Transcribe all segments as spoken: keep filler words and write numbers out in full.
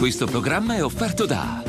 Questo programma è offerto da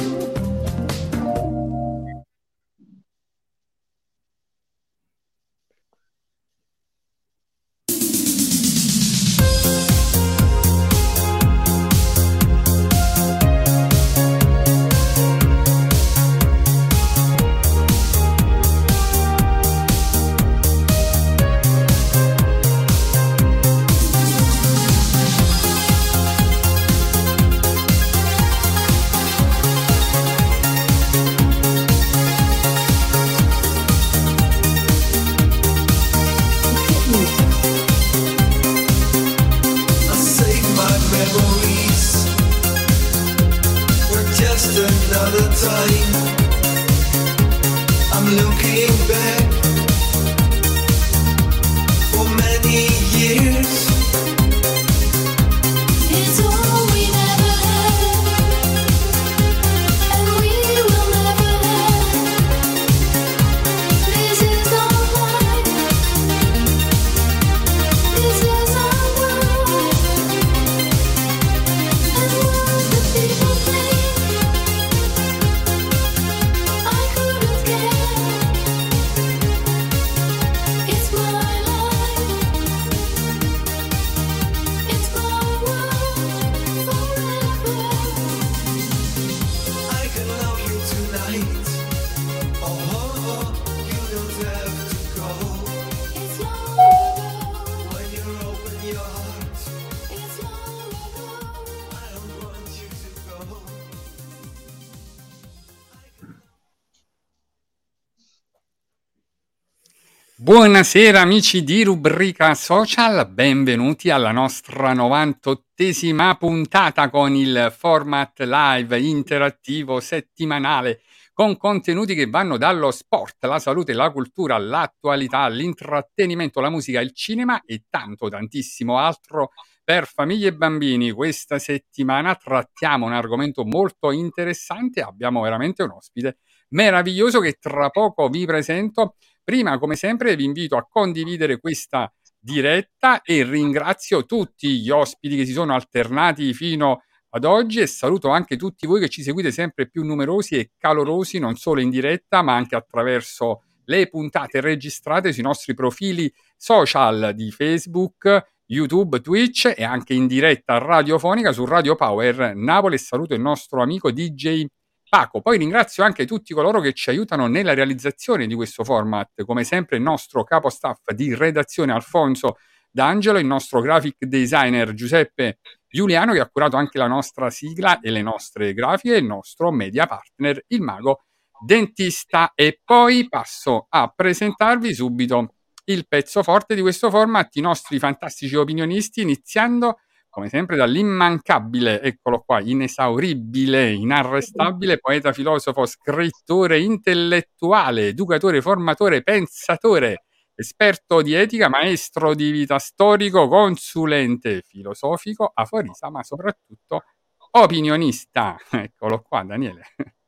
Buonasera amici di Rubrica Social, benvenuti alla nostra novantottesima puntata con il format live interattivo settimanale con contenuti che vanno dallo sport, la salute, la cultura, l'attualità, l'intrattenimento, la musica, il cinema e tanto tantissimo altro per famiglie e bambini. Questa settimana trattiamo un argomento molto interessante, abbiamo veramente un ospite meraviglioso che tra poco vi presento. Prima, come sempre, vi invito a condividere questa diretta e ringrazio tutti gli ospiti che si sono alternati fino ad oggi e saluto anche tutti voi che ci seguite sempre più numerosi e calorosi, non solo in diretta, ma anche attraverso le puntate registrate sui nostri profili social di Facebook, YouTube, Twitch e anche in diretta radiofonica su Radio Power Napoli. E saluto il nostro amico D J Paco. Poi ringrazio anche tutti coloro che ci aiutano nella realizzazione di questo format, come sempre il nostro capo staff di redazione Alfonso D'Angelo, il nostro graphic designer Giuseppe Giuliano che ha curato anche la nostra sigla e le nostre grafiche, e il nostro media partner il Mago Dentista. E poi passo a presentarvi subito il pezzo forte di questo format, i nostri fantastici opinionisti, iniziando come sempre dall'immancabile, eccolo qua, inesauribile, inarrestabile, poeta, filosofo, scrittore, intellettuale, educatore, formatore, pensatore, esperto di etica, maestro di vita storico, consulente filosofico, aforista, ma soprattutto opinionista. Eccolo qua, Daniele.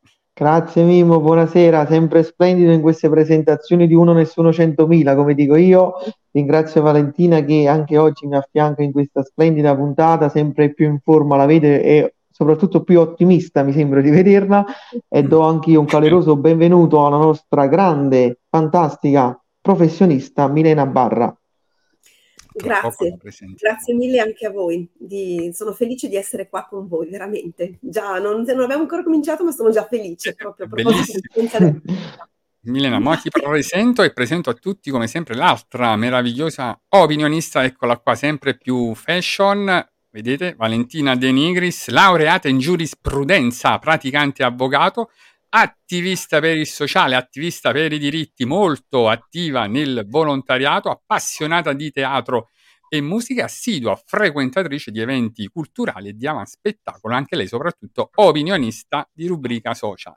Grazie Mimmo, buonasera, sempre splendido in queste presentazioni di Uno Nessuno Centomila, come dico io. Ringrazio Valentina che anche oggi mi affianca in questa splendida puntata, sempre più in forma, la vede, e soprattutto più ottimista mi sembra di vederla, e do anche io un caloroso benvenuto alla nostra grande, fantastica professionista Milena Barra. Grazie, grazie mille anche a voi, di, sono felice di essere qua con voi, veramente. Già, non, non abbiamo ancora cominciato, ma sono già felice proprio. Bellissimo. Milena, ma ti presento e presento a tutti come sempre l'altra meravigliosa opinionista, eccola qua, sempre più fashion, vedete, Valentina De Nigris, laureata in giurisprudenza, praticante avvocato, attivista per il sociale, attivista per i diritti, molto attiva nel volontariato, appassionata di teatro e musica, assidua frequentatrice di eventi culturali e di avanspettacolo, anche lei soprattutto opinionista di Rubrica Social.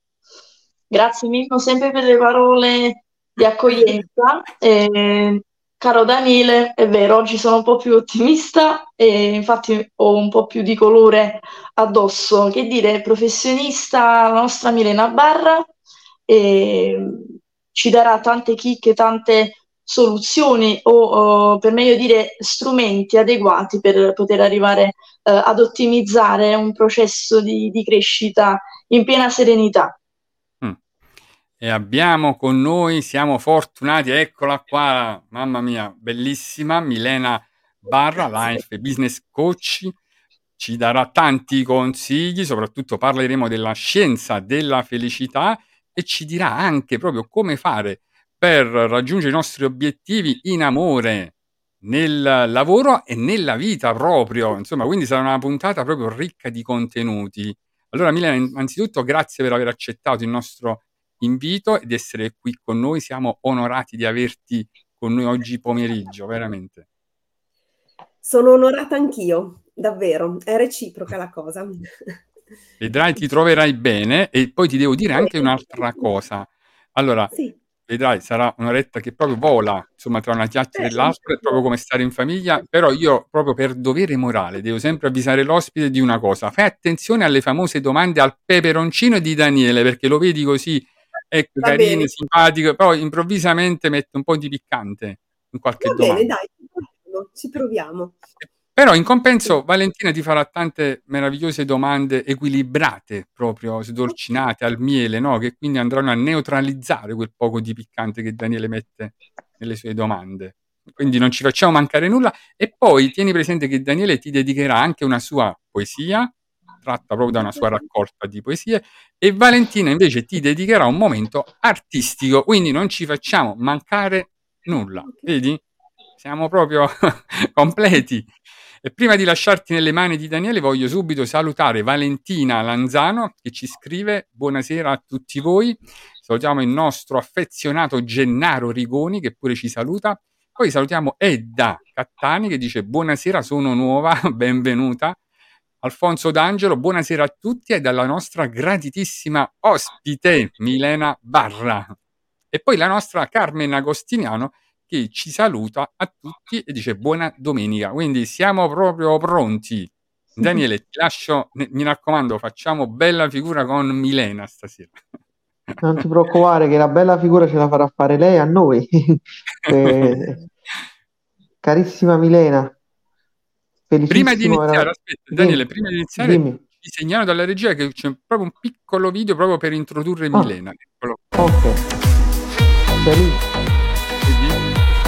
Grazie Mirko, sempre per le parole di accoglienza. Eh, caro Daniele, è vero, oggi sono un po' più ottimista e infatti ho un po' più di colore addosso. Che dire, professionista, la nostra Milena Barra, eh, ci darà tante chicche, tante soluzioni o, o per meglio dire strumenti adeguati per poter arrivare eh, ad ottimizzare un processo di, di crescita in piena serenità. Mm. E abbiamo con noi, siamo fortunati, eccola qua, mamma mia, bellissima, Milena Barra, Life e Business Coach. Ci darà tanti consigli, soprattutto parleremo della scienza della felicità e ci dirà anche proprio come fare per raggiungere i nostri obiettivi in amore, nel lavoro e nella vita proprio. Insomma, quindi sarà una puntata proprio ricca di contenuti. Allora, Milena, innanzitutto grazie per aver accettato il nostro invito ed essere qui con noi. Siamo onorati di averti con noi oggi pomeriggio, veramente. Sono onorata anch'io, davvero, è reciproca la cosa. Vedrai, ti troverai bene e poi ti devo dire anche un'altra cosa. Allora, sì. vedrai, sarà un'oretta che proprio vola, insomma, tra una chiacchiera e l'altra, è proprio come stare in famiglia, però io proprio per dovere morale devo sempre avvisare l'ospite di una cosa: fai attenzione alle famose domande al peperoncino di Daniele, perché lo vedi così, ecco, Va carino, bene. simpatico, poi improvvisamente mette un po' di piccante in qualche Va domanda. bene, dai, ci proviamo. Però in compenso Valentina ti farà tante meravigliose domande equilibrate, proprio sdolcinate al miele, no? Che quindi andranno a neutralizzare quel poco di piccante che Daniele mette nelle sue domande. Quindi non ci facciamo mancare nulla. E poi tieni presente che Daniele ti dedicherà anche una sua poesia, tratta proprio da una sua raccolta di poesie, e Valentina invece ti dedicherà un momento artistico, quindi non ci facciamo mancare nulla. Vedi? Siamo proprio completi. E prima di lasciarti nelle mani di Daniele voglio subito salutare Valentina Lanzano che ci scrive: buonasera a tutti voi. Salutiamo il nostro affezionato Gennaro Rigoni che pure ci saluta. Poi salutiamo Edda Cattani che dice: buonasera, sono nuova, benvenuta. Alfonso D'Angelo, buonasera a tutti, e dalla nostra gratitissima ospite Milena Barra. E poi la nostra Carmen Agostiniano che ci saluta a tutti e dice buona domenica. Quindi siamo proprio pronti. Daniele, ti lascio, mi raccomando, facciamo bella figura con Milena stasera. Non ti preoccupare che la bella figura ce la farà fare lei a noi. eh, carissima Milena, Prima di felicissimo. iniziare, Era... aspetta, Daniele, Dimmi, prima di iniziare dimmi. ci segnalo dalla regia che c'è proprio un piccolo video proprio per introdurre Ah, Milena. Eccolo. ok. C'è lì. Vedi?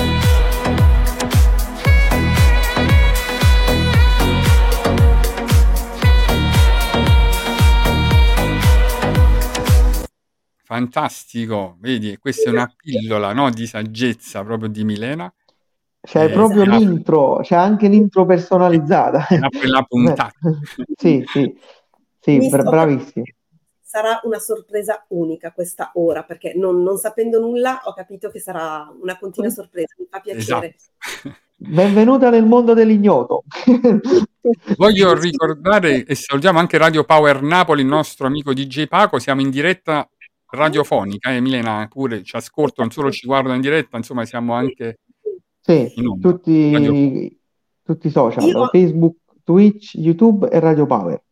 Fantastico, vedi, questa è una pillola, no, di saggezza proprio di Milena. C'è Eh, proprio apre, l'intro, c'è anche l'intro personalizzata. apre la puntata. Sì, sì, sì, Mi bra- sto bravissimo. Sarà una sorpresa unica questa ora, perché non, non sapendo nulla ho capito che sarà una continua sorpresa, mi fa piacere. Esatto. Benvenuta nel mondo dell'ignoto. Voglio ricordare e salutiamo anche Radio Power Napoli, il nostro amico D J Paco, siamo in diretta radiofonica, eh, Milena pure ci ascolta, non solo ci guarda in diretta, insomma siamo anche sì, in onda. tutti, tutti i social, Io... Facebook, Twitch, YouTube e Radio Power.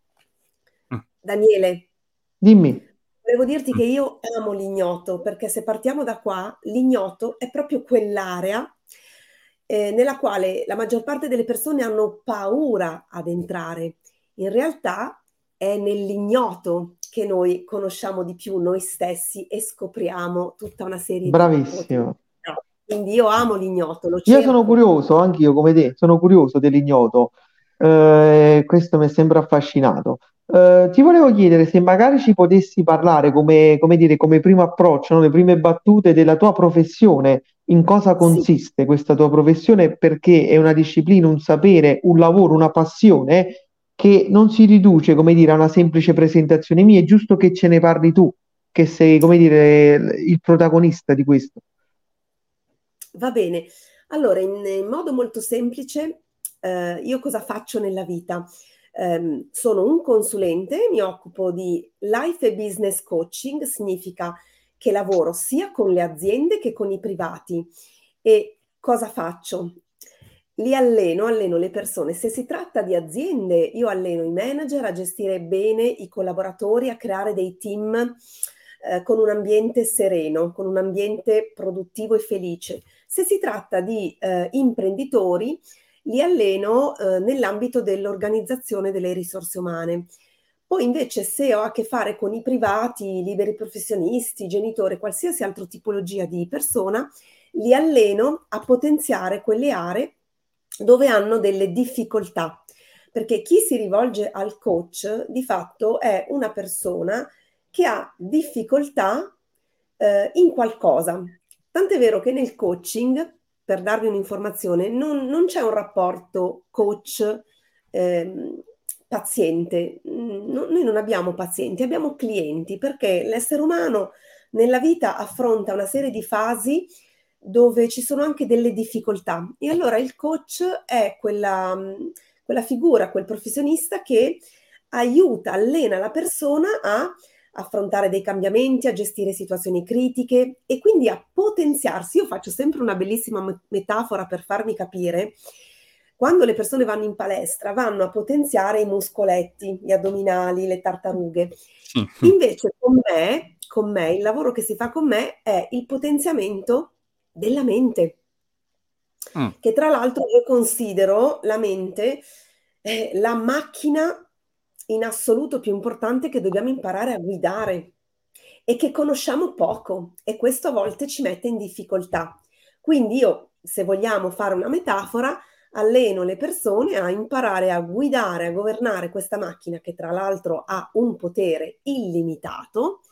Daniele, dimmi. volevo dirti che io amo l'ignoto, perché se partiamo da qua, l'ignoto è proprio quell'area eh, nella quale la maggior parte delle persone hanno paura ad entrare. In realtà è nell'ignoto che noi conosciamo di più noi stessi e scopriamo tutta una serie Bravissimo. di opportunità. Quindi io amo l'ignoto. Lo io cerco. sono curioso, anch'io come te, sono curioso dell'ignoto. Eh, questo mi è sempre affascinato. Eh, ti volevo chiedere se magari ci potessi parlare come, come dire, come primo approccio, no? Le prime battute della tua professione, in cosa consiste Sì. questa tua professione, perché è una disciplina, un sapere, un lavoro, una passione che non si riduce, come dire, a una semplice presentazione mia, è giusto che ce ne parli tu, che sei, come dire, il protagonista di questo. Va bene. Allora, in, in modo molto semplice, eh, io cosa faccio nella vita? Um, sono un consulente, mi occupo di life e business coaching, significa che lavoro sia con le aziende che con i privati. E cosa faccio? Li alleno, alleno le persone. Se si tratta di aziende, io alleno i manager a gestire bene i collaboratori, a creare dei team eh, con un ambiente sereno, con un ambiente produttivo e felice. Se si tratta di eh, imprenditori, li alleno eh, nell'ambito dell'organizzazione delle risorse umane. Poi invece se ho a che fare con i privati, liberi professionisti, genitori, qualsiasi altra tipologia di persona, li alleno a potenziare quelle aree dove hanno delle difficoltà. Perché chi si rivolge al coach di fatto è una persona che ha difficoltà eh, in qualcosa. Tant'è vero che nel coaching, per darvi un'informazione, non, non c'è un rapporto coach ehm, paziente. No, noi non abbiamo pazienti, abbiamo clienti, perché l'essere umano nella vita affronta una serie di fasi dove ci sono anche delle difficoltà. E allora il coach è quella, quella figura, quel professionista che aiuta, allena la persona a affrontare dei cambiamenti, a gestire situazioni critiche e quindi a potenziarsi. Io faccio sempre una bellissima metafora per farmi capire. Quando le persone vanno in palestra, vanno a potenziare i muscoletti, gli addominali, le tartarughe. Sì. Invece con me, con me, il lavoro che si fa con me è il potenziamento della mente. Mm. Che tra l'altro io considero la mente eh, la macchina in assoluto più importante che dobbiamo imparare a guidare e che conosciamo poco, e questo a volte ci mette in difficoltà. Quindi io, se vogliamo fare una metafora, alleno le persone a imparare a guidare, a governare questa macchina che tra l'altro ha un potere illimitato,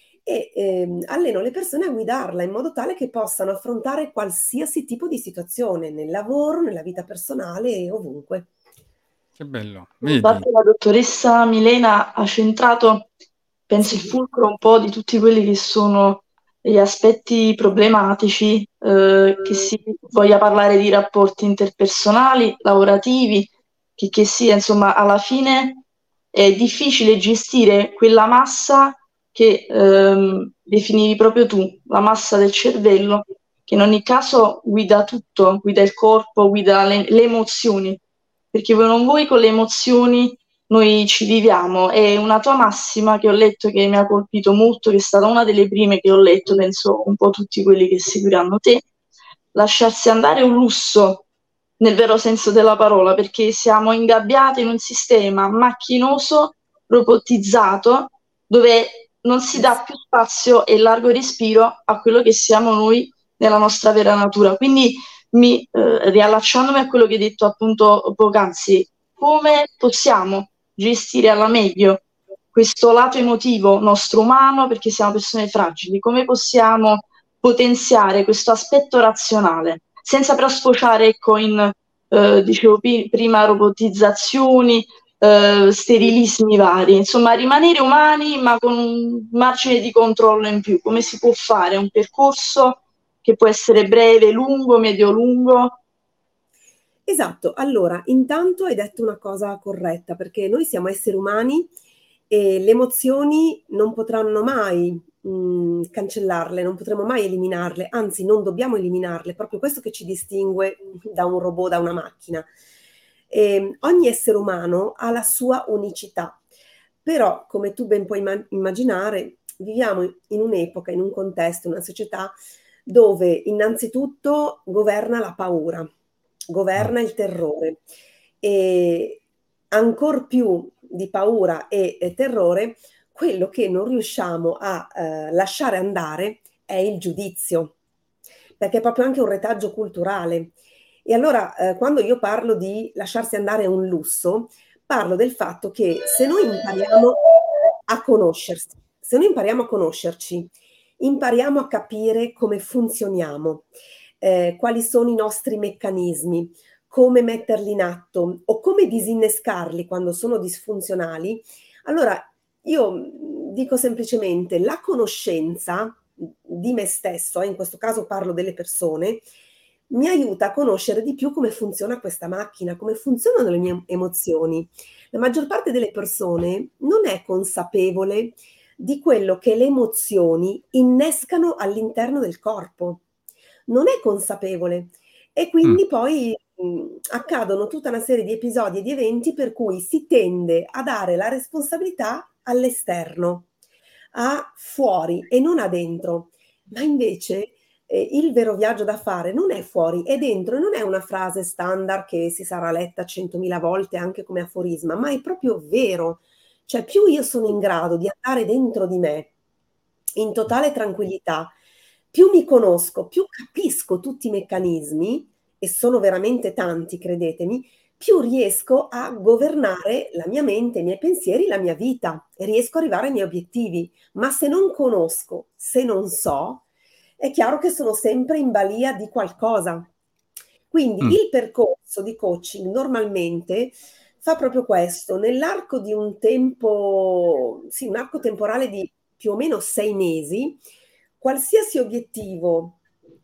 e ehm, alleno le persone a guidarla in modo tale che possano affrontare qualsiasi tipo di situazione nel lavoro, nella vita personale e ovunque. Che bello. Vedi? Infatti la dottoressa Milena ha centrato, penso, il fulcro un po' di tutti quelli che sono gli aspetti problematici, eh, che si voglia parlare di rapporti interpersonali, lavorativi, che, che sia, insomma, alla fine è difficile gestire quella massa che ehm, definivi proprio tu, la massa del cervello, che in ogni caso guida tutto, guida il corpo, guida le, le emozioni, perché voi non vuoi con le emozioni noi ci viviamo. È una tua massima che ho letto che mi ha colpito molto, che è stata una delle prime che ho letto, penso un po' tutti quelli che seguiranno te. Lasciarsi andare è un lusso, nel vero senso della parola, perché siamo ingabbiati in un sistema macchinoso, robotizzato, dove non si dà più spazio e largo respiro a quello che siamo noi nella nostra vera natura. Quindi mi, eh, riallacciandomi a quello che hai detto appunto poc'anzi, come possiamo gestire alla meglio questo lato emotivo nostro umano, perché siamo persone fragili, come possiamo potenziare questo aspetto razionale senza però sfociare, ecco, in eh, dicevo pi- prima robotizzazioni, eh, sterilismi vari, insomma rimanere umani ma con un margine di controllo in più. Come si può fare un percorso che può essere breve, lungo, medio-lungo? Esatto, allora intanto hai detto una cosa corretta, perché noi siamo esseri umani e le emozioni non potranno mai mh, cancellarle, non potremo mai eliminarle, anzi non dobbiamo eliminarle, proprio questo che ci distingue da un robot, da una macchina. E ogni essere umano ha la sua unicità, però come tu ben puoi imma- immaginare, viviamo in un'epoca, in un contesto, in una società dove innanzitutto governa la paura, governa il terrore, e ancor più di paura e, e terrore, quello che non riusciamo a eh, lasciare andare è il giudizio, perché è proprio anche un retaggio culturale. E allora eh, quando io parlo di lasciarsi andare è un lusso, parlo del fatto che se noi impariamo a conoscersi, se noi impariamo a conoscerci, impariamo a capire come funzioniamo, eh, quali sono i nostri meccanismi, come metterli in atto o come disinnescarli quando sono disfunzionali, allora io dico semplicemente la conoscenza di me stesso, eh, in questo caso parlo delle persone, mi aiuta a conoscere di più come funziona questa macchina, come funzionano le mie emozioni. La maggior parte delle persone non è consapevole di quello che le emozioni innescano all'interno del corpo, non è consapevole, e quindi mm. poi mh, accadono tutta una serie di episodi e di eventi per cui si tende a dare la responsabilità all'esterno, a fuori e non a dentro. Ma invece eh, il vero viaggio da fare non è fuori, è dentro, non è una frase standard che si sarà letta centomila volte anche come aforisma, ma è proprio vero. Cioè, più io sono in grado di andare dentro di me in totale tranquillità, più mi conosco, più capisco tutti i meccanismi, e sono veramente tanti, credetemi, più riesco a governare la mia mente, i miei pensieri, la mia vita e riesco ad arrivare ai miei obiettivi. Ma se non conosco, se non so, è chiaro che sono sempre in balia di qualcosa. Quindi Mm. il percorso di coaching normalmente fa proprio questo, nell'arco di un tempo, sì, un arco temporale di più o meno sei mesi, qualsiasi obiettivo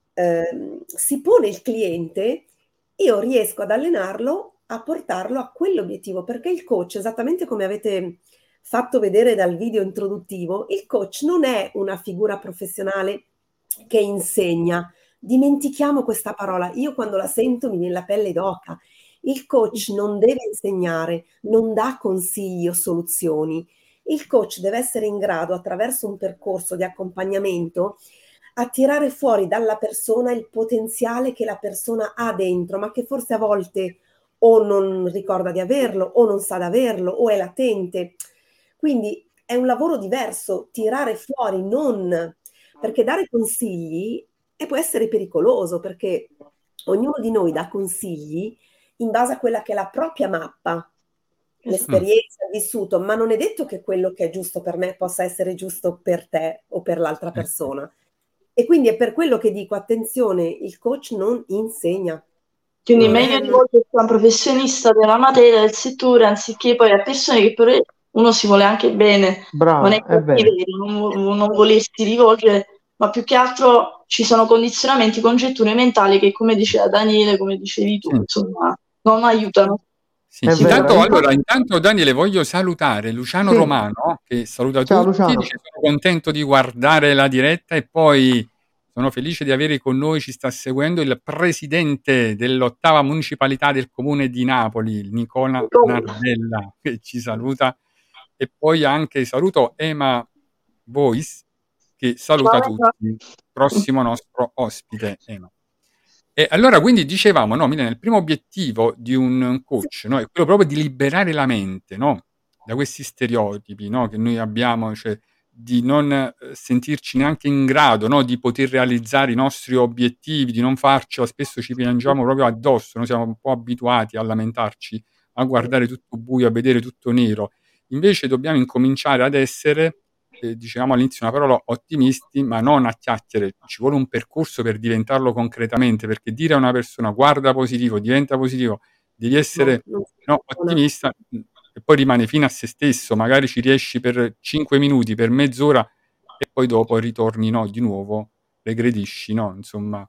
eh, si pone il cliente, io riesco ad allenarlo a portarlo a quell'obiettivo, perché il coach, esattamente come avete fatto vedere dal video introduttivo, il coach non è una figura professionale che insegna. Dimentichiamo questa parola, io quando la sento mi viene la pelle d'oca. Il coach non deve insegnare, non dà consigli o soluzioni. Il coach deve essere in grado, attraverso un percorso di accompagnamento, a tirare fuori dalla persona il potenziale che la persona ha dentro, ma che forse a volte o non ricorda di averlo, o non sa di averlo, o è latente. Quindi è un lavoro diverso, tirare fuori, non perché dare consigli e può essere pericoloso, perché ognuno di noi dà consigli in base a quella che è la propria mappa, l'esperienza, il vissuto, ma non è detto che quello che è giusto per me possa essere giusto per te o per l'altra persona. E quindi è per quello che dico, attenzione, il coach non insegna. Quindi Non meglio è- rivolgersi a un professionista della materia, del settore, anziché poi a persone che per uno si vuole anche bene, non è Brava, è vero. cattiveria, non, vo- non volersi rivolgere, ma più che altro ci sono condizionamenti, congetture mentali che, come diceva Daniele, come dicevi tu, Sì. insomma, non aiutano. Sì, È vero. intanto, E allora, infatti, intanto Daniele voglio salutare Luciano sì, Romano che saluta ciao tutti, Luciano. dice sono contento di guardare la diretta e poi sono felice di avere con noi, ci sta seguendo il presidente dell'ottava municipalità del comune di Napoli, Nicola Nardella, che ci saluta, e poi anche saluto Ema Voice che saluta Ciao, Eva. tutti, prossimo nostro ospite Ema. E allora quindi dicevamo, no, Milena, il primo obiettivo di un coach, no, è quello proprio di liberare la mente, no, da questi stereotipi, no, che noi abbiamo, cioè di non eh, sentirci neanche in grado, no, di poter realizzare i nostri obiettivi, di non farcela, spesso ci piangiamo proprio addosso, noi siamo un po' abituati a lamentarci, a guardare tutto buio, a vedere tutto nero. Invece dobbiamo incominciare ad essere, eh, dicevamo all'inizio una parola, ottimisti, ma non a chiacchiere. Ci vuole un percorso per diventarlo concretamente, perché dire a una persona guarda positivo, diventa positivo, devi no, essere non no, funziona. ottimista, mh, e poi rimane fino a se stesso, magari ci riesci per cinque minuti, per mezz'ora e poi dopo ritorni no, di nuovo, regredisci, no? Insomma,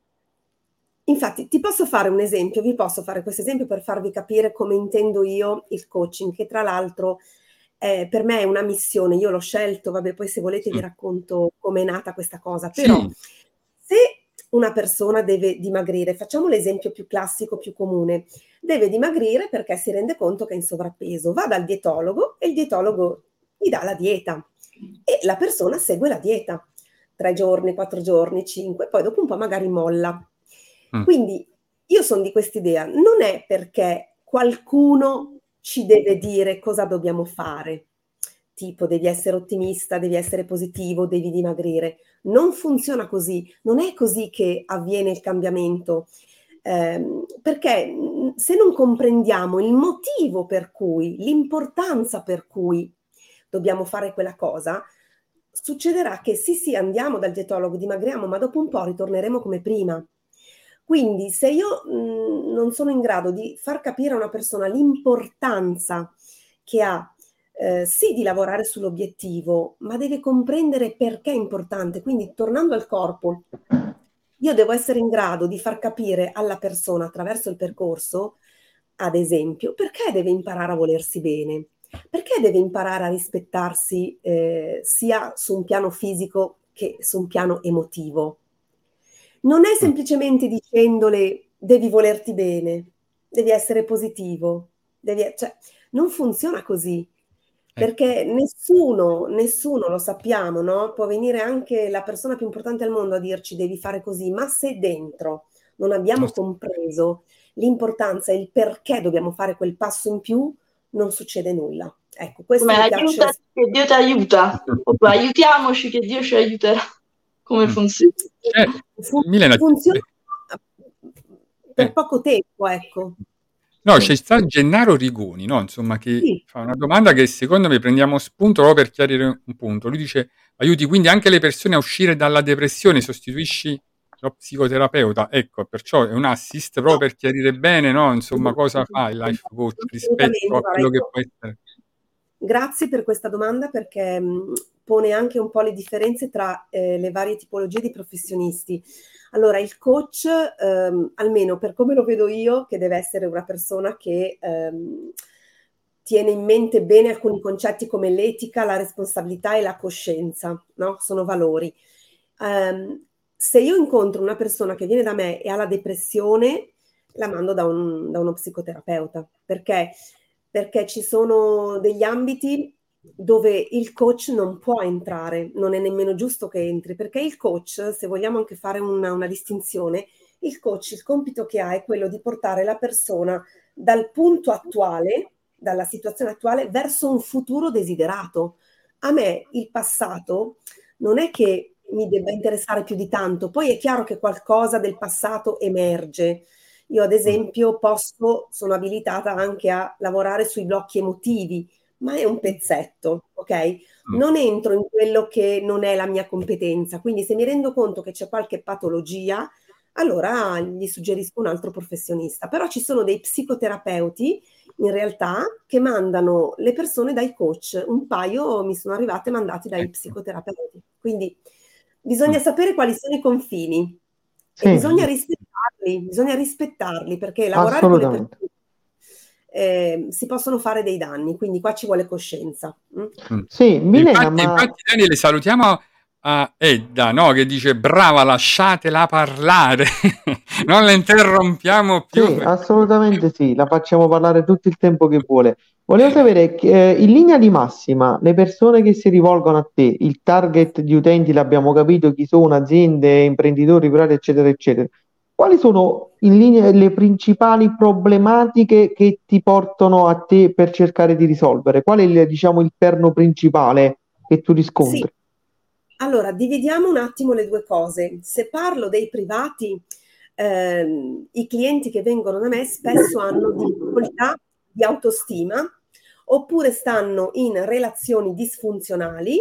Infatti, ti posso fare un esempio, vi posso fare questo esempio per farvi capire come intendo io il coaching, che tra l'altro eh, per me è una missione, io l'ho scelto, vabbè, poi se volete vi sì, racconto come è nata questa cosa, però sì, se una persona deve dimagrire, facciamo l'esempio più classico, più comune, deve dimagrire perché si rende conto che è in sovrappeso, va dal dietologo e il dietologo gli dà la dieta e la persona segue la dieta, tre giorni, quattro giorni, cinque, poi dopo un po' magari molla. mm, Quindi io sono di quest'idea, non è perché qualcuno ci deve dire cosa dobbiamo fare, tipo devi essere ottimista, devi essere positivo, devi dimagrire. Non funziona così, non è così che avviene il cambiamento, ehm, perché mh, se non comprendiamo il motivo per cui, l'importanza per cui dobbiamo fare quella cosa, succederà che sì, sì, andiamo dal dietologo, dimagriamo, ma dopo un po' ritorneremo come prima. Quindi se io mh, non sono in grado di far capire a una persona l'importanza che ha, eh, sì, di lavorare sull'obiettivo, ma deve comprendere perché è importante. Quindi tornando al corpo, io devo essere in grado di far capire alla persona attraverso il percorso, ad esempio, perché deve imparare a volersi bene, perché deve imparare a rispettarsi eh, sia su un piano fisico che su un piano emotivo. Non è mm, semplicemente dicendole devi volerti bene, devi essere positivo, devi, cioè, non funziona così. Perché nessuno, nessuno lo sappiamo, no? Può venire anche la persona più importante al mondo a dirci devi fare così, ma se dentro non abbiamo compreso l'importanza e il perché dobbiamo fare quel passo in più, non succede nulla. Ecco, questo Come mi piace. aiutati che Dio ti aiuta, oppure aiutiamoci che Dio ci aiuterà. Come Mm. funziona? Cioè, Fun- Milena, funziona per eh. poco tempo, ecco. No, Sì. c'è sta Gennaro Rigoni, no? Insomma, che Sì. fa una domanda che secondo me prendiamo spunto proprio per chiarire un punto. Lui dice: aiuti quindi anche le persone a uscire dalla depressione, sostituisci lo psicoterapeuta. Ecco, perciò è un assist proprio per chiarire bene, no? Insomma, cosa fa il life coach rispetto a quello che può essere. Grazie per questa domanda perché mh, pone anche un po' le differenze tra eh, le varie tipologie di professionisti. Allora, il coach, ehm, almeno per come lo vedo io, che deve essere una persona che ehm, tiene in mente bene alcuni concetti come l'etica, la responsabilità e la coscienza, no? Sono valori. Um, se io incontro una persona che viene da me e ha la depressione, la mando da, un, da uno psicoterapeuta, perché perché ci sono degli ambiti dove il coach non può entrare, non è nemmeno giusto che entri, perché il coach, se vogliamo anche fare una, una distinzione, il coach, il compito che ha è quello di portare la persona dal punto attuale, dalla situazione attuale, verso un futuro desiderato. A me il passato non è che mi debba interessare più di tanto, poi è chiaro che qualcosa del passato emerge. Io ad esempio posso, sono abilitata anche a lavorare sui blocchi emotivi, ma è un pezzetto, ok? Non entro in quello che non è la mia competenza, quindi se mi rendo conto che c'è qualche patologia, allora gli suggerisco un altro professionista. Però ci sono dei psicoterapeuti in realtà che mandano le persone dai coach, un paio mi sono arrivate mandati dai psicoterapeuti, quindi bisogna sapere quali sono i confini. Sì. E bisogna rispettarli, bisogna rispettarli perché lavorare con le persone eh, si possono fare dei danni, quindi qua ci vuole coscienza. Mm. Sì, Milena, infatti, ma... infatti Daniele, salutiamo a Edda, no? Che dice brava, lasciatela parlare, non la interrompiamo più. Sì, assolutamente sì, la facciamo parlare tutto il tempo che vuole. Volevo sapere, eh, in linea di massima, le persone che si rivolgono a te, il target di utenti l'abbiamo capito, chi sono, aziende, imprenditori, privati, eccetera, eccetera. Quali sono in linea le principali problematiche che ti portano a te per cercare di risolvere? Qual è il, diciamo, il perno principale che tu riscontri? Sì. Allora, dividiamo un attimo le due cose. Se parlo dei privati, ehm, i clienti che vengono da me spesso hanno difficoltà di autostima, oppure stanno in relazioni disfunzionali,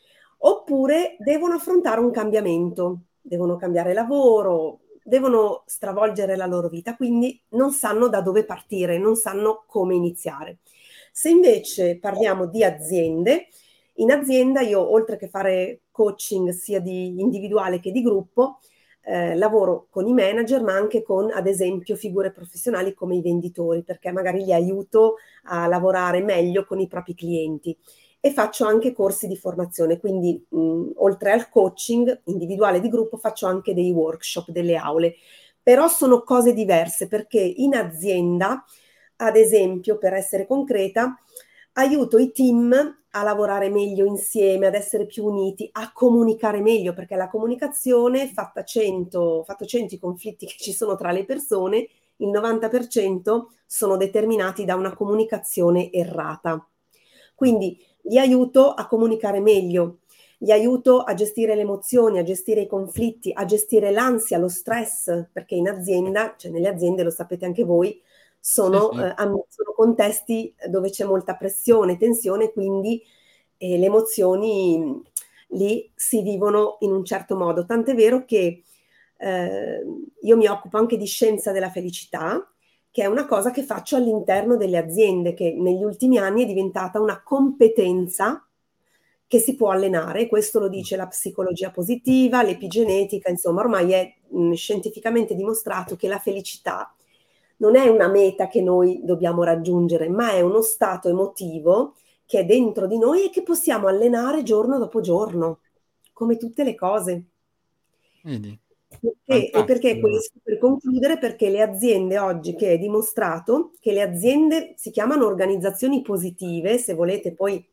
oppure devono affrontare un cambiamento, devono cambiare lavoro, devono stravolgere la loro vita, quindi non sanno da dove partire, non sanno come iniziare. Se invece parliamo di aziende, in azienda io, oltre che fare coaching sia di individuale che di gruppo, eh, lavoro con i manager, ma anche con, ad esempio, figure professionali come i venditori, perché magari li aiuto a lavorare meglio con i propri clienti. E faccio anche corsi di formazione, quindi mh, oltre al coaching individuale di gruppo faccio anche dei workshop, delle aule. Però sono cose diverse, perché in azienda, ad esempio, per essere concreta, aiuto i team a lavorare meglio insieme, ad essere più uniti, a comunicare meglio, perché la comunicazione, fatta cento, fatto cento i conflitti che ci sono tra le persone, il novanta per cento sono determinati da una comunicazione errata. Quindi li aiuto a comunicare meglio, li aiuto a gestire le emozioni, a gestire i conflitti, a gestire l'ansia, lo stress, perché in azienda, cioè nelle aziende, lo sapete anche voi, sono, Sì, sì. Eh, sono contesti dove c'è molta pressione, tensione, quindi eh, le emozioni lì si vivono in un certo modo. Tant'è vero che eh, io mi occupo anche di scienza della felicità, che è una cosa che faccio all'interno delle aziende, che negli ultimi anni è diventata una competenza che si può allenare. Questo lo dice la psicologia positiva, l'epigenetica, insomma ormai è mh, scientificamente dimostrato che la felicità non è una meta che noi dobbiamo raggiungere, ma è uno stato emotivo che è dentro di noi e che possiamo allenare giorno dopo giorno, come tutte le cose. Vedi? Perché, e perché questo? Per concludere, perché le aziende oggi, che è dimostrato che le aziende si chiamano organizzazioni positive, se volete poi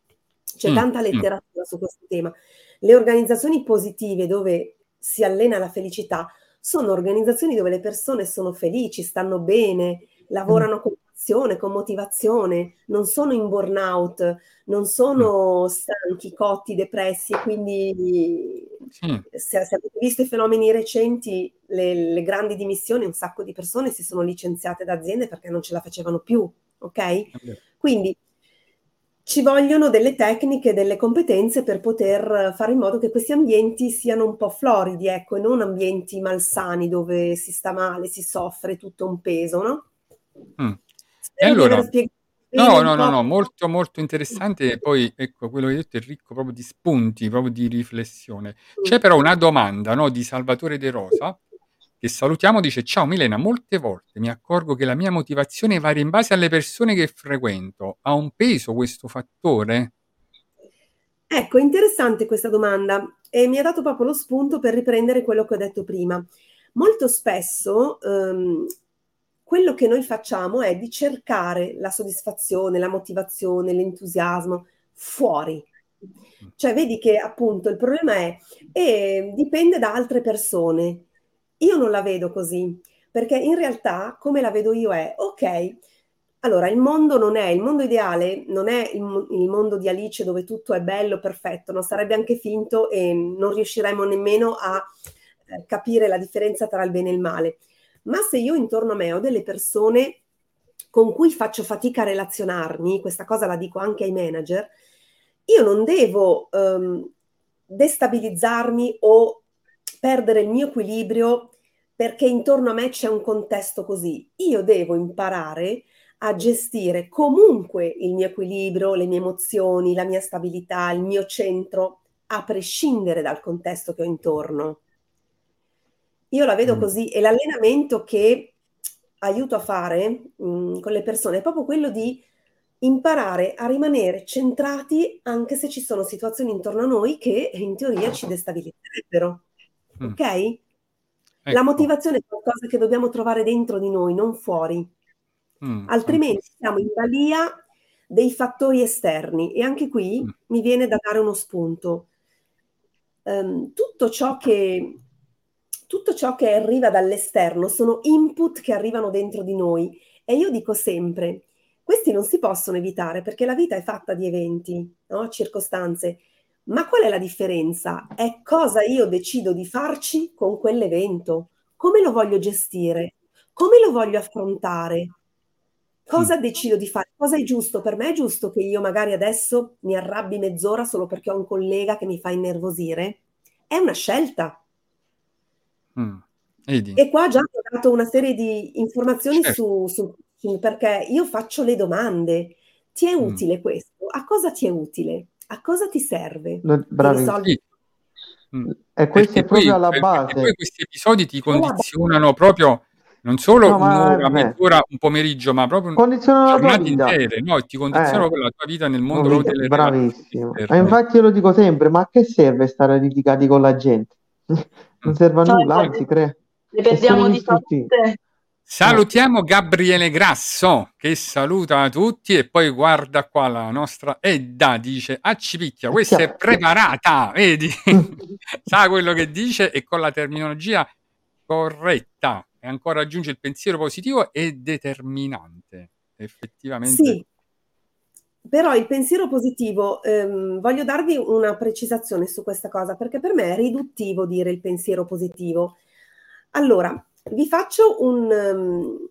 C'è Mm, tanta mm, letteratura su questo tema. Le organizzazioni positive dove si allena la felicità sono organizzazioni dove le persone sono felici, stanno bene, lavorano con passione, con motivazione, non sono in burnout, non mm. sono stanchi, cotti, depressi, e quindi Sì, se, se avete visto i fenomeni recenti, le, le grandi dimissioni, un sacco di persone si sono licenziate da aziende perché non ce la facevano più, ok? è vero. Quindi ci vogliono delle tecniche, delle competenze per poter fare in modo che questi ambienti siano un po' floridi, ecco, e non ambienti malsani dove si sta male, si soffre, tutto un peso, no? Mm. E Spero di allora, aver spiegato bene no, un no, no, po'. no, molto, molto interessante. E poi, ecco, quello che hai detto è ricco proprio di spunti, proprio di riflessione. C'è però una domanda, no, di Salvatore De Rosa, che salutiamo, dice: Ciao Milena, molte volte mi accorgo che la mia motivazione varia in base alle persone che frequento. Ha un peso questo fattore? Ecco, interessante questa domanda e mi ha dato proprio lo spunto per riprendere quello che ho detto prima. Molto spesso ehm, quello che noi facciamo è di cercare la soddisfazione, la motivazione, l'entusiasmo fuori. Cioè, vedi che appunto il problema è, e dipende da altre persone. Io non la vedo così, perché in realtà come la vedo io è, ok, allora il mondo non è, il mondo ideale non è il, mo- il mondo di Alice dove tutto è bello, perfetto, non sarebbe anche finto e non riusciremo nemmeno a eh, capire la differenza tra il bene e il male. Ma se io intorno a me ho delle persone con cui faccio fatica a relazionarmi, questa cosa la dico anche ai manager, io non devo ehm, destabilizzarmi o perdere il mio equilibrio perché intorno a me c'è un contesto così. Io devo imparare a gestire comunque il mio equilibrio, le mie emozioni, la mia stabilità, il mio centro, a prescindere dal contesto che ho intorno. Io la vedo Mm. così e l'allenamento che aiuto a fare mh, con le persone è proprio quello di imparare a rimanere centrati anche se ci sono situazioni intorno a noi che in teoria ci destabilizzerebbero. Mm. Ok? La Ecco. motivazione è qualcosa che dobbiamo trovare dentro di noi, non fuori. Mm, Altrimenti fantastico. siamo in balia dei fattori esterni e anche qui Mm. mi viene da dare uno spunto. Ehm, tutto ciò che, tutto ciò che arriva dall'esterno sono input che arrivano dentro di noi e io dico sempre, questi non si possono evitare perché la vita è fatta di eventi, no? Circostanze. Ma qual è la differenza? È cosa io decido di farci con quell'evento, come lo voglio gestire, come lo voglio affrontare. Mm. Cosa decido di fare? Cosa è giusto? Per me è giusto che io magari adesso mi arrabbi mezz'ora solo perché ho un collega che mi fa innervosire? È una scelta. Mm. Vedi? E qua già ti ho dato una serie di informazioni Certo. su, su perché io faccio le domande. Ti è Mm. utile questo? A cosa ti è utile? A cosa ti serve? No, Ti bravissimo. risolve? Sì. Mm. E questo Perché è proprio poi, alla per- perché poi base. questi episodi ti È la condizionano proprio non solo No, ma è un'ora, vero. mezz'ora, un pomeriggio, ma proprio Condiziona la tua giornate vita. intere, no? E ti condizionano Eh, proprio la tua vita nel mondo proprio vita, delle relazioni bravissimo. E esterne. infatti io lo dico sempre, ma a che serve stare litigati con la gente? Mm. Non serve a No, nulla, infatti, anzi, crea... le è solo perdiamo di distruttivo. salute. Eh. Salutiamo Gabriele Grasso che saluta tutti e poi guarda qua la nostra Edda dice accipicchia, È questa è chiaro. preparata, vedi? Sa quello che dice e con la terminologia corretta e ancora aggiunge il pensiero positivo e determinante. Effettivamente. Sì, però il pensiero positivo, ehm, voglio darvi una precisazione su questa cosa, perché per me è riduttivo dire il pensiero positivo. Allora, vi faccio un, ehm,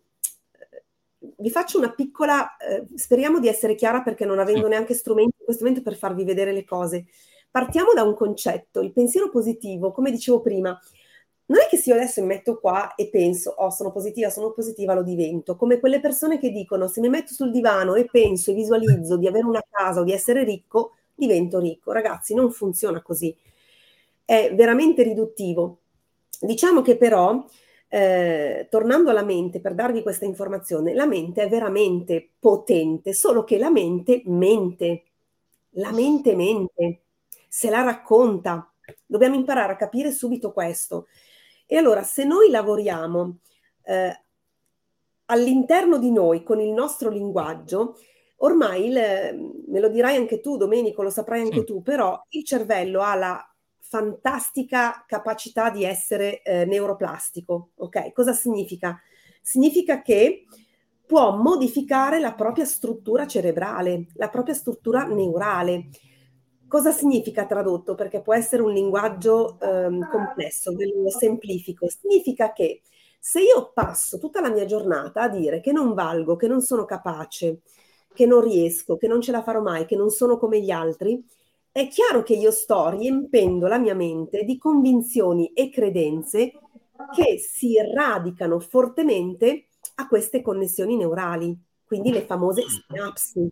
vi faccio una piccola, eh, speriamo di essere chiara perché non Sì. avendo neanche strumenti in questo momento per farvi vedere le cose. Partiamo da un concetto, il pensiero positivo, come dicevo prima, non è che se io adesso mi metto qua e penso, oh, sono positiva, sono positiva, lo divento, come quelle persone che dicono, se mi metto sul divano e penso e visualizzo di avere una casa o di essere ricco, divento ricco. Ragazzi, non funziona così. È veramente riduttivo. Diciamo che però, eh, tornando alla mente, per darvi questa informazione, la mente è veramente potente, solo che la mente mente. La mente mente, se la racconta. Dobbiamo imparare a capire subito questo. E allora, se noi lavoriamo eh, all'interno di noi con il nostro linguaggio, Ormai, il, me lo dirai anche tu, Domenico, lo saprai anche Sì. tu, però, il me lo dirai anche tu, Domenico, lo saprai anche Sì. tu, però il cervello ha la fantastica capacità di essere eh, neuroplastico, ok? Cosa significa? Significa che può modificare la propria struttura cerebrale, la propria struttura neurale. Cosa significa tradotto? Perché può essere un linguaggio ehm, complesso, ve lo semplifico. Significa che se io passo tutta la mia giornata a dire che non valgo, che non sono capace, che non riesco, che non ce la farò mai, che non sono come gli altri, è chiaro che io sto riempendo la mia mente di convinzioni e credenze che si radicano fortemente a queste connessioni neurali, quindi le famose sinapsi.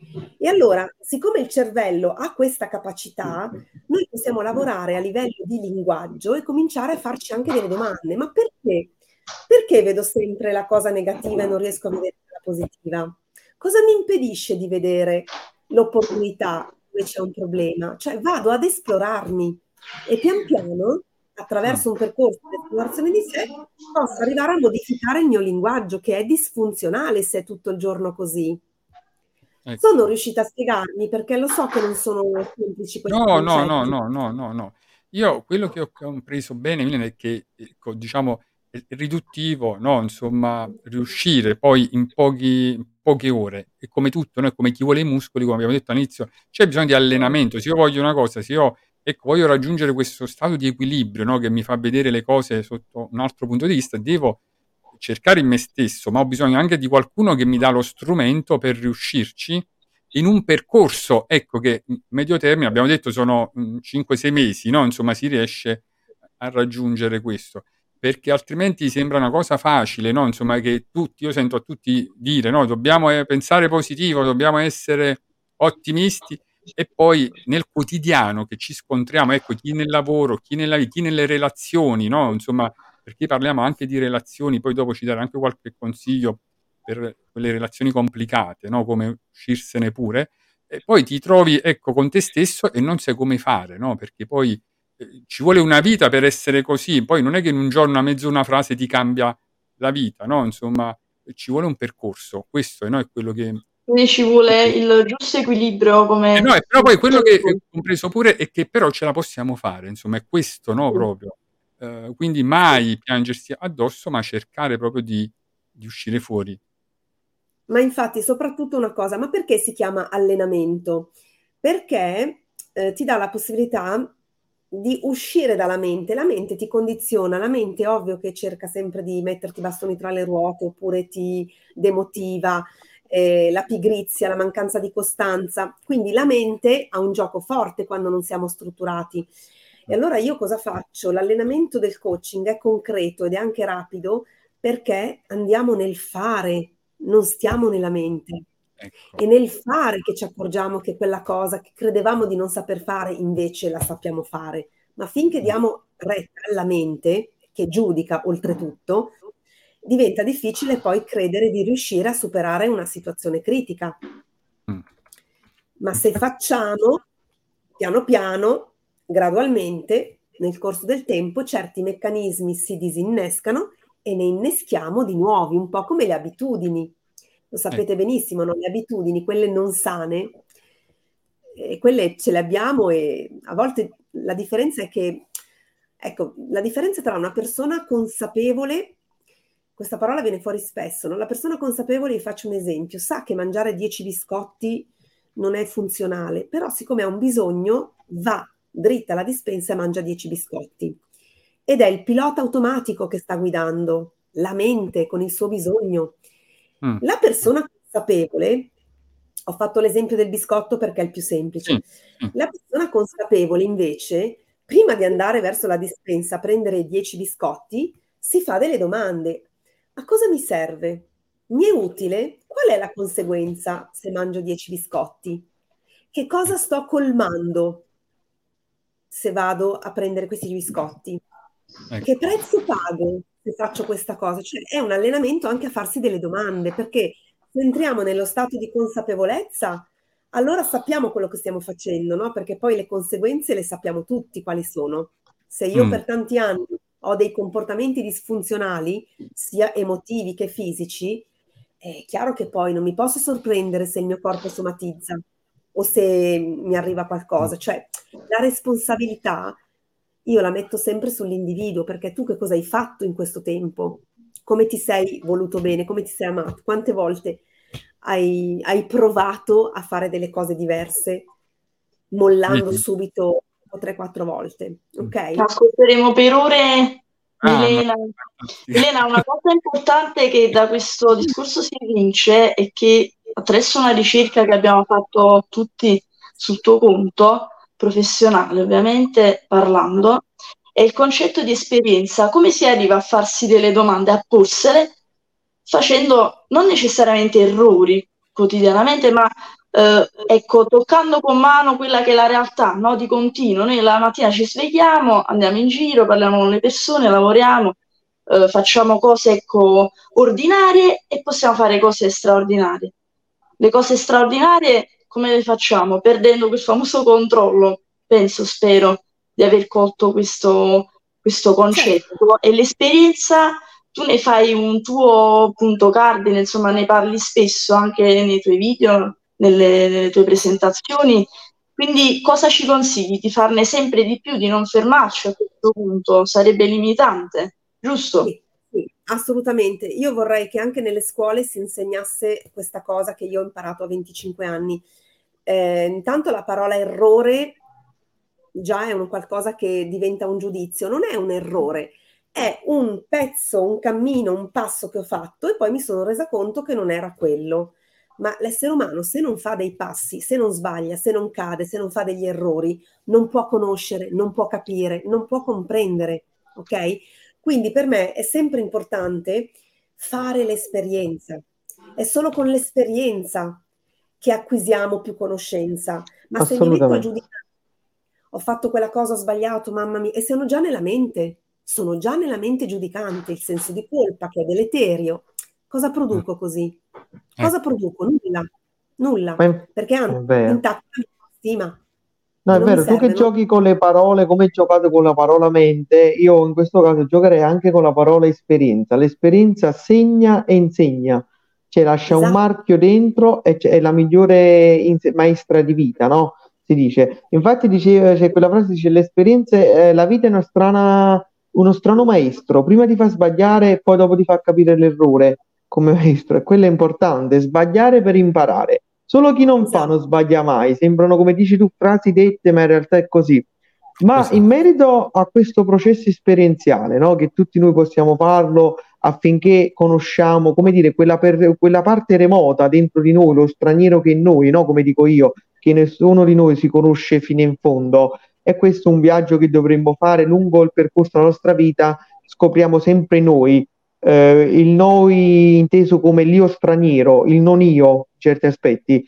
E allora, siccome il cervello ha questa capacità, noi possiamo lavorare a livello di linguaggio e cominciare a farci anche delle domande. Ma perché? Perché vedo sempre la cosa negativa e non riesco a vedere la positiva? Cosa mi impedisce di vedere l'opportunità dove c'è un problema? Cioè vado ad esplorarmi e pian piano, attraverso un percorso di esplorazione di sé, posso arrivare a modificare il mio linguaggio, che è disfunzionale se è tutto il giorno così. Ecco. Sono riuscita a spiegarmi, perché lo so che non sono semplici questi No, no, no, concetti. no, no, no, no. Io quello che ho compreso bene, Milena, è che, ecco, diciamo, è riduttivo, no, insomma, riuscire poi in pochi poche ore, è come tutto, no, è come chi vuole i muscoli, come abbiamo detto all'inizio, c'è bisogno di allenamento. Se io voglio una cosa, se io, ecco, voglio raggiungere questo stato di equilibrio, no, che mi fa vedere le cose sotto un altro punto di vista, devo cercare in me stesso, ma ho bisogno anche di qualcuno che mi dà lo strumento per riuscirci in un percorso, ecco, che in medio termine, abbiamo detto, sono mh, cinque sei mesi, no? Insomma, si riesce a raggiungere questo, perché altrimenti sembra una cosa facile, no? Insomma, che tutti, io sento a tutti dire, no? Dobbiamo eh, pensare positivo, dobbiamo essere ottimisti, e poi nel quotidiano che ci scontriamo, ecco, chi nel lavoro, chi nella chi nelle relazioni, no? Insomma, perché parliamo anche di relazioni, poi dopo ci darà anche qualche consiglio per quelle relazioni complicate, no? Come uscirsene pure, e poi ti trovi, ecco, con te stesso e non sai come fare, no? Perché poi eh, ci vuole una vita per essere così, poi non è che in un giorno, a mezzo una frase ti cambia la vita, no? Insomma, ci vuole un percorso, questo, no? È quello che... Quindi ci vuole il giusto equilibrio, Eh come no, e però poi quello che ho compreso pure è che però ce la possiamo fare, insomma, è questo, no, proprio. Eh, quindi mai piangersi addosso, ma cercare proprio di, di uscire fuori. Ma infatti, soprattutto una cosa, ma perché si chiama allenamento? Perché eh, ti dà la possibilità di uscire dalla mente. La mente ti condiziona, la mente è ovvio che cerca sempre di metterti i bastoni tra le ruote oppure ti demotiva, eh, la pigrizia, la mancanza di costanza. Quindi la mente ha un gioco forte quando non siamo strutturati. E allora io cosa faccio? L'allenamento del coaching è concreto ed è anche rapido perché andiamo nel fare, non stiamo nella mente. Ecco. È nel fare che ci accorgiamo che quella cosa che credevamo di non saper fare invece la sappiamo fare. Ma finché diamo retta alla mente, che giudica oltretutto, diventa difficile poi credere di riuscire a superare una situazione critica. Mm. Ma se facciamo piano piano, gradualmente, nel corso del tempo, certi meccanismi si disinnescano e ne inneschiamo di nuovi, un po' come le abitudini. Lo sapete benissimo, no? Le abitudini, quelle non sane, eh, quelle ce le abbiamo e a volte la differenza è che, ecco, la differenza tra una persona consapevole, questa parola viene fuori spesso, no? La persona consapevole, vi faccio un esempio, sa che mangiare dieci biscotti non è funzionale, però siccome ha un bisogno, va dritta alla dispensa e mangia dieci biscotti. Ed è il pilota automatico che sta guidando, la mente con il suo bisogno. Mm. La persona consapevole, ho fatto l'esempio del biscotto perché è il più semplice, Sì, sì. la persona consapevole invece, prima di andare verso la dispensa a prendere dieci biscotti, si fa delle domande. A cosa mi serve? Mi è utile? Qual è la conseguenza se mangio dieci biscotti? Che cosa sto colmando se vado a prendere questi biscotti? Ecco. Che prezzo pago se faccio questa cosa? Cioè, è un allenamento anche a farsi delle domande, perché se entriamo nello stato di consapevolezza, allora sappiamo quello che stiamo facendo, no? Perché poi le conseguenze le sappiamo tutti quali sono. Se io Mm. per tanti anni ho dei comportamenti disfunzionali, sia emotivi che fisici, è chiaro che poi non mi posso sorprendere se il mio corpo somatizza o se mi arriva qualcosa. Cioè, la responsabilità io la metto sempre sull'individuo, perché tu che cosa hai fatto in questo tempo? Come ti sei voluto bene? Come ti sei amato? Quante volte hai, hai provato a fare delle cose diverse, mollando Vedi? subito tre quattro volte, ok? Ascolteremo per ore Ah, ma Milena. fantastico. Milena, una cosa importante che da questo discorso si evince è che attraverso una ricerca che abbiamo fatto tutti sul tuo conto, professionale ovviamente parlando, è il concetto di esperienza. Come si arriva a farsi delle domande, a porsele, facendo non necessariamente errori quotidianamente, ma eh, ecco, toccando con mano quella che è la realtà, no? Di continuo. Noi la mattina ci svegliamo, andiamo in giro, parliamo con le persone, lavoriamo, eh, facciamo cose, ecco, ordinarie e possiamo fare cose straordinarie. Le cose straordinarie come le facciamo? Perdendo quel famoso controllo, penso, spero di aver colto questo, questo concetto. Certo. E l'esperienza, tu ne fai un tuo punto cardine, insomma, ne parli spesso anche nei tuoi video, nelle, nelle tue presentazioni. Quindi cosa ci consigli? Di farne sempre di più, di non fermarci a questo punto? Sarebbe limitante, giusto? Sì, sì, assolutamente. Io vorrei che anche nelle scuole si insegnasse questa cosa che io ho imparato a venticinque anni. Eh, intanto la parola errore già è un qualcosa che diventa un giudizio, non è un errore, è un pezzo, un cammino, un passo che ho fatto e poi mi sono resa conto che non era quello. Ma l'essere umano, se non fa dei passi, se non sbaglia, se non cade, se non fa degli errori, non può conoscere, non può capire, non può comprendere, ok? Quindi per me è sempre importante fare l'esperienza. È solo con l'esperienza che acquisiamo più conoscenza. Ma se mi metto a Assolutamente. giudicare, ho fatto quella cosa, ho sbagliato, mamma mia, e sono già nella mente, sono già nella mente giudicante, il senso di colpa che è deleterio. Cosa produco così? Cosa Ecco. produco? Nulla, Ma nulla, in- perché è hanno vero. intacca la mia stima No, e è non mi vero, tu che serve. Non... giochi con le parole, come hai giocato con la parola mente, io in questo caso giocherei anche con la parola esperienza. L'esperienza segna e insegna, cioè lascia un Esatto, marchio dentro e c- è la migliore inse- maestra di vita, no? Si dice. Infatti dice, c'è quella frase, dice l'esperienza, è- la vita è una strana, uno strano maestro, prima ti fa sbagliare e poi dopo ti fa capire l'errore come maestro, e quello è importante, sbagliare per imparare. Solo chi non fa esatto. non sbaglia mai, sembrano come dici tu frasi dette, ma in realtà è così. Ma in Esatto. merito a questo processo esperienziale, no, che tutti noi possiamo farlo affinché conosciamo, come dire, quella, per- quella parte remota dentro di noi, lo straniero che è noi, no, come dico io, che nessuno di noi si conosce fino in fondo. E questo è un viaggio che dovremmo fare lungo il percorso della nostra vita, scopriamo sempre noi, eh, il noi inteso come l'io straniero, il non io, in certi aspetti.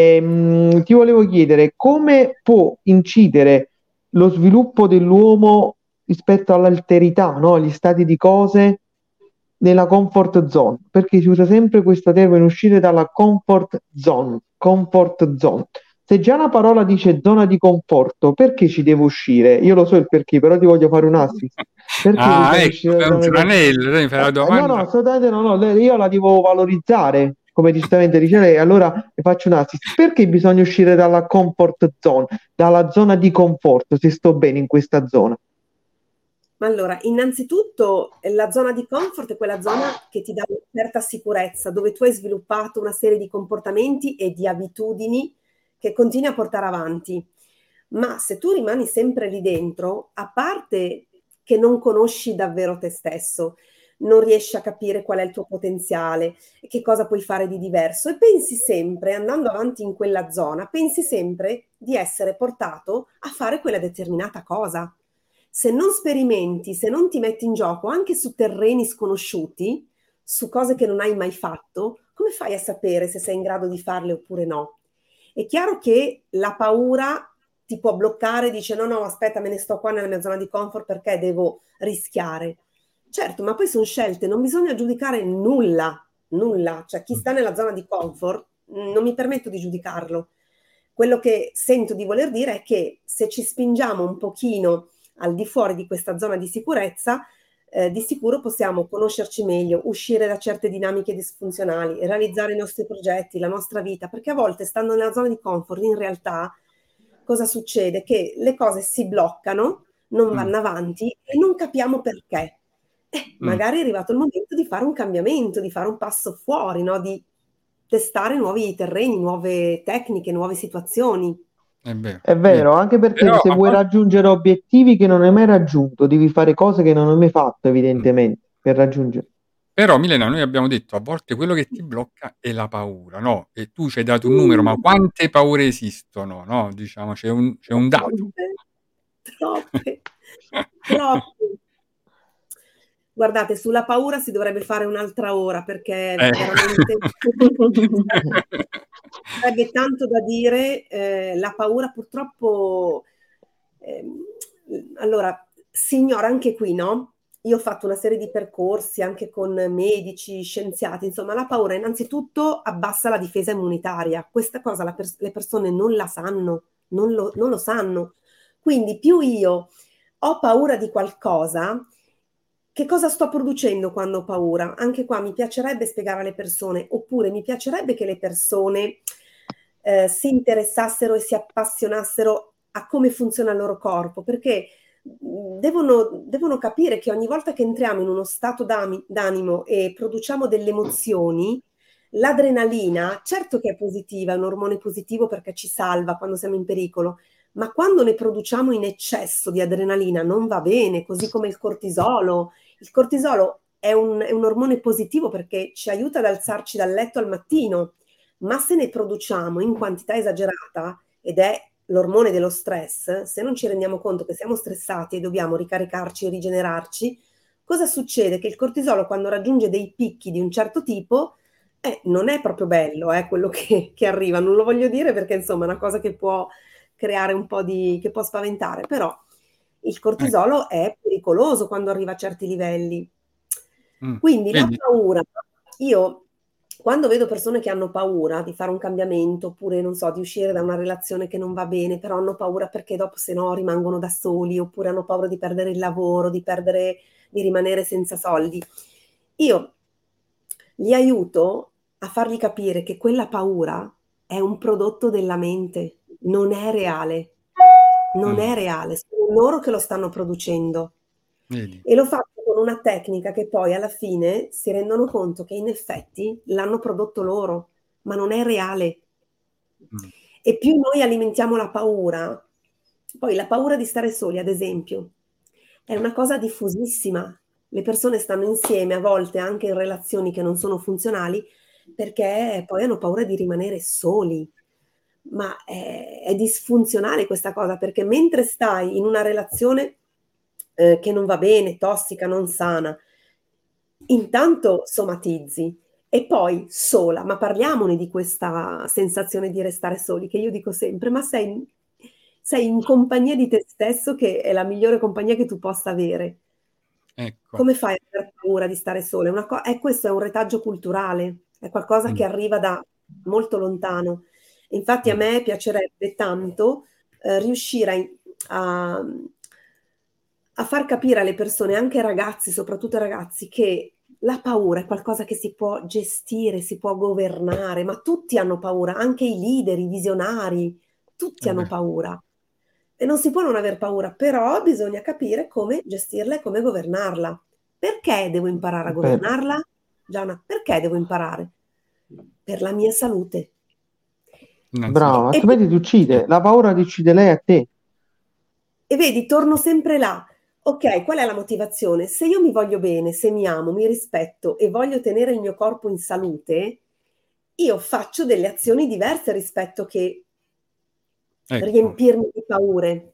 Ehm, ti volevo chiedere come può incidere lo sviluppo dell'uomo rispetto all'alterità, no? Agli stati di cose nella comfort zone, perché si usa sempre questo termine, uscire dalla comfort zone, comfort zone. Se già una parola dice zona di conforto, perché ci devo uscire? Io lo so il perché, però ti voglio fare un assist. Perché Ah, bisogna ecco, uscire dalla è un zona di conforto? tranello, lei mi fa la Eh, no, no, domanda. assolutamente no, no, lei- io la devo valorizzare, come giustamente dice lei, allora le faccio un assist. Perché bisogna uscire dalla comfort zone, dalla zona di conforto, se sto bene in questa zona? Ma allora, innanzitutto eh, la zona di comfort è quella zona che ti dà una certa sicurezza, dove tu hai sviluppato una serie di comportamenti e di abitudini che continui a portare avanti. Ma se tu rimani sempre lì dentro, a parte che non conosci davvero te stesso, non riesci a capire qual è il tuo potenziale e che cosa puoi fare di diverso e pensi sempre, andando avanti in quella zona, pensi sempre di essere portato a fare quella determinata cosa. Se non sperimenti, se non ti metti in gioco anche su terreni sconosciuti, su cose che non hai mai fatto, come fai a sapere se sei in grado di farle oppure no? È chiaro che la paura ti può bloccare, dice no, no, aspetta, me ne sto qua nella mia zona di comfort perché devo rischiare. Certo, ma poi sono scelte, non bisogna giudicare nulla, nulla. Cioè chi sta nella zona di comfort, mh, non mi permetto di giudicarlo. Quello che sento di voler dire è che se ci spingiamo un pochino al di fuori di questa zona di sicurezza, eh, di sicuro possiamo conoscerci meglio, uscire da certe dinamiche disfunzionali, realizzare i nostri progetti, la nostra vita, perché a volte, stando nella zona di comfort, in realtà cosa succede? Che le cose si bloccano, non Mm. vanno avanti e non capiamo perché. Eh, Mm. magari è arrivato il momento di fare un cambiamento, di fare un passo fuori, no? Di testare nuovi terreni, nuove tecniche, nuove situazioni. È vero, È vero, anche perché Però se a vuoi volte- raggiungere obiettivi che non hai mai raggiunto, devi fare cose che non hai mai fatto, Mm. evidentemente, per raggiungere. Però Milena, noi abbiamo detto a volte quello che ti blocca è la paura, no? E tu ci hai dato un numero, ma quante paure esistono, no? Diciamo, c'è un, c'è un dato. Troppe, troppe. Guardate, sulla paura si dovrebbe fare un'altra ora, perché Eh. veramente sarebbe tanto da dire. Eh, la paura purtroppo, ehm, allora, si ignora anche qui, no? Io ho fatto una serie di percorsi anche con medici, scienziati, insomma, la paura innanzitutto abbassa la difesa immunitaria. Questa cosa la pers- le persone non la sanno, non lo, non lo sanno. Quindi più io ho paura di qualcosa, che cosa sto producendo quando ho paura? Anche qua mi piacerebbe spiegare alle persone, oppure mi piacerebbe che le persone eh, si interessassero e si appassionassero a come funziona il loro corpo, perché mh, devono, devono capire che ogni volta che entriamo in uno stato d'ami- d'animo e produciamo delle emozioni, l'adrenalina, certo che è positiva, è un ormone positivo perché ci salva quando siamo in pericolo, ma quando ne produciamo in eccesso di adrenalina non va bene, così come il cortisolo. Il cortisolo è un, è un ormone positivo perché ci aiuta ad alzarci dal letto al mattino, ma se ne produciamo in quantità esagerata, ed è l'ormone dello stress, se non ci rendiamo conto che siamo stressati e dobbiamo ricaricarci e rigenerarci, cosa succede? Che il cortisolo, quando raggiunge dei picchi di un certo tipo, eh, non è proprio bello, eh, quello che, che arriva. Non lo voglio dire perché insomma è una cosa che può creare un po' di, che può spaventare, però il cortisolo è pericoloso quando arriva a certi livelli. Mm. Quindi la Vedi? paura, io quando vedo persone che hanno paura di fare un cambiamento, oppure non so, di uscire da una relazione che non va bene, però hanno paura perché dopo se no rimangono da soli, oppure hanno paura di perdere il lavoro, di perdere, di rimanere senza soldi, io li aiuto a fargli capire che quella paura è un prodotto della mente, non è reale, non Mm. è reale, sono loro che lo stanno producendo. Vedi? E lo faccio con una tecnica che poi alla fine si rendono conto che in effetti l'hanno prodotto loro, ma non è reale. Mm. E più noi alimentiamo la paura, poi la paura di stare soli, ad esempio, è una cosa diffusissima. Le persone stanno insieme, a volte anche in relazioni che non sono funzionali, perché poi hanno paura di rimanere soli. Ma è, è disfunzionale questa cosa, perché mentre stai in una relazione eh, che non va bene, tossica, non sana, intanto somatizzi e poi sola, ma parliamone di questa sensazione di restare soli, che io dico sempre, ma sei, sei in compagnia di te stesso, che è la migliore compagnia che tu possa avere. Ecco. Come fai a aver paura di stare sola? È una co- eh, questo è un retaggio culturale, è qualcosa Mm. che arriva da molto lontano. Infatti a Mm. me piacerebbe tanto eh, riuscire a, a, a far capire alle persone, anche ai ragazzi, soprattutto ai ragazzi, che la paura è qualcosa che si può gestire, si può governare, ma tutti hanno paura, anche i leader, i visionari, tutti È hanno vero. paura. E non si può non aver paura, però bisogna capire come gestirla e come governarla. Perché devo imparare a È vero. governarla? Gianna, perché devo imparare? Per la mia salute. Innanzitutto. Bravo, E, altrimenti ti uccide. La paura ti uccide lei a te. e vedi, torno sempre là. Ok, qual è la motivazione? Se io mi voglio bene, se mi amo, mi rispetto e voglio tenere il mio corpo in salute, io faccio delle azioni diverse rispetto che Ecco. riempirmi di paure.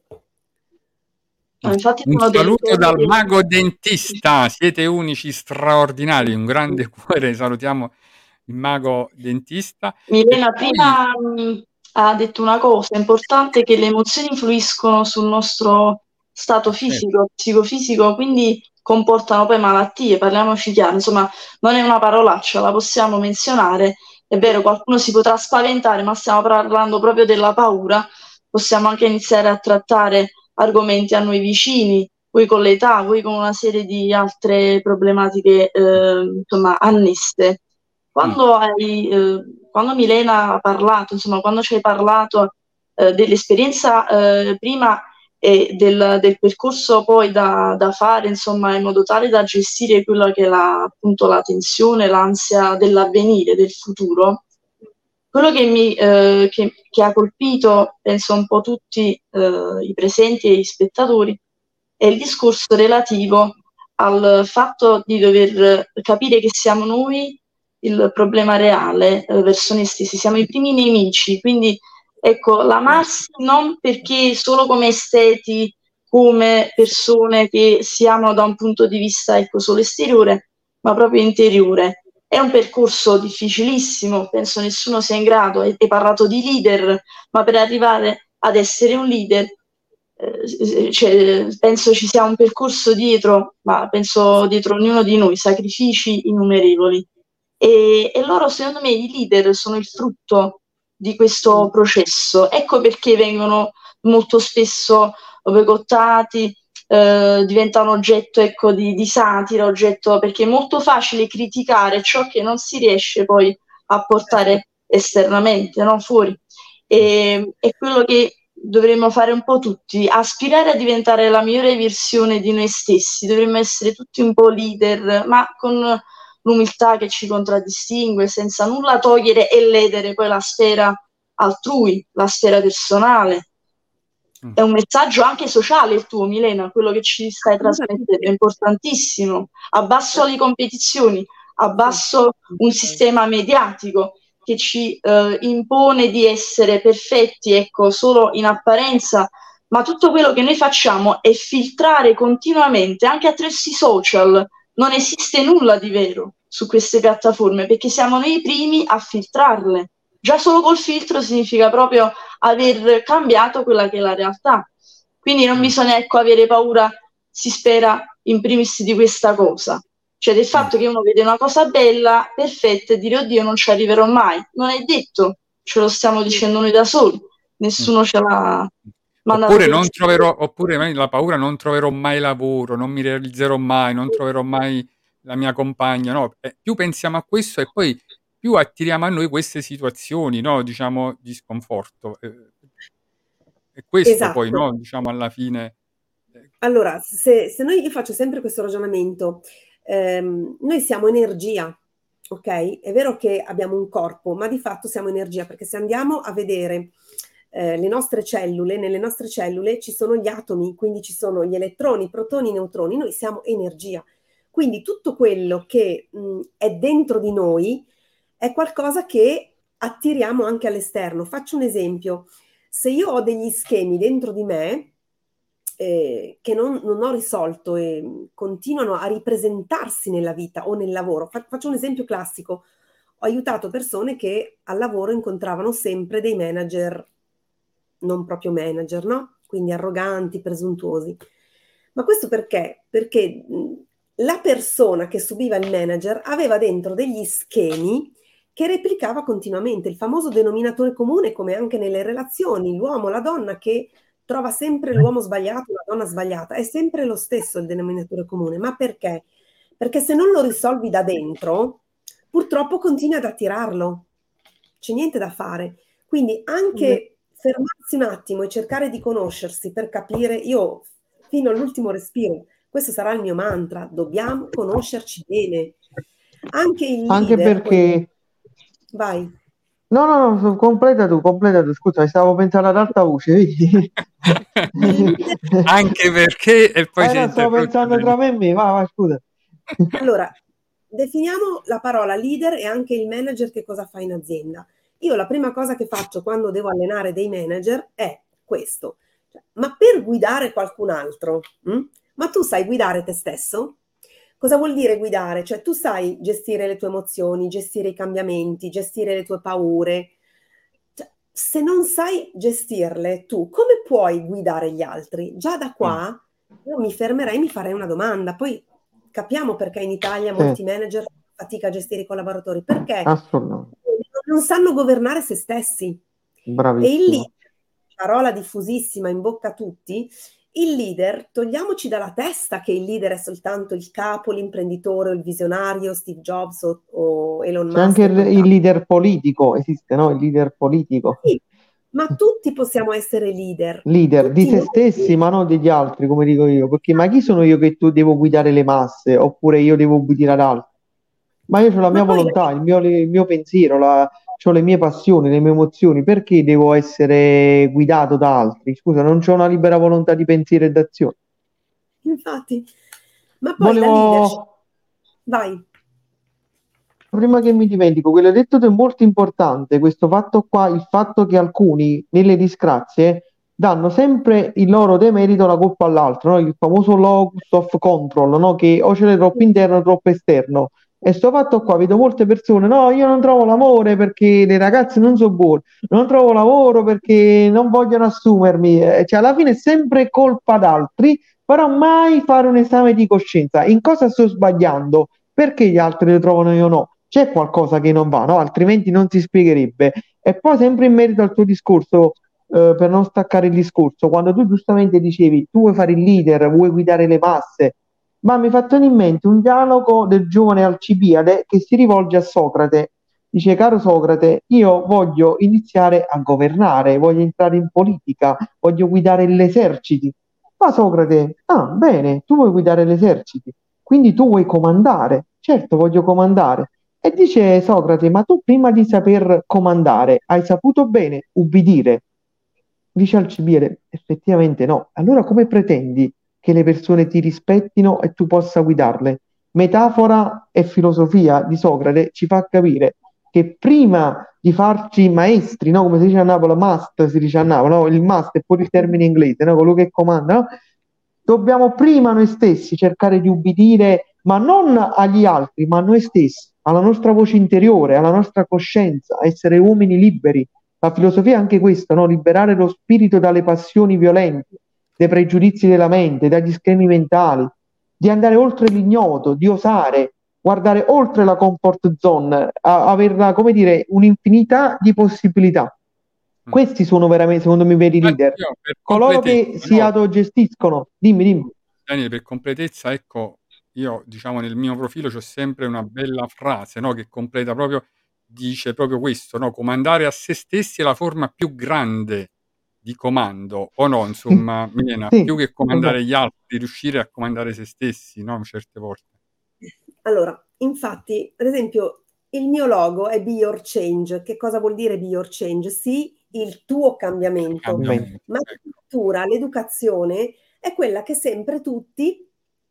No, infatti Un sono delle saluto cose dal che... mago dentista, siete unici, straordinari, un grande cuore, salutiamo il mago dentista. Milena E poi, prima mh, ha detto una cosa importante, che le emozioni influiscono sul nostro stato certo, fisico, psicofisico, quindi comportano poi malattie, parliamoci chiaro, insomma non è una parolaccia, la possiamo menzionare, è vero, qualcuno si potrà spaventare, ma stiamo parlando proprio della paura, possiamo anche iniziare a trattare argomenti a noi vicini, poi con l'età, poi con una serie di altre problematiche eh, insomma annesse. Quando, hai, eh, quando Milena ha parlato, insomma, quando ci hai parlato eh, dell'esperienza eh, prima e del, del percorso poi da, da fare, insomma, in modo tale da gestire quella che è la, appunto la tensione, l'ansia dell'avvenire, del futuro, quello che mi eh, che, che ha colpito, penso, un po' tutti eh, i presenti e gli spettatori, è il discorso relativo al fatto di dover capire che siamo noi il problema reale eh, verso noi stessi, siamo i primi nemici, quindi ecco, l'amarsi non perché solo come esteti, come persone che siamo da un punto di vista ecco, solo esteriore, ma proprio interiore. È un percorso difficilissimo, penso nessuno sia in grado, hai parlato di leader, ma per arrivare ad essere un leader eh, cioè, penso ci sia un percorso dietro, ma penso dietro ognuno di noi, sacrifici innumerevoli. E, e loro, secondo me, i leader sono il frutto di questo processo. Ecco perché vengono molto spesso boicottati, eh, diventano oggetto ecco, di, di satira, oggetto, perché è molto facile criticare ciò che non si riesce poi a portare esternamente, no? Fuori. E, è quello che dovremmo fare un po' tutti, aspirare a diventare la migliore versione di noi stessi, dovremmo essere tutti un po' leader, ma con l'umiltà che ci contraddistingue, senza nulla togliere e ledere poi la sfera altrui, la sfera personale. È un messaggio anche sociale il tuo, Milena, quello che ci stai trasmettendo, è importantissimo. Abbasso le competizioni, abbasso un sistema mediatico che ci eh, impone di essere perfetti, ecco, solo in apparenza, ma tutto quello che noi facciamo è filtrare continuamente, anche attraverso i social. Non esiste nulla di vero su queste piattaforme, perché siamo noi i primi a filtrarle. Già solo col filtro significa proprio aver cambiato quella che è la realtà. Quindi non bisogna ecco, avere paura, si spera, in primis di questa cosa. Cioè del fatto che uno vede una cosa bella, perfetta, e dire oddio non ci arriverò mai. Non è detto, ce lo stiamo dicendo noi da soli, nessuno ce l'ha mandato. Oppure, non troverò, oppure la paura, non troverò mai lavoro, non mi realizzerò mai, non troverò mai la mia compagna. No? Eh, più pensiamo a questo e poi più attiriamo a noi queste situazioni, no? Diciamo, di sconforto. Eh, e questo esatto. poi, no? Diciamo, alla fine... Eh. Allora, se, se noi, io faccio sempre questo ragionamento, ehm, noi siamo energia, ok? È vero che abbiamo un corpo, ma di fatto siamo energia, perché se andiamo a vedere eh, le nostre cellule, nelle nostre cellule ci sono gli atomi, quindi ci sono gli elettroni, i protoni, i neutroni, noi siamo energia. Quindi tutto quello che mh, è dentro di noi è qualcosa che attiriamo anche all'esterno. Faccio un esempio. Se io ho degli schemi dentro di me eh, che non, non ho risolto e continuano a ripresentarsi nella vita o nel lavoro, Fa- faccio un esempio classico. Ho aiutato persone che al lavoro incontravano sempre dei manager, non proprio manager, no? Quindi arroganti, presuntuosi. Ma questo perché? Perché mh, la persona che subiva il manager aveva dentro degli schemi che replicava continuamente, il famoso denominatore comune, come anche nelle relazioni, l'uomo, la donna che trova sempre l'uomo sbagliato, la donna sbagliata, è sempre lo stesso il denominatore comune. Ma perché? Perché se non lo risolvi da dentro, purtroppo continui ad attirarlo. C'è niente da fare. Quindi anche fermarsi un attimo e cercare di conoscersi per capire, io fino all'ultimo respiro, questo sarà il mio mantra, dobbiamo conoscerci bene. Anche il Anche leader, perché... poi... Vai. No, no, no, completa tu, completa tu, scusa, stavo pensando ad alta voce, vedi? Anche perché e poi eh, si no, stavo pensando tra me e me, vai, vai, scusa. Allora, definiamo la parola leader e anche il manager che cosa fa in azienda. Io la prima cosa che faccio quando devo allenare dei manager è questo. Ma per guidare qualcun altro, mh? Ma tu sai guidare te stesso? Cosa vuol dire guidare? Cioè tu sai gestire le tue emozioni, gestire i cambiamenti, gestire le tue paure. Cioè, se non sai gestirle tu, come puoi guidare gli altri? Già da qua io mi fermerei e mi farei una domanda. Poi capiamo perché in Italia Sì. molti manager fanno fatica a gestire i collaboratori. Perché? Assolutamente. Non sanno governare se stessi. Bravissimo. E il leader, parola diffusissima in bocca a tutti, il leader, togliamoci dalla testa che il leader è soltanto il capo, l'imprenditore o il visionario, Steve Jobs o, o Elon C'è Musk anche e il, il quant'altro. leader politico, esiste, no? Il leader politico. Sì, ma tutti possiamo essere leader, Leader di tutti se noi. stessi, ma non degli altri, come dico io. Perché ma chi sono io che tu devo guidare le masse, oppure io devo obbedire ad altri? Ma io ho la Ma mia poi la volontà, il mio, il mio pensiero, la, ho le mie passioni, le mie emozioni. Perché devo essere guidato da altri? Scusa, non c'ho una libera volontà di pensiero e d'azione. infatti, ma poi la leadership, Volevo, vai. prima che mi dimentico, quello che hai detto tu è molto importante, questo fatto qua, il fatto che alcuni nelle disgrazie danno sempre il loro demerito la colpa all'altro, no? Il famoso locus of control, no? Che o ce l'hai troppo interno o troppo esterno. E sto fatto qua, vedo molte persone, no, io non trovo l'amore perché le ragazze non sono buone, non trovo lavoro perché non vogliono assumermi, eh, cioè alla fine è sempre colpa d'altri, però mai fare un esame di coscienza. In cosa sto sbagliando? Perché gli altri lo trovano e io no? C'è qualcosa che non va, no? Altrimenti non si spiegherebbe. E poi sempre in merito al tuo discorso, eh, per non staccare il discorso, quando tu giustamente dicevi tu vuoi fare il leader, vuoi guidare le masse, ma mi è fatto in mente un dialogo del giovane Alcibiade che si rivolge a Socrate. Dice, caro Socrate, io voglio iniziare a governare, voglio entrare in politica, voglio guidare gli eserciti. Ma Socrate, ah, bene, tu vuoi guidare gli eserciti, quindi tu vuoi comandare. Certo, voglio comandare. E dice Socrate, ma tu prima di saper comandare hai saputo bene ubbidire? Dice Alcibiade, effettivamente no. Allora come pretendi che le persone ti rispettino e tu possa guidarle? Metafora e filosofia di Socrate ci fa capire che prima di farci maestri, no? Come si dice a Napoli, must si dice a Napoli, no? Il must è pure il termine inglese, no? Colui che comanda, no? Dobbiamo prima noi stessi cercare di ubbidire, ma non agli altri, ma a noi stessi, alla nostra voce interiore, alla nostra coscienza, essere uomini liberi. La filosofia è anche questa, no? Liberare lo spirito dalle passioni violente, dai pregiudizi della mente, dagli schemi mentali, di andare oltre l'ignoto, di osare, guardare oltre la comfort zone, a- averla, come dire, un'infinità di possibilità. Mm. Questi sono veramente, secondo me, i veri Infatti leader. io per Coloro che completezza, si no, autogestiscono. Dimmi, dimmi. Daniele, per completezza, ecco, io diciamo nel mio profilo c'ho sempre una bella frase, no, che completa proprio, dice proprio questo, no? Comandare a se stessi è la forma più grande di comando, o no, insomma, Milena, più Sì, che vabbè. comandare gli altri, riuscire a comandare se stessi, no? Certe volte. Allora, infatti, ad esempio, il mio logo è Be Your Change. Che cosa vuol dire Be Your Change? Sì, il tuo cambiamento, Cambiamento. ma Ecco. addirittura l'educazione è quella che sempre tutti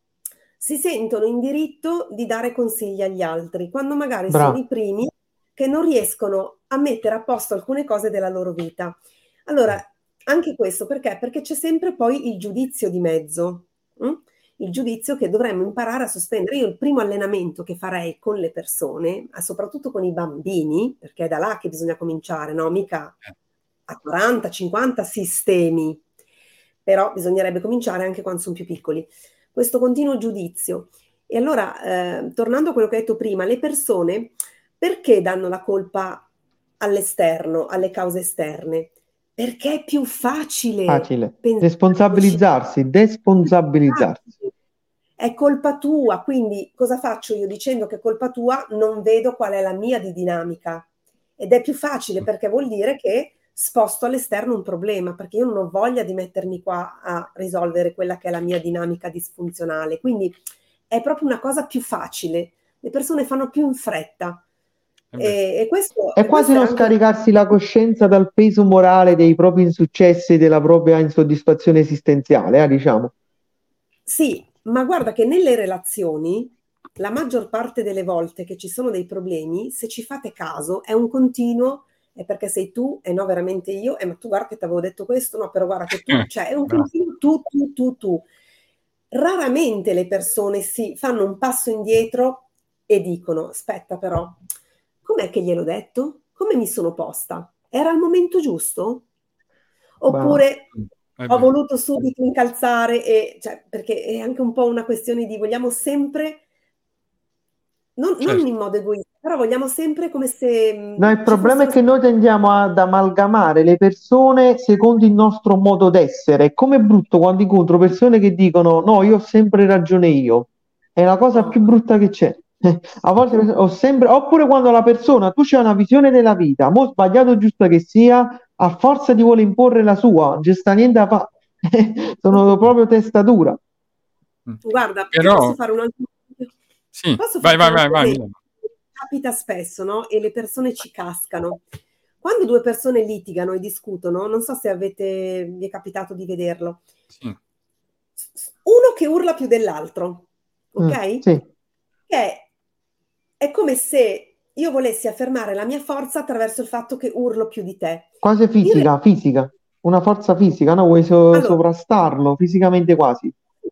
si sentono in diritto di dare consigli agli altri, quando magari sono i Bravo. primi che non riescono a mettere a posto alcune cose della loro vita. Allora, anche questo perché? Perché c'è sempre poi il giudizio di mezzo. hm? Il giudizio che dovremmo imparare a sospendere. Io il primo allenamento che farei con le persone, ma soprattutto con i bambini, perché è da là che bisogna cominciare, no? Mica a quaranta cinquanta sistemi, però bisognerebbe cominciare anche quando sono più piccoli. Questo continuo giudizio. E allora, eh, tornando a quello che ho detto prima, le persone perché danno la colpa all'esterno, alle cause esterne? Perché è più facile Facile. pensare Responsabilizzarsi, desponsabilizzarsi. è colpa tua, quindi cosa faccio io dicendo che è colpa tua? Non vedo qual è la mia di dinamica ed è più facile perché vuol dire che sposto all'esterno un problema, perché io non ho voglia di mettermi qua a risolvere quella che è la mia dinamica disfunzionale, quindi è proprio una cosa più facile, le persone fanno più in fretta e, e questo, È e quasi questo è uno anche un... scaricarsi la coscienza dal peso morale dei propri insuccessi e della propria insoddisfazione esistenziale, eh, diciamo. Sì, ma guarda che nelle relazioni, la maggior parte delle volte che ci sono dei problemi, se ci fate caso, è un continuo, è perché sei tu, e no veramente io, e ma tu guarda che ti avevo detto questo, no però guarda che tu, cioè è un Bravo. continuo tu, tu, tu, tu. Raramente le persone si fanno un passo indietro e dicono, aspetta però, com'è che gliel'ho detto? Come mi sono posta? Era il momento giusto? Bravo. Oppure È ho vero. voluto subito incalzare e cioè, perché è anche un po' una questione di vogliamo sempre non, non Certo. in modo egoista, Però vogliamo sempre come se No, il mh, ci problema è fossero... che noi tendiamo ad amalgamare le persone secondo il nostro modo d'essere. È come brutto quando incontro persone che dicono no, io ho sempre ragione io. È la cosa più No, brutta che c'è. A volte ho sempre... Oppure quando la persona, tu c'hai una visione della vita, mo sbagliato o giusta che sia, a forza ti vuole imporre la sua, non ci sta niente da fare. Sono proprio testa dura. Mm. guarda, ti posso Però, fare un altro... sì, Posso vai, farti vai, un vai, altro vai, esempio? Milena. Capita spesso, no? E le persone ci cascano. Quando due persone litigano e discutono, non so se avete, vi è capitato di vederlo, Sì. uno che urla più dell'altro, Mm, ok? sì, Che è come se io volessi affermare la mia forza attraverso il fatto che urlo più di te. quasi In realtà, fisica, fisica. Una forza fisica, no? Vuoi so- allora, sovrastarlo fisicamente quasi.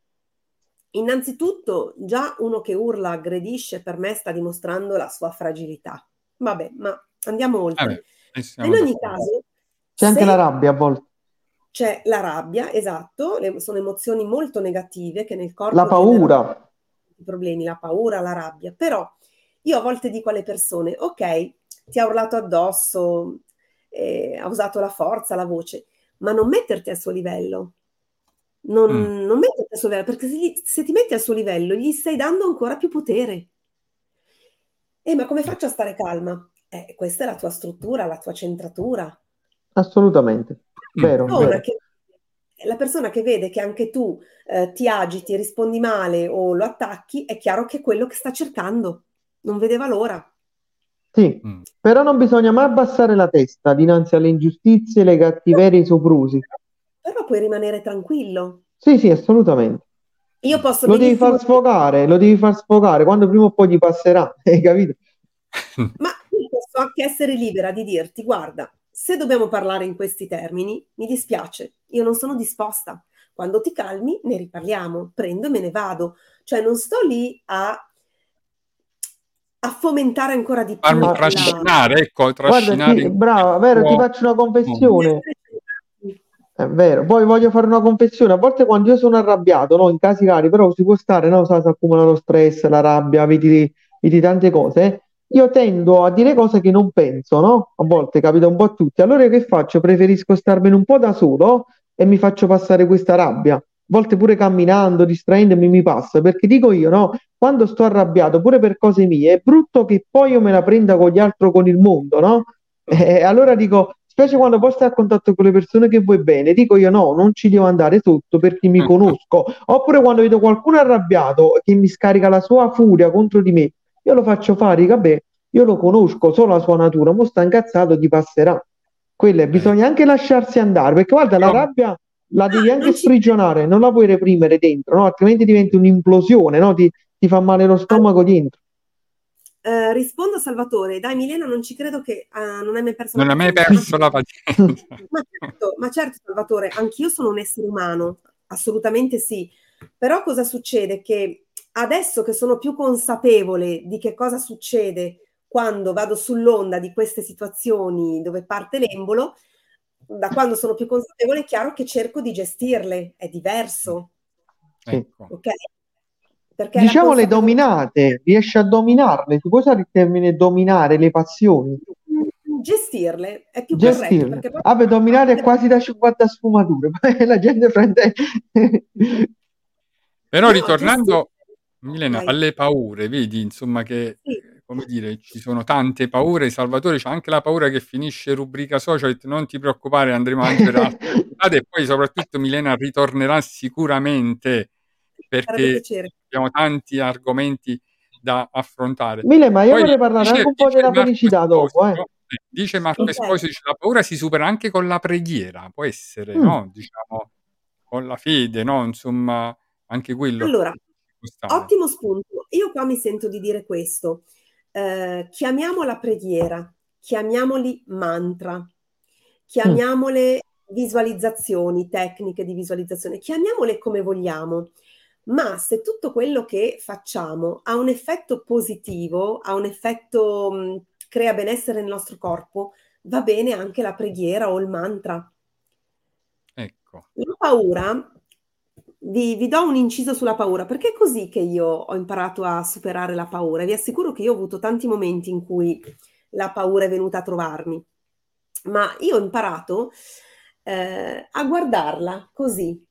innanzitutto, già uno che urla, aggredisce, per me sta dimostrando la sua fragilità. Vabbè, ma andiamo Vabbè, oltre. e Ma in siamo ogni d'accordo. caso, C'è anche la se rabbia a volte, c'è la rabbia, esatto, le- sono emozioni molto negative che nel la corpo generano paura. problemi, la paura, la rabbia. Però io a volte dico alle persone, ok, ti ha urlato addosso, eh, ha usato la forza, la voce, ma non metterti al suo livello. Mm. Non, non metterti al suo livello, perché se, gli- se ti metti al suo livello gli stai dando ancora più potere. Eh, ma come faccio a stare calma? Eh, questa è la tua struttura, la tua centratura. Assolutamente. Mm. Vero, persona vero. che, la persona che vede che anche tu eh, ti agiti, rispondi male o lo attacchi, è chiaro che è quello che sta cercando. Non vedeva l'ora. Sì, Mm. però non bisogna mai abbassare la testa dinanzi alle ingiustizie, le cattiverie e i soprusi. Però puoi rimanere tranquillo. Sì, sì, assolutamente. Io posso Lo devi benissimo far dire, sfogare, lo devi far sfogare, quando prima o poi ti passerà, hai capito? ma io posso anche essere libera di dirti, guarda, se dobbiamo parlare in questi termini, mi dispiace, io non sono disposta. Quando ti calmi, ne riparliamo, prendo e me ne vado. Cioè non sto lì a, a fomentare ancora di Farmi più Ah, la... trascinare, ecco, guarda, trascinare ti, in brava, quel vero, ti tuo faccio una di mondo. confessione. essere centrati. È vero, poi voglio fare una confessione. A volte quando io sono arrabbiato, no, in casi rari, però si può stare, no, sa, si accumula lo stress, la rabbia, vedi, vedi tante cose. Io tendo a dire cose che non penso, no? A volte capita un po' a tutti. Allora io che faccio? Preferisco starmene un po' da solo e mi faccio passare questa rabbia. A volte pure camminando, distraendomi, mi passa. Perché dico io, no? Quando sto arrabbiato, pure per cose mie, è brutto che poi io me la prenda con gli altri o con il mondo, no? E allora dico, specie quando poi stai a contatto con le persone che vuoi bene, dico io no, non ci devo andare sotto perché mi conosco. Oppure quando vedo qualcuno arrabbiato che mi scarica la sua furia contro di me, io lo faccio fare, vabbè, io lo conosco, so la sua natura, mo sta incazzato, ti passerà. Quelle Eh, bisogna anche lasciarsi andare, perché guarda, la io- rabbia la devi Ah, anche non ci sprigionare, non la puoi reprimere dentro, no? Altrimenti diventa un'implosione, no? Ti, ti fa male lo stomaco dentro. Eh, rispondo a Salvatore, dai Milena, non ci credo che ah, non hai mai perso la non hai mai pazienza. Ma, perso la pazienza. ma certo, ma certo, Salvatore, anch'io sono un essere umano, assolutamente sì. Però cosa succede? Che adesso che sono più consapevole di che cosa succede quando vado sull'onda di queste situazioni dove parte l'embolo, da quando sono più consapevole è chiaro che cerco di gestirle, è diverso, Sì. Ecco. ok? Perché la Diciamo le consapevolezza dominate, riesci a dominarle. Si può usare il termine dominare le passioni? gestirle è più corretto Gestirle. perché poi Vabbè, dominare è quasi da cinquanta sfumature, poi la gente prende... Però no, gestire, ritornando, Milena, vai, alle paure, vedi insomma che, sì, eh, come dire, ci sono tante paure. Salvatore c'ha anche la paura che finisce rubrica social, non ti preoccupare, andremo anche per altre puntate e poi soprattutto Milena ritornerà sicuramente farebbe perché piacere. abbiamo tanti argomenti da affrontare. Mile, ma io Poi vorrei parlare anche dice, un po' dice della Marco felicità dopo, eh. Esposito, eh, dice Marco Ok, Esposito, dice, la paura si supera anche con la preghiera, può essere, Mm, no? Diciamo, con la fede, no? Insomma, anche quello allora, ci può stare. ottimo spunto. Io qua mi sento di dire questo. Eh, chiamiamola preghiera, chiamiamoli mantra, mm. chiamiamole visualizzazioni, tecniche di visualizzazione, chiamiamole come vogliamo. Ma se tutto quello che facciamo ha un effetto positivo, ha un effetto, mh, crea benessere nel nostro corpo, va bene anche la preghiera o il mantra. Ecco. La paura vi, vi do un inciso sulla paura, perché è così che io ho imparato a superare la paura. Vi assicuro che io ho avuto tanti momenti in cui la paura è venuta a trovarmi, ma io ho imparato eh, a guardarla così.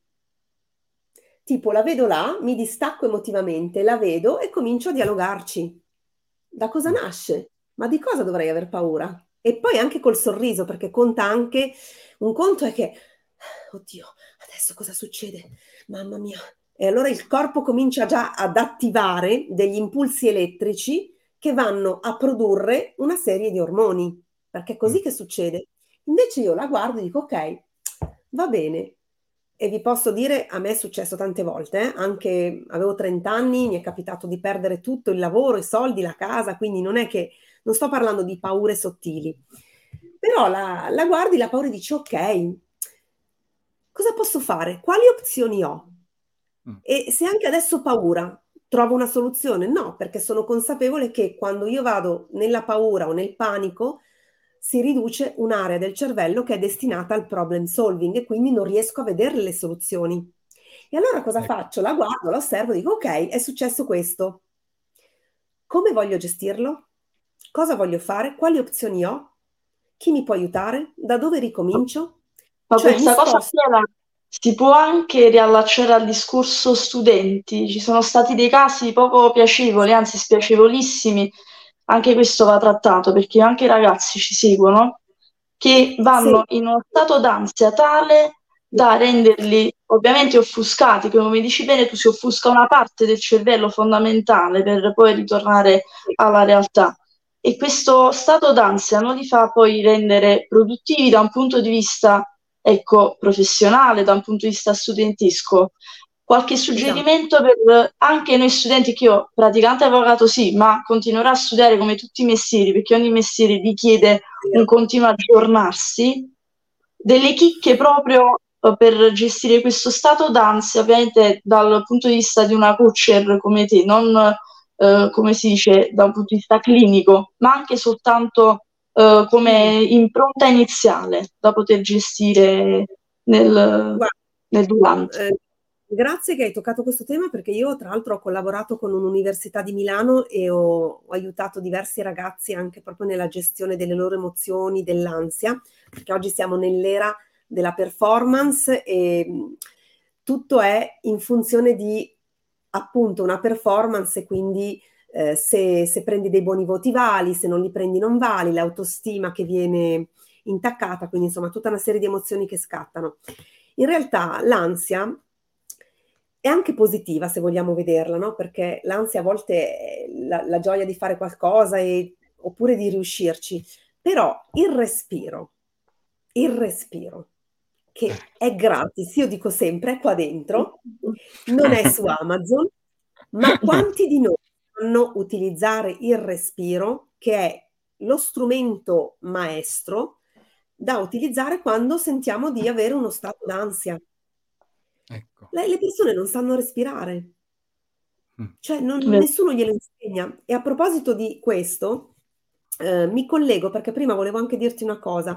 Tipo, la vedo là, mi distacco emotivamente, la vedo e comincio a dialogarci. Da cosa nasce? Ma di cosa dovrei aver paura? E poi anche col sorriso, perché conta anche, un conto è che, oddio, adesso cosa succede? Mamma mia. E allora il corpo comincia già ad attivare degli impulsi elettrici che vanno a produrre una serie di ormoni, perché è così che succede. Invece io la guardo e dico, ok, va bene. E vi posso dire, a me è successo tante volte, eh? Anche avevo trenta anni, mi è capitato di perdere tutto, il lavoro, i soldi, la casa, quindi non è che, non sto parlando di paure sottili, però la, la guardi la paura e dici, ok, cosa posso fare? Quali opzioni ho? E se anche adesso ho paura, trovo una soluzione? No, perché sono consapevole che quando io vado nella paura o nel panico, si riduce un'area del cervello che è destinata al problem solving e quindi non riesco a vedere le soluzioni. E allora cosa Ecco. faccio? La guardo, la osservo, dico ok, è successo questo. Come voglio gestirlo? Cosa voglio fare? Quali opzioni ho? Chi mi può aiutare? Da dove ricomincio? Ma Cioè mi questa cosa sposto. Piera, si può anche riallacciare al discorso studenti. Ci sono stati dei casi poco piacevoli, anzi spiacevolissimi. Anche questo va trattato perché anche i ragazzi ci seguono che vanno Sì, in uno stato d'ansia tale da renderli ovviamente offuscati, che come dici bene tu si offusca una parte del cervello fondamentale per poi ritornare alla realtà. E questo stato d'ansia non li fa poi rendere produttivi da un punto di vista, ecco, professionale, da un punto di vista studentesco. Qualche esatto. suggerimento per anche noi studenti, che io praticante avvocato sì, ma continuerò a studiare come tutti i mestieri, perché ogni mestiere richiede un continuo aggiornarsi, delle chicche proprio eh, per gestire questo stato d'ansia, ovviamente dal punto di vista di una coacher come te, non eh, come si dice da un punto di vista clinico, ma anche soltanto eh, come impronta iniziale da poter gestire nel, Guarda, nel durante. eh, grazie che hai toccato questo tema perché io tra l'altro ho collaborato con un'università di Milano e ho, ho aiutato diversi ragazzi anche proprio nella gestione delle loro emozioni, dell'ansia, perché oggi siamo nell'era della performance e mh, tutto è in funzione di appunto una performance e quindi eh, se, se prendi dei buoni voti vali, se non li prendi non vali, l'autostima che viene intaccata, quindi insomma tutta una serie di emozioni che scattano. In realtà l'ansia è anche positiva se vogliamo vederla, no? Perché l'ansia a volte è la, la gioia di fare qualcosa e, oppure di riuscirci, però il respiro, il respiro, che è gratis, io dico sempre, è qua dentro, non è su Amazon, ma quanti di noi sanno utilizzare il respiro, che è lo strumento maestro da utilizzare quando sentiamo di avere uno stato d'ansia. Ecco. Le, le persone non sanno respirare, Mm. cioè non- Vero. nessuno glielo insegna. E a proposito di questo, eh, mi collego perché prima volevo anche dirti una cosa.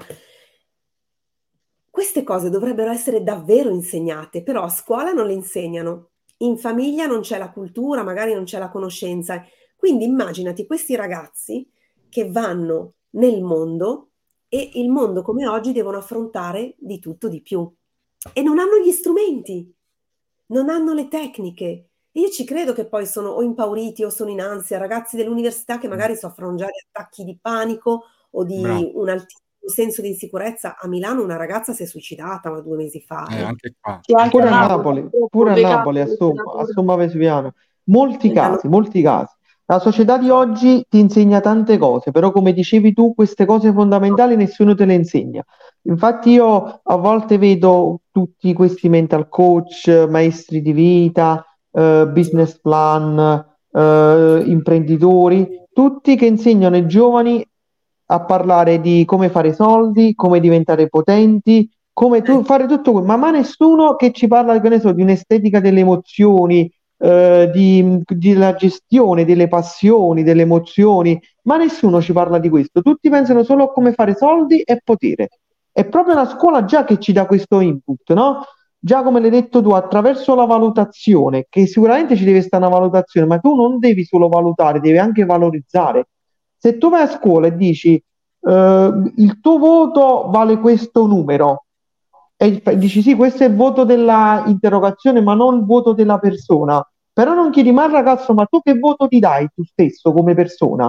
Queste cose dovrebbero essere davvero insegnate, però a scuola non le insegnano. In famiglia non c'è la cultura, magari non c'è la conoscenza. Quindi immaginati questi ragazzi che vanno nel mondo e il mondo come oggi devono affrontare di tutto di più. E non hanno gli strumenti, non hanno le tecniche. E io ci credo che poi sono o impauriti o sono in ansia, ragazzi dell'università che magari soffrono già di attacchi di panico o di Bravo. un altissimo senso di insicurezza. A Milano una ragazza si è suicidata ma due mesi fa. Eh, eh. anche qua. Sì, anche Pure a a Napoli, Napoli, pure a peccato Napoli, a questa Somma, a paura. Somma Vesuviano. Molti Eh, hanno- casi, molti casi. La società di oggi ti insegna tante cose, però come dicevi tu, queste cose fondamentali nessuno te le insegna. Infatti io a volte vedo tutti questi mental coach, maestri di vita, eh, business plan, eh, imprenditori, tutti che insegnano ai giovani a parlare di come fare soldi, come diventare potenti, come tu eh, fare tutto quello, ma, ma nessuno che ci parla, che ne so, di un'estetica delle emozioni, eh, di, della gestione delle passioni, delle emozioni, ma nessuno ci parla di questo. Tutti pensano solo a come fare soldi e potere. È proprio la scuola già che ci dà questo input, no? già come l'hai detto tu, attraverso la valutazione, che sicuramente ci deve stare una valutazione, ma tu non devi solo valutare, devi anche valorizzare. Se tu vai a scuola e dici eh, il tuo voto vale questo numero, e f- dici sì, questo è il voto della interrogazione, ma non il voto della persona, però non chiedi mai al ragazzo, ma tu che voto ti dai tu stesso come persona?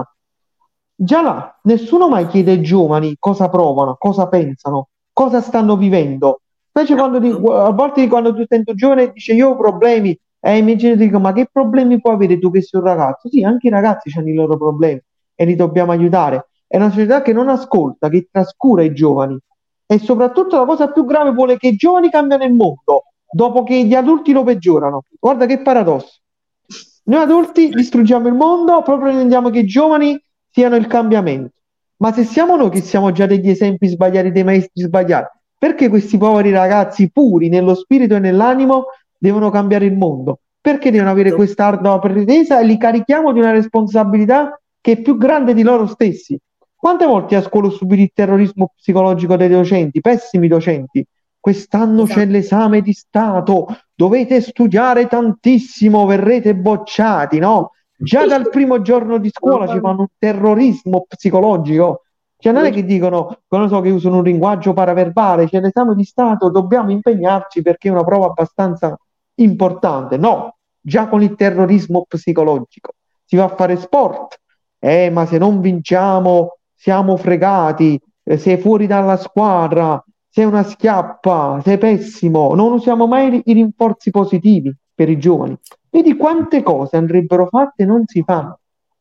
Già là, nessuno mai chiede ai giovani cosa provano, cosa pensano, cosa stanno vivendo. Specie quando ti- a volte quando tu senti un giovane e dice io ho problemi, e i miei genitori dicono ma che problemi puoi avere tu che sei un ragazzo? Sì, anche i ragazzi hanno i loro problemi e li dobbiamo aiutare. È una società che non ascolta, che trascura i giovani e soprattutto la cosa più grave vuole che i giovani cambiano il mondo dopo che gli adulti lo peggiorano. Guarda che paradosso. Noi adulti distruggiamo il mondo, proprio pretendiamo che i giovani siano il cambiamento. Ma se siamo noi che siamo già degli esempi sbagliati, dei maestri sbagliati, perché questi poveri ragazzi puri nello spirito e nell'animo devono cambiare il mondo? Perché devono avere questa ardua pretesa e li carichiamo di una responsabilità che è più grande di loro stessi? Quante volte a scuola ho subito il terrorismo psicologico dei docenti, pessimi docenti? Quest'anno c'è Esatto. l'esame di Stato, dovete studiare tantissimo, verrete bocciati, no? Già dal primo giorno di scuola ci fanno un terrorismo psicologico. Cioè non è che dicono, non so, che usano un linguaggio paraverbale, c'è l'esame di Stato, dobbiamo impegnarci perché è una prova abbastanza importante. No, già con il terrorismo psicologico. Si va a fare sport, eh, ma se non vinciamo siamo fregati, eh, sei fuori dalla squadra, sei una schiappa, sei pessimo. Non usiamo mai i rinforzi positivi per i giovani. Vedi quante cose andrebbero fatte e non si fanno.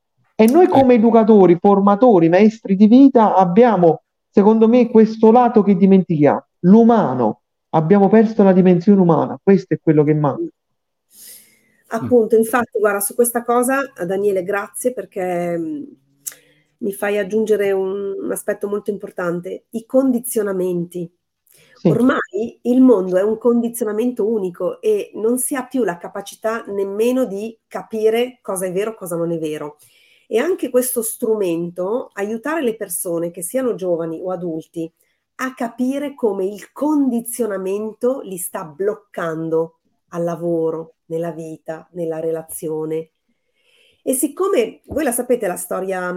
E noi Sì. come educatori, formatori, maestri di vita abbiamo, secondo me, questo lato che dimentichiamo, l'umano. Abbiamo perso la dimensione umana, questo è quello che manca. Appunto, infatti, guarda, su questa cosa, Daniele, grazie perché mh, mi fai aggiungere un, un aspetto molto importante, i condizionamenti. Sì, Ormai il mondo è un condizionamento unico e non si ha più la capacità nemmeno di capire cosa è vero e cosa non è vero. E anche questo strumento, aiutare le persone, che siano giovani o adulti, a capire come il condizionamento li sta bloccando al lavoro, nella vita, nella relazione. E siccome voi la sapete la storia,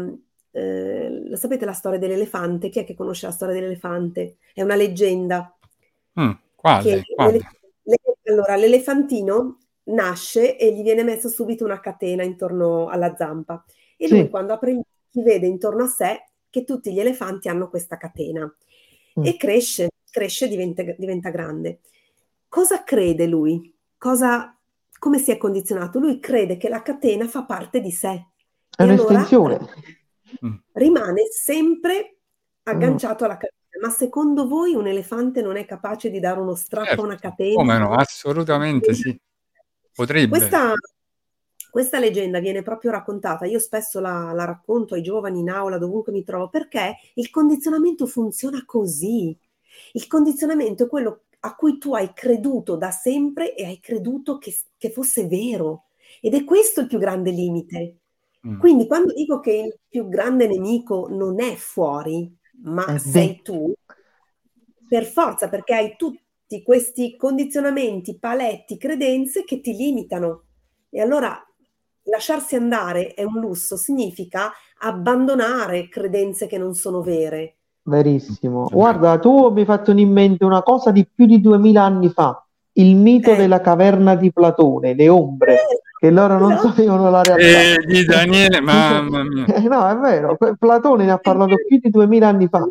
eh, la sapete la storia dell'elefante? Chi è che conosce la storia dell'elefante? È una leggenda. Mm, Che quale? l'ele- Quale? le- allora, l'elefantino nasce e gli viene messo subito una catena intorno alla zampa. E lui, sì. quando apre gli occhi, vede intorno a sé che tutti gli elefanti hanno questa catena. Mm. E cresce, cresce e diventa, diventa grande. Cosa crede lui? Cosa, come si è condizionato? Lui crede che la catena fa parte di sé È e allora un'estensione. Mm. rimane sempre Mm. agganciato alla catena. Ma secondo voi un elefante non è capace di dare uno strappo a una Certo, catena? come no? Assolutamente sì. Potrebbe. Questa, questa leggenda viene proprio raccontata, io spesso la, la racconto ai giovani in aula, dovunque mi trovo, perché il condizionamento funziona così. Il condizionamento è quello a cui tu hai creduto da sempre e hai creduto che, che fosse vero. Ed è questo il più grande limite. Mm. Quindi quando dico che il più grande nemico non è fuori, ma È sei dentro. tu, per forza, perché hai tutti questi condizionamenti, paletti, credenze che ti limitano. E allora lasciarsi andare è un lusso, significa abbandonare credenze che non sono vere. Verissimo. È vero. Guarda, tu mi hai fatto in mente una cosa di più di duemila anni fa, il mito Eh, della caverna di Platone, le ombre, che loro non esatto. sapevano la realtà. Eh, di Daniele, mamma mia. Eh, no, è vero, que- Platone ne ha È parlato vero, più di duemila anni è fa.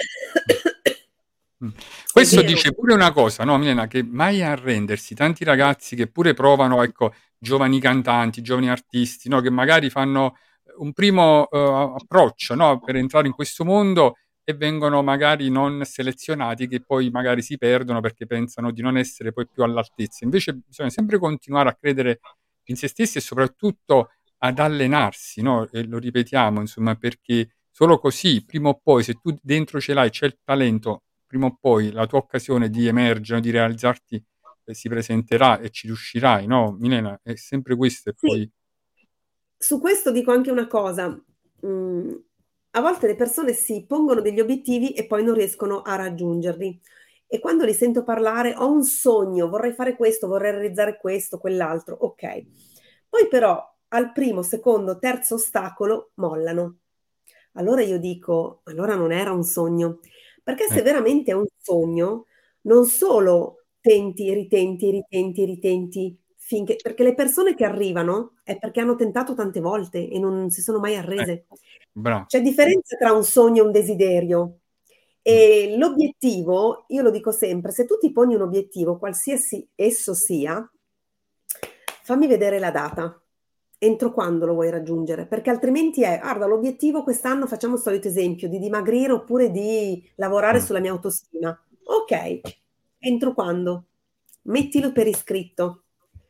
Mm. È Questo vero. dice pure una cosa, no, Milena, che mai arrendersi. Tanti ragazzi che pure provano, ecco, giovani cantanti, giovani artisti, no, che magari fanno un primo eh, approccio, no, per entrare in questo mondo e vengono magari non selezionati, che poi magari si perdono perché pensano di non essere poi più all'altezza. Invece bisogna sempre continuare a credere in se stessi e soprattutto ad allenarsi, no? E lo ripetiamo, insomma, perché solo così, prima o poi, se tu dentro ce l'hai, c'è il talento, prima o poi la tua occasione di emergere, di realizzarti eh, si presenterà e ci riuscirai, no? Milena, è sempre questo e Sì, poi... su questo dico anche una cosa. Mm, a volte le persone si pongono degli obiettivi e poi non riescono a raggiungerli. e quando li sento parlare ho un sogno, vorrei fare questo, vorrei realizzare questo, quell'altro, ok. Poi però al primo, secondo, terzo ostacolo mollano. Allora io dico, allora non era un sogno, perché se Eh, veramente è un sogno, non solo tenti, ritenti, ritenti, ritenti, finché, perché le persone che arrivano è perché hanno tentato tante volte e non si sono mai arrese. ecco, bravo. C'è differenza tra un sogno e un desiderio. Mm. E l'obiettivo, io lo dico sempre, se tu ti poni un obiettivo, qualsiasi esso sia, fammi vedere la data. Entro quando lo vuoi raggiungere? Perché altrimenti è, guarda, l'obiettivo quest'anno, facciamo il solito esempio, di dimagrire oppure di lavorare Mm. sulla mia autostima. Ok, entro quando? Mettilo per iscritto.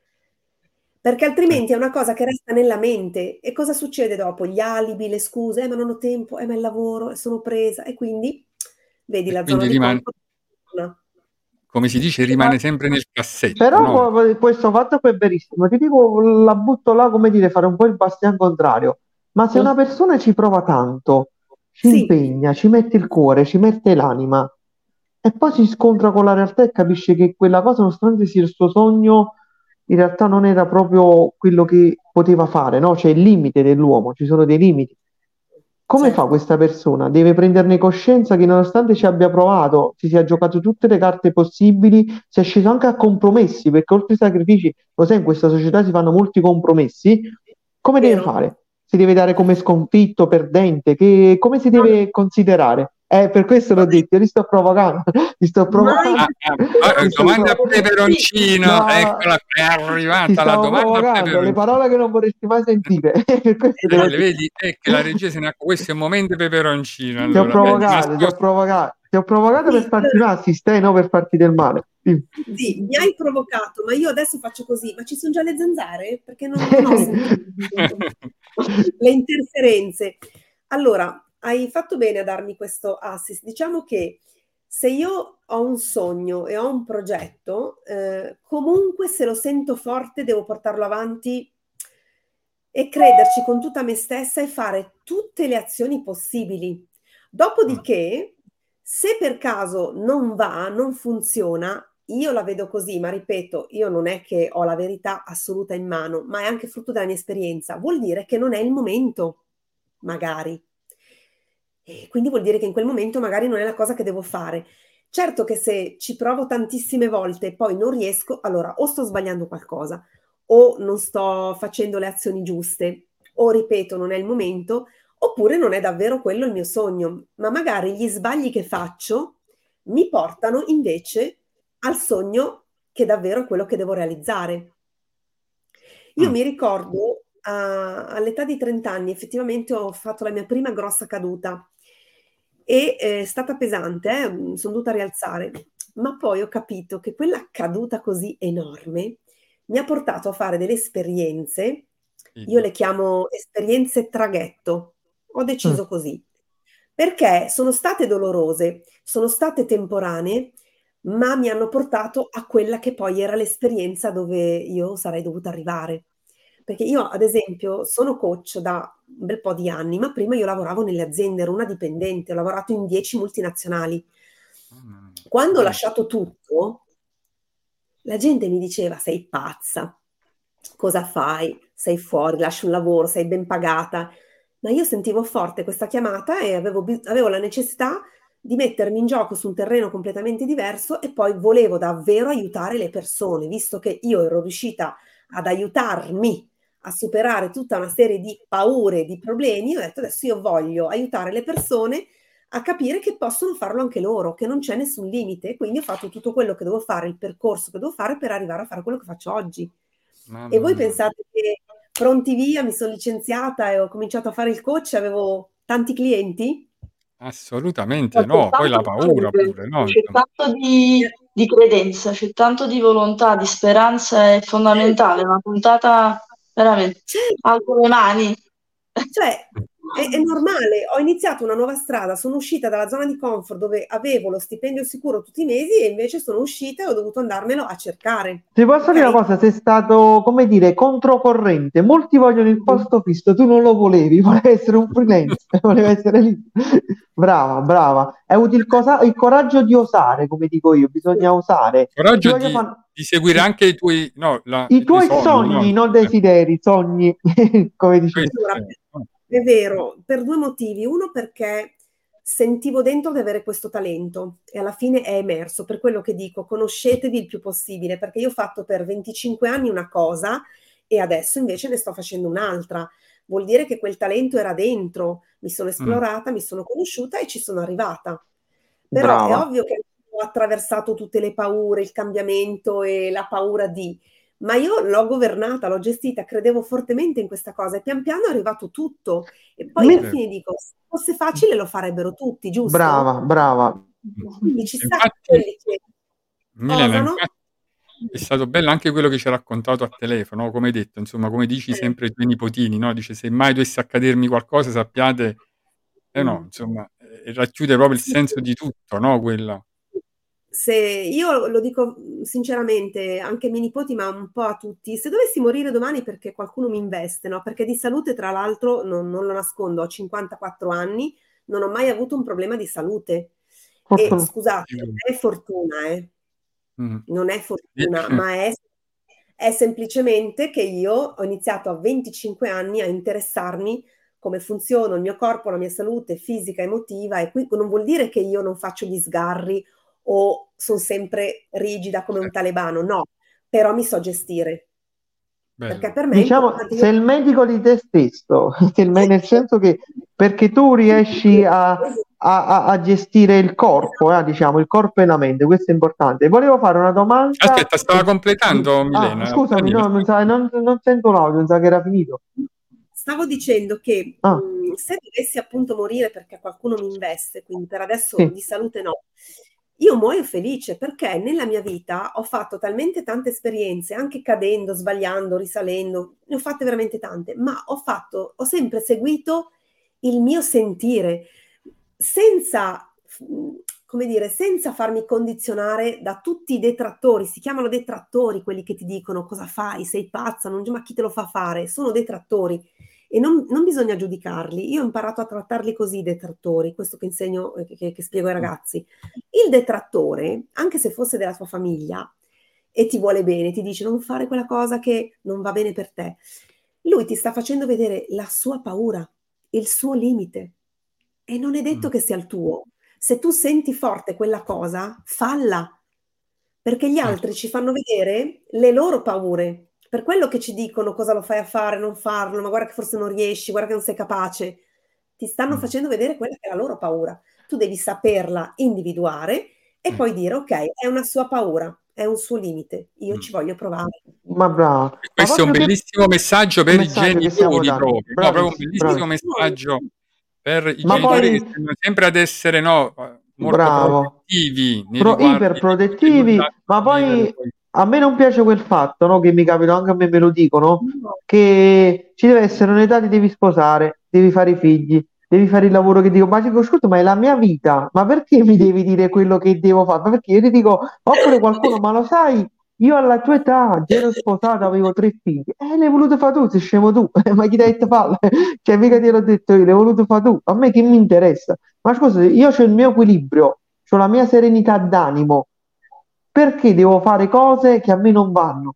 Perché Sì. altrimenti è una cosa che resta nella mente. E cosa succede dopo? Gli alibi, le scuse, eh, ma non ho tempo, eh, ma il lavoro, eh, sono presa. E quindi, vedi, E la zona quindi di rimane, comfort funziona. come si dice, rimane sempre nel cassetto, Però no? poi- questo fatto poi è verissimo. Ti dico, la butto là, come dire, fare un po' il bastian contrario. Ma se una persona ci prova tanto, si Sì, impegna, ci mette il cuore, ci mette l'anima, e poi si scontra con la realtà e capisce che quella cosa, nonostante sia il suo sogno, in realtà non era proprio quello che poteva fare, no? C'è il limite dell'uomo, ci sono dei limiti. Come fa certo. questa persona? Deve prenderne coscienza che nonostante ci abbia provato, si sia giocato tutte le carte possibili, si è sceso anche a compromessi, perché oltre ai sacrifici, lo sai, in questa società si fanno molti compromessi. Come deve Vero? fare? Si deve dare come sconfitto, perdente? Che, come si No, deve considerare? Eh, per questo l'ho mai, detto, io li sto provocando, li sto mai Ah, provocando, ah, ah, li sto domanda a provo- sì, peperoncino, No, eccola, è ti arrivata la stavo domanda a provocando, le peperoncino. parole che non vorresti mai sentire, per questo te l'ho Eh, detto. vedi, è che la regia se ne accorge, questo è il momento peperoncino, Ti ho allora, vedi, provocato, ti ho nascosto. provocato, ti ho provocato per sì, farti un allora, assist, eh, no per farti del male. Sì. sì, mi hai provocato, ma io adesso faccio così. Ma ci sono già le zanzare? Perché non, non ho sentito le interferenze. Allora, hai fatto bene a darmi questo assist. Diciamo che se io ho un sogno e ho un progetto, eh, comunque se lo sento forte devo portarlo avanti e crederci con tutta me stessa e fare tutte le azioni possibili. Mm. Dopodiché, se per caso non va, non funziona, io la vedo così, ma ripeto, io non è che ho la verità assoluta in mano, ma è anche frutto della mia esperienza. Vuol dire che non è il momento, magari. E quindi vuol dire che in quel momento magari non è la cosa che devo fare. Certo che se ci provo tantissime volte e poi non riesco, allora o sto sbagliando qualcosa, o non sto facendo le azioni giuste, o ripeto, non è il momento, oppure non è davvero quello il mio sogno, ma magari gli sbagli che faccio mi portano invece al sogno che davvero è quello che devo realizzare. Io Mm. mi ricordo a- all'età di trenta anni effettivamente ho fatto la mia prima grossa caduta e eh, è stata pesante, eh, mi sono dovuta rialzare, ma poi ho capito che quella caduta così enorme mi ha portato a fare delle esperienze, io Vedi. le chiamo esperienze traghetto, ho Mm. deciso così, perché sono state dolorose, sono state temporanee, ma mi hanno portato a quella che poi era l'esperienza dove io sarei dovuta arrivare. Perché io, ad esempio, sono coach da un bel po' di anni, ma prima io lavoravo nelle aziende, ero una dipendente, ho lavorato in dieci multinazionali. Mamma mia. Quando ho Mm. lasciato tutto, la gente mi diceva: sei pazza, cosa fai? Sei fuori, lasci un lavoro, sei ben pagata. Ma io sentivo forte questa chiamata e avevo, bi- avevo la necessità di mettermi in gioco su un terreno completamente diverso e poi volevo davvero aiutare le persone, visto che io ero riuscita ad aiutarmi a superare tutta una serie di paure, di problemi. Ho detto adesso io voglio aiutare le persone a capire che possono farlo anche loro, che non c'è nessun limite. Quindi ho fatto tutto quello che devo fare, il percorso che devo fare per arrivare a fare quello che faccio oggi. E Mamma voi mia. pensate che pronti via, mi sono licenziata e ho cominciato a fare il coach, avevo tanti clienti? Assolutamente No, c'è no, poi la tanto, paura pure, no? c'è Insomma. tanto di, di credenza, c'è tanto di volontà, di speranza, è fondamentale, una puntata veramente Cioè, alzo le mani. cioè, È, è normale, ho iniziato una nuova strada, sono uscita dalla zona di comfort dove avevo lo stipendio sicuro tutti i mesi e invece sono uscita e ho dovuto andarmelo a cercare. Ti posso dire una Ok? cosa, sei stato, come dire, controcorrente. Molti vogliono il posto fisso, tu non lo volevi, volevi essere un freelance, volevi essere lì. Brava, brava. Hai avuto il, cosa- il coraggio di osare, come dico io, bisogna osare. Ti Coraggio voglio di, fare di seguire anche i tuoi, no, la- i i tuoi tuoi sogni, no? sogni, non Eh, desideri, sogni, come dici tu. questo, Allora, eh, no. è vero, per due motivi. Uno perché sentivo dentro di avere questo talento e alla fine è emerso, per quello che dico, conoscetevi il più possibile, perché io ho fatto per venticinque anni una cosa e adesso invece ne sto facendo un'altra. Vuol dire che quel talento era dentro, mi sono Mm, esplorata, mi sono conosciuta e ci sono arrivata. Però è Brava. ovvio che ho attraversato tutte le paure, il cambiamento e la paura di ma io l'ho governata, l'ho gestita, credevo fortemente in questa cosa e pian piano è arrivato tutto. E poi alla Mi- vero. fine dico, se fosse facile lo farebbero tutti, giusto? Brava, brava. Mm. Quindi ci sta Infatti, quelli che Milena, osano. infatti è stato bello anche quello che ci hai raccontato a telefono, no? Come hai detto, insomma, come dici eh, sempre ai tuoi nipotini, no? Dice, se mai dovesse accadermi qualcosa, sappiate, eh no, insomma, eh, racchiude proprio il sì, senso di tutto, no? Quella. se io lo dico sinceramente anche ai miei nipoti, ma un po' a tutti, se dovessi morire domani perché qualcuno mi investe, no? Perché di salute, tra l'altro, non, non lo nascondo, ho cinquantaquattro anni, non ho mai avuto un problema di salute. E Fortuna. scusate, non è fortuna, eh. Mm. Non è Sì. fortuna, ma è, è semplicemente che io ho iniziato a venticinque anni a interessarmi come funziona il mio corpo, la mia salute fisica, emotiva, e qui non vuol dire che io non faccio gli sgarri o sono sempre rigida come un talebano, no, però mi so gestire, perché Bello. per me è Diciamo, importante. Io... sei il medico di te stesso, sei il me- nel senso che perché tu riesci a, a- a- a gestire il corpo, eh, diciamo, il corpo e la mente, questo è importante. Volevo fare una domanda. Aspetta, stava Di- completando Ah, Milena. scusami, Daniele, no, non, sa- non- non sento l'audio, non sa che era finito. Stavo dicendo che Ah, mh, se dovessi appunto morire perché qualcuno mi investe, quindi per adesso sì, di salute no, io muoio felice perché nella mia vita ho fatto talmente tante esperienze, anche cadendo, sbagliando, risalendo, ne ho fatte veramente tante, ma ho fatto, ho sempre seguito il mio sentire, senza, mh, come dire, senza farmi condizionare da tutti i detrattori. Si chiamano detrattori quelli che ti dicono cosa fai, sei pazza, non, ma chi te lo fa fare? Sono detrattori e non, non bisogna giudicarli. Io ho imparato a trattarli così, i detrattori, questo che insegno, eh, che, che spiego ai ragazzi. Il detrattore, anche se fosse della tua famiglia e ti vuole bene, ti dice non fare quella cosa che non va bene per te, lui ti sta facendo vedere la sua paura, il suo limite e non è detto mm, che sia il tuo. Se tu senti forte quella cosa, falla, perché gli certo. altri ci fanno vedere le loro paure. Per quello che ci dicono cosa lo fai a fare, non farlo, ma guarda che forse non riesci, guarda che non sei capace. Ti stanno Mm, facendo vedere quella che è la loro paura. Tu devi saperla individuare e sì. poi dire, ok, è una sua paura, è un suo limite, io Mm. ci voglio provare. ma brava. E Ma questo è un proprio che bellissimo messaggio per i messaggio che stiamo genitori dando? proprio, no, proprio un Bravissimo, bellissimo bravissimo. messaggio per i Ma genitori che Perché poi, tendono sempre ad essere, no, molto bravo. protettivi nei Pro- riguardi di quello che non iperprotettivi, ma lasciano vivere poi poi. a me non piace quel fatto, no, che mi capita, anche a me me lo dicono, no, che ci deve essere un'età, ti devi sposare, devi fare i figli, devi fare il lavoro che dico, ma dico, ascolta, ma è la mia vita, ma perché mi devi dire quello che devo fare? Ma perché io ti dico, oppure qualcuno, ma lo sai, io alla tua età già ero sposata, avevo tre figli, e l'hai voluto fare tu, sei scemo tu, ma chi ti ha detto farlo? Cioè, mica te l'ho detto io, l'hai voluto fare tu, a me che mi interessa? Ma scusa, io ho il mio equilibrio, ho la mia serenità d'animo, perché devo fare cose che a me non vanno?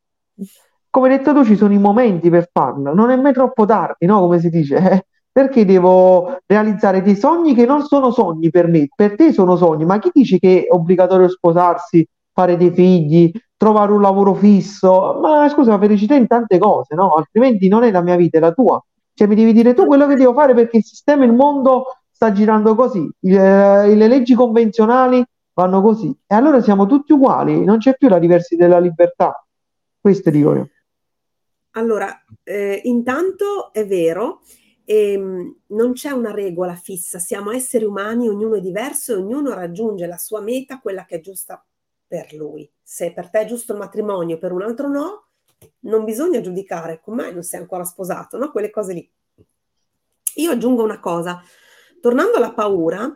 Come hai detto tu, ci sono i momenti per farlo, non è mai troppo tardi, no? Come si dice, eh? Perché devo realizzare dei sogni che non sono sogni per me, per te sono sogni, ma chi dice che è obbligatorio sposarsi, fare dei figli, trovare un lavoro fisso? Ma scusa, la felicità in tante cose, no? Altrimenti non è la mia vita, è la tua. Cioè mi devi dire tu quello che devo fare perché il sistema, il mondo sta girando così, Il- eh, le leggi convenzionali vanno così. E allora siamo tutti uguali, non c'è più la diversità della libertà. Questo dico io. allora, eh, intanto è vero, ehm, non c'è una regola fissa, siamo esseri umani, ognuno è diverso e ognuno raggiunge la sua meta, quella che è giusta per lui. Se per te è giusto il matrimonio, per un altro no, non bisogna giudicare, come mai non sei ancora sposato, no? Quelle cose lì. Io aggiungo una cosa, tornando alla paura,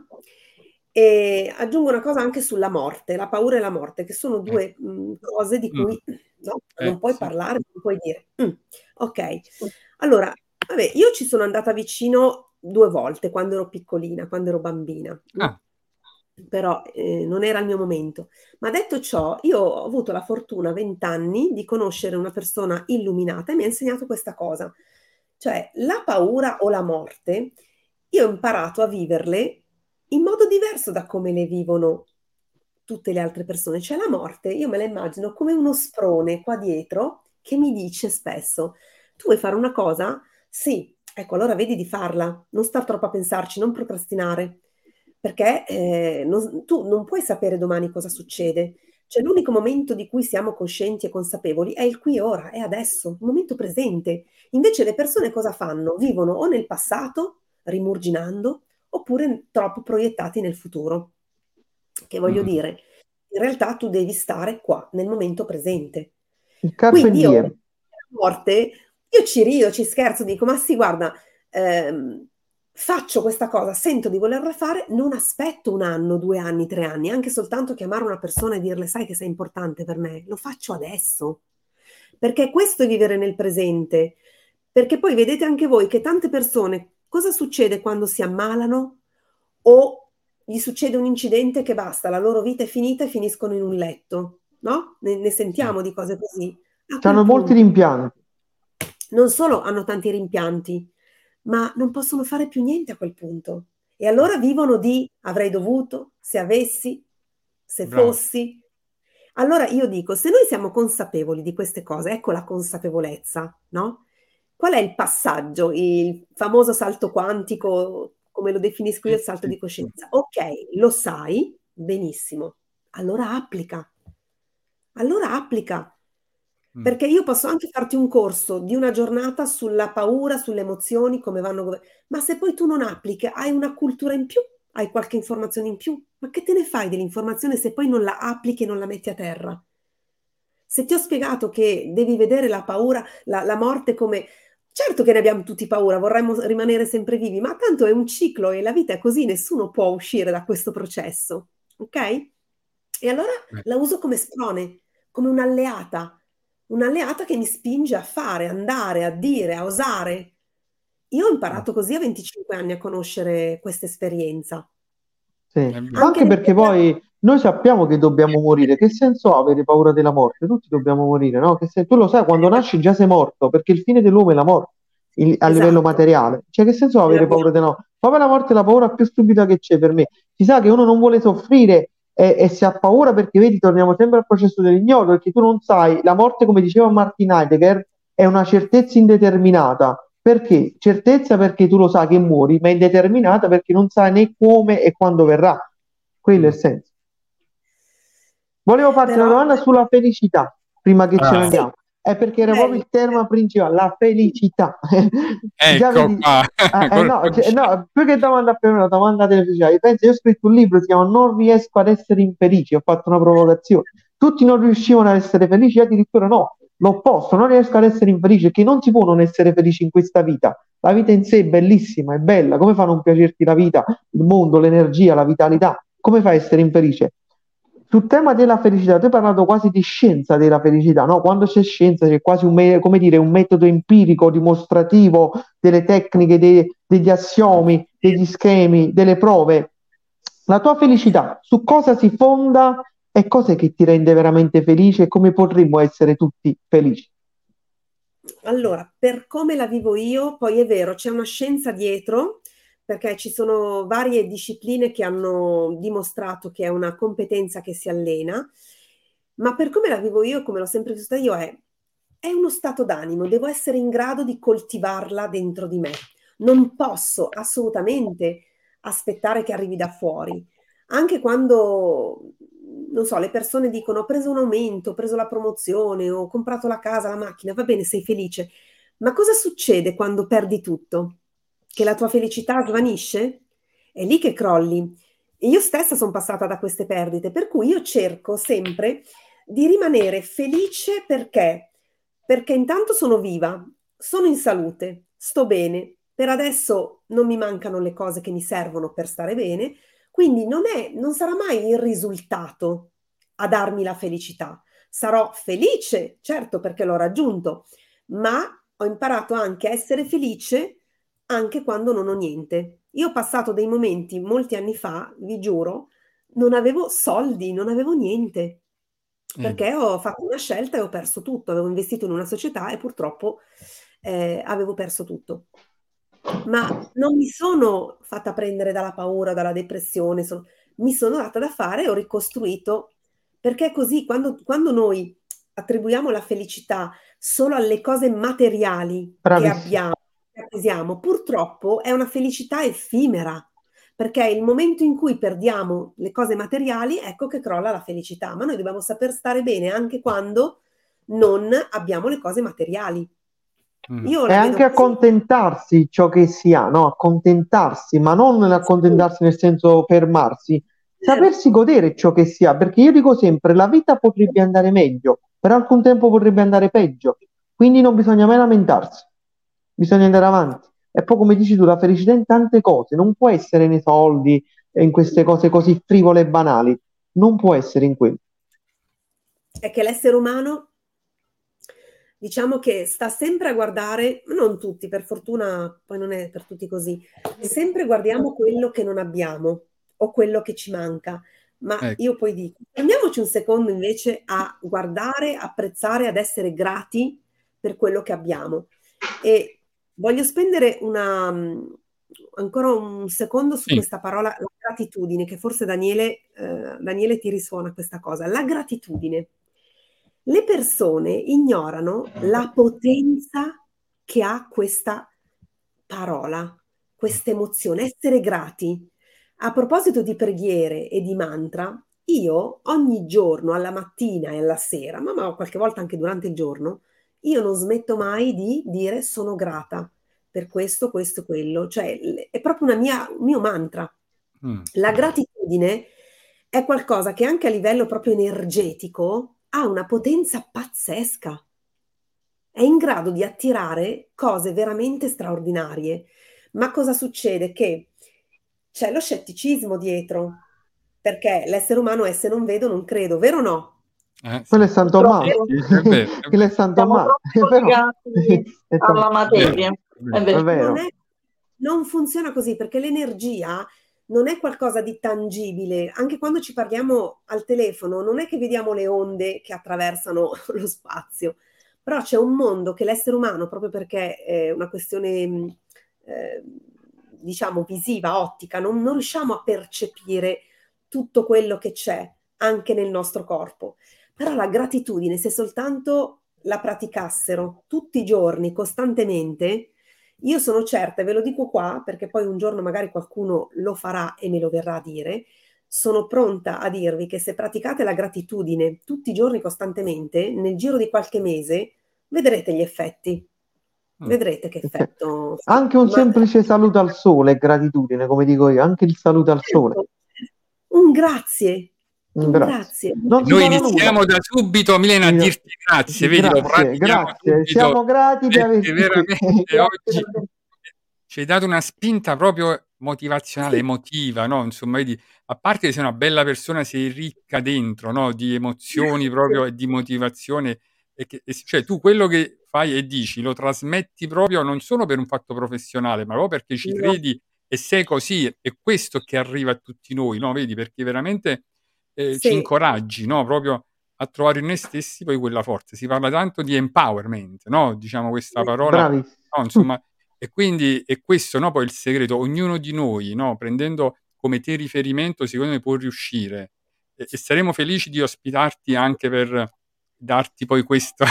eh, aggiungo una cosa anche sulla morte, la paura e la morte, che sono Eh. due mh, cose di Mm. cui no, Eh, non puoi sì. parlare, non puoi dire. Mm, ok, allora, vabbè, io ci sono andata vicino due volte quando ero piccolina, quando ero bambina. mm? Ah, Però eh, non era il mio momento. Ma detto ciò, io ho avuto la fortuna a venti anni di conoscere una persona illuminata e mi ha insegnato questa cosa. Cioè, la paura o la morte, io ho imparato a viverle in modo diverso da come le vivono tutte le altre persone. Cioè, la morte, io me la immagino come uno sprone qua dietro che mi dice spesso, tu vuoi fare una cosa? Sì, ecco, allora vedi di farla, non star troppo a pensarci, non procrastinare, perché eh, non- tu non puoi sapere domani cosa succede. Cioè, l'unico momento di cui siamo coscienti e consapevoli è il qui e ora, è adesso, il momento presente. Invece le persone cosa fanno? Vivono o nel passato, rimurginando, oppure troppo proiettati nel futuro. Che voglio mm. dire, in realtà tu devi stare qua, nel momento presente. Il carpe Quindi io, diem. a morte, io ci rido, ci scherzo, dico, ma sì, guarda, ehm, faccio questa cosa, sento di volerla fare, non aspetto un anno, due anni, tre anni, anche soltanto chiamare una persona e dirle, sai che sei importante per me, lo faccio adesso. Perché questo è vivere nel presente. Perché poi vedete anche voi che tante persone, cosa succede quando si ammalano o gli succede un incidente che basta, la loro vita è finita e finiscono in un letto, no? Ne, ne Sì. sentiamo di cose così. A quel C'hanno molti punto rimpianti. non solo hanno tanti rimpianti, ma non possono fare più niente a quel punto. E allora vivono di avrei dovuto, se avessi, se Bravo. fossi. Allora io dico, se noi siamo consapevoli di queste cose, ecco la consapevolezza, no? Qual è il passaggio, il famoso salto quantico, come lo definisco io, Sì, il salto sì. di coscienza? Ok, lo sai, benissimo, allora applica, allora applica. Mm. Perché io posso anche farti un corso di una giornata sulla paura, sulle emozioni, come vanno, gov- ma se poi tu non applichi, hai una cultura in più, hai qualche informazione in più, ma che te ne fai dell'informazione se poi non la applichi e non la metti a terra? Se ti ho spiegato che devi vedere la paura, la, la morte come... Certo che ne abbiamo tutti paura, vorremmo rimanere sempre vivi, ma tanto è un ciclo e la vita è così, nessuno può uscire da questo processo, ok? E allora Eh, la uso come sprone, come un'alleata, un'alleata che mi spinge a fare, andare, a dire, a osare. Io ho mm. imparato così a venticinque anni a conoscere questa esperienza. Sì. È vero. Anche Anche nel perché periodo... poi noi sappiamo che dobbiamo morire. Che senso ha avere paura della morte? Tutti dobbiamo morire, no? Che se- tu lo sai, quando nasci già sei morto, perché il fine dell'uomo è la morte, il- a livello Esatto, materiale. Cioè, che senso ha ce avere paura l'abbiamo. della morte? Proprio la morte è la paura più stupida che c'è per me. Si sa che uno non vuole soffrire e, e si ha paura perché, vedi, torniamo sempre al processo dell'ignoto, perché tu non sai, la morte, come diceva Martin Heidegger, è una certezza indeterminata. Perché? Certezza perché tu lo sai che muori, ma indeterminata perché non sai né come e quando verrà. Quello è il Mm. senso. Volevo farti una Però, domanda sulla felicità, prima che ce ne Ah, sì, andiamo. È perché era proprio bello. il tema principale, la felicità. Già ecco vedi, qua, eh, eh, no, colpo di cioè, scena. no, più che domanda per me, una domanda della felicità. Io penso, io ho scritto un libro, si chiama Non riesco ad essere infelice, ho fatto una provocazione. Tutti non riuscivano ad essere felici, io addirittura no, l'opposto, non riesco ad essere infelice, che non si può non essere felici in questa vita. La vita in sé è bellissima, è bella, come fa a non piacerti la vita, il mondo, l'energia, la vitalità? Come fai a essere infelice? Sul tema della felicità, tu hai parlato quasi di scienza della felicità, no? Quando c'è scienza c'è quasi un, me- come dire, un metodo empirico, dimostrativo delle tecniche, dei- degli assiomi, degli schemi, delle prove. La tua felicità su cosa si fonda e cos'è che ti rende veramente felice e come potremmo essere tutti felici? Allora, per come la vivo io, poi è vero, c'è una scienza dietro, perché ci sono varie discipline che hanno dimostrato che è una competenza che si allena, ma per come la vivo io, come l'ho sempre vissuta io, è, è uno stato d'animo, devo essere in grado di coltivarla dentro di me. Non posso assolutamente aspettare che arrivi da fuori. Anche quando, non so, le persone dicono ho preso un aumento, ho preso la promozione, ho comprato la casa, la macchina, va bene, sei felice. Ma cosa succede quando perdi tutto? Che la tua felicità svanisce? È lì che crolli. E io stessa sono passata da queste perdite, per cui io cerco sempre di rimanere felice perché? Perché intanto sono viva, sono in salute, sto bene, per adesso non mi mancano le cose che mi servono per stare bene, quindi non è, non sarà mai il risultato a darmi la felicità. Sarò felice, certo, perché l'ho raggiunto, ma ho imparato anche a essere felice anche quando non ho niente. Io ho passato dei momenti molti anni fa, vi giuro, non avevo soldi, non avevo niente, Eh, perché ho fatto una scelta e ho perso tutto. Avevo investito in una società e purtroppo eh, avevo perso tutto. Ma non mi sono fatta prendere dalla paura, dalla depressione, sono- mi sono data da fare e ho ricostruito, perché è così, quando, quando noi attribuiamo la felicità solo alle cose materiali che Bravissimo. abbiamo, che acquisiamo, purtroppo è una felicità effimera, perché il momento in cui perdiamo le cose materiali, ecco che crolla la felicità, ma noi dobbiamo saper stare bene anche quando non abbiamo le cose materiali. mm. Io E la anche vedo così. accontentarsi ciò che si ha, no? Accontentarsi, ma non Sì, accontentarsi nel senso fermarsi, sapersi certo. godere ciò che si ha, perché io dico sempre, la vita potrebbe andare meglio, per alcun tempo potrebbe andare peggio, quindi non bisogna mai lamentarsi, bisogna andare avanti. E poi, come dici tu, la felicità in tante cose, non può essere nei soldi e in queste cose così frivole e banali, non può essere in quello. È che l'essere umano, diciamo che sta sempre a guardare, non tutti, per fortuna poi non è per tutti così, sempre guardiamo quello che non abbiamo o quello che ci manca, ma Ecco. io poi dico, prendiamoci un secondo invece a guardare, apprezzare, ad essere grati per quello che abbiamo. E voglio spendere una, ancora un secondo su Sì, questa parola, la gratitudine, che forse Daniele, eh, Daniele ti risuona questa cosa. La gratitudine. Le persone ignorano la potenza che ha questa parola, questa emozione, essere grati. A proposito di preghiere e di mantra, io ogni giorno, alla mattina e alla sera, ma ma qualche volta anche durante il giorno, io non smetto mai di dire sono grata per questo, questo, quello. Cioè, l- è proprio una mia, un mio mantra. mm. La gratitudine è qualcosa che anche a livello proprio energetico ha una potenza pazzesca. È in grado di attirare cose veramente straordinarie. Ma cosa succede? Che c'è lo scetticismo dietro, perché l'essere umano è se non vedo non credo, vero o no? Eh, Quello è sì. San Sì, Tommaso, Purtroppo sì, è vero, è quello è vero, San siamo Tommaso, troppo però legati è, alla to- è vero, materia. è È vero. è vero. Non vero. è, non funziona così perché l'energia non è qualcosa di tangibile. Anche quando ci parliamo al telefono, non è che vediamo le onde che attraversano lo spazio, però c'è un mondo che l'essere umano, proprio perché è una questione, mh, eh, diciamo, visiva, ottica, non, non riusciamo a percepire tutto quello che c'è anche nel nostro corpo. Però la gratitudine, se soltanto la praticassero tutti i giorni, costantemente, io sono certa, e ve lo dico qua, perché poi un giorno magari qualcuno lo farà e me lo verrà a dire, sono pronta a dirvi che se praticate la gratitudine tutti i giorni costantemente, nel giro di qualche mese, vedrete gli effetti. Mm. Vedrete che Perché effetto fa. anche un Ma semplice saluto al sole è gratitudine, come dico io, anche il saluto al sole. certo, un grazie, Mm, un grazie. grazie. Non si Noi paga nulla. iniziamo da subito, Milena, a Io- dirti grazie, vedi, lo Grazie, pratichiamo grazie. subito Siamo grati di perché averti qui. veramente Grazie oggi davvero. ci hai dato una spinta proprio motivazionale, Sì, emotiva, no? Insomma, vedi, a parte che sei una bella persona, sei ricca dentro, no? Di emozioni grazie. proprio e di motivazione. E che, e- cioè, tu quello che fai e dici lo trasmetti proprio non solo per un fatto professionale, ma proprio perché ci No, credi e sei così. È questo che arriva a tutti noi, no? Vedi, perché veramente eh, ci sì, incoraggi, no? Proprio a trovare in noi stessi poi quella forza. Si parla tanto di empowerment, no? Diciamo questa sì, parola, no? Bravissimo. Insomma, e quindi è questo, no, poi il segreto. Ognuno di noi, no, prendendo come te riferimento, secondo me può riuscire. E, e saremo felici di ospitarti anche per darti poi questo,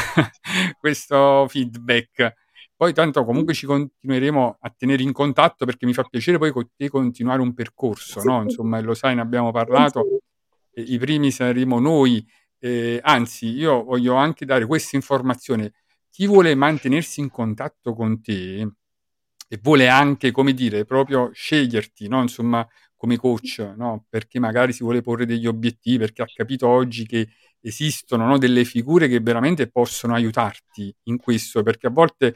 questo feedback. Poi tanto comunque ci continueremo a tenere in contatto perché mi fa piacere poi con te continuare un percorso, sì, no? sì, Insomma, e lo sai, ne abbiamo parlato, volentieri. e i primi saremo noi. Eh, anzi, io voglio anche dare questa informazione. Chi vuole mantenersi in contatto con te e vuole anche, come dire, proprio sceglierti, no? Insomma, come coach, no? Perché magari si vuole porre degli obiettivi, perché ha capito oggi che esistono, no, delle figure che veramente possono aiutarti in questo, perché a volte